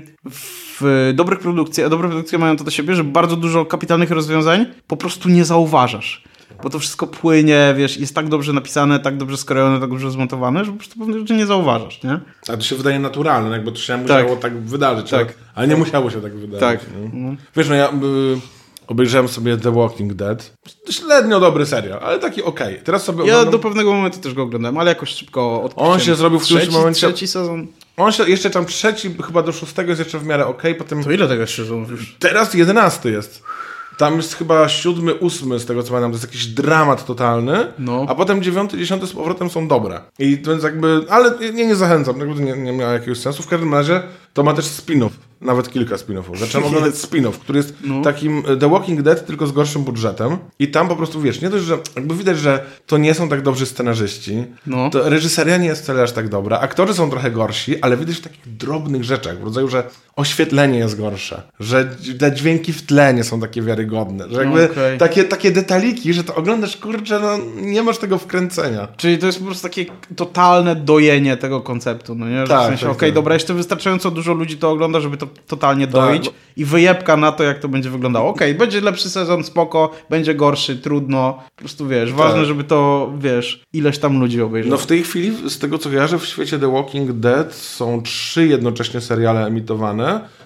w dobrych produkcjach, a dobre produkcje mają to do siebie, że bardzo dużo kapitalnych rozwiązań po prostu nie zauważasz. Bo to wszystko płynie, wiesz, jest tak dobrze napisane, tak dobrze skrojone, tak dobrze zmontowane, że po prostu pewne rzeczy nie zauważasz, nie? A to się wydaje naturalne, jakby to się musiało tak wydarzyć, ale nie musiało się tak wydarzyć. Tak. Wiesz, no ja obejrzałem sobie The Walking Dead. Średnio dobry serial, ale taki okej. Teraz sobie oglądam... do pewnego momentu też go oglądałem, ale jakoś szybko odpuściłem. On się zrobił w którymś momencie... Trzeci sezon. On się, jeszcze tam 3, chyba do 6 jest jeszcze w miarę okej, potem... To ile tego sezonów już? Teraz 11 jest. Tam jest chyba 7, 8 z tego co pamiętam, to jest jakiś dramat totalny, a potem 9, 10 z powrotem są dobre. I to jest jakby, ale nie zachęcam, jakby nie miało jakiegoś sensu. W każdym razie to ma też spin-off, nawet kilka spin-offów. Zacząłem oglądać spin-off, który jest takim The Walking Dead, tylko z gorszym budżetem. I tam po prostu, wiesz, nie dość, że jakby widać, że to nie są tak dobrzy scenarzyści, to reżyseria nie jest wcale aż tak dobra, aktorzy są trochę gorsi, ale widać w takich drobnych rzeczach, w rodzaju, że oświetlenie jest gorsze, że te dźwięki w tle nie są takie wiarygodne, że jakby takie detaliki, że to oglądasz, kurczę, no nie masz tego wkręcenia. Czyli to jest po prostu takie totalne dojenie tego konceptu, no nie? Że w sensie, dobra, jeszcze wystarczająco dużo ludzi to ogląda, żeby to totalnie doić i wyjebka na to, jak to będzie wyglądało. Będzie lepszy sezon, spoko, będzie gorszy, trudno, po prostu wiesz, ważne, żeby to, wiesz, ileś tam ludzi obejrzało. No w tej chwili, z tego co kojarzę, w świecie The Walking Dead są 3 jednocześnie seriale emitowane.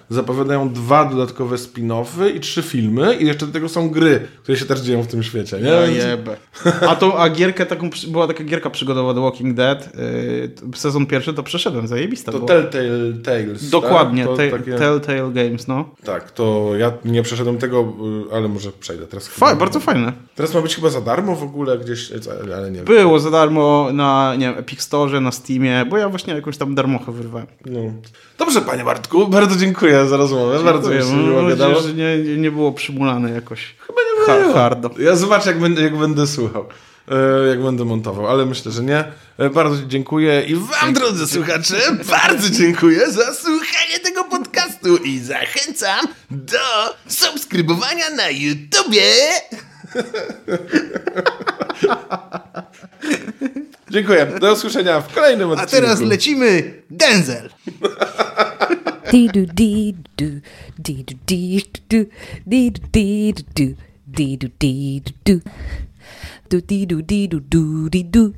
zapowiadają 2 dodatkowe spin-offy i 3 filmy i jeszcze do tego są gry, które się też dzieją w tym świecie. Nie? Ja jebę. A gierkę była taka gierka przygodowa The Walking Dead. Sezon pierwszy to przeszedłem, zajebista To było. Telltale Tales. Dokładnie, tak? Takie... Telltale Games, no. Tak, to ja nie przeszedłem tego, ale może przejdę teraz. Bardzo fajne. Teraz ma być chyba za darmo w ogóle gdzieś, ale nie wiem. Było za darmo na, nie wiem, Epic Store, na Steamie, bo ja właśnie jakąś tam darmochę wyrwałem. No. Dobrze, panie Bartku, bardzo dziękuję za rozmowę. Bardzo mi się miło gadało. Że nie było przymulane jakoś. Chyba nie było. Hardo. Ja zobaczę, jak będę słuchał. Jak będę montował, ale myślę, że nie. Bardzo dziękuję i wam, drodzy słuchacze, bardzo dziękuję za słuchanie tego podcastu i zachęcam do subskrybowania na YouTubie. Dziękuję. Do usłyszenia w kolejnym odcinku. A teraz lecimy Denzel.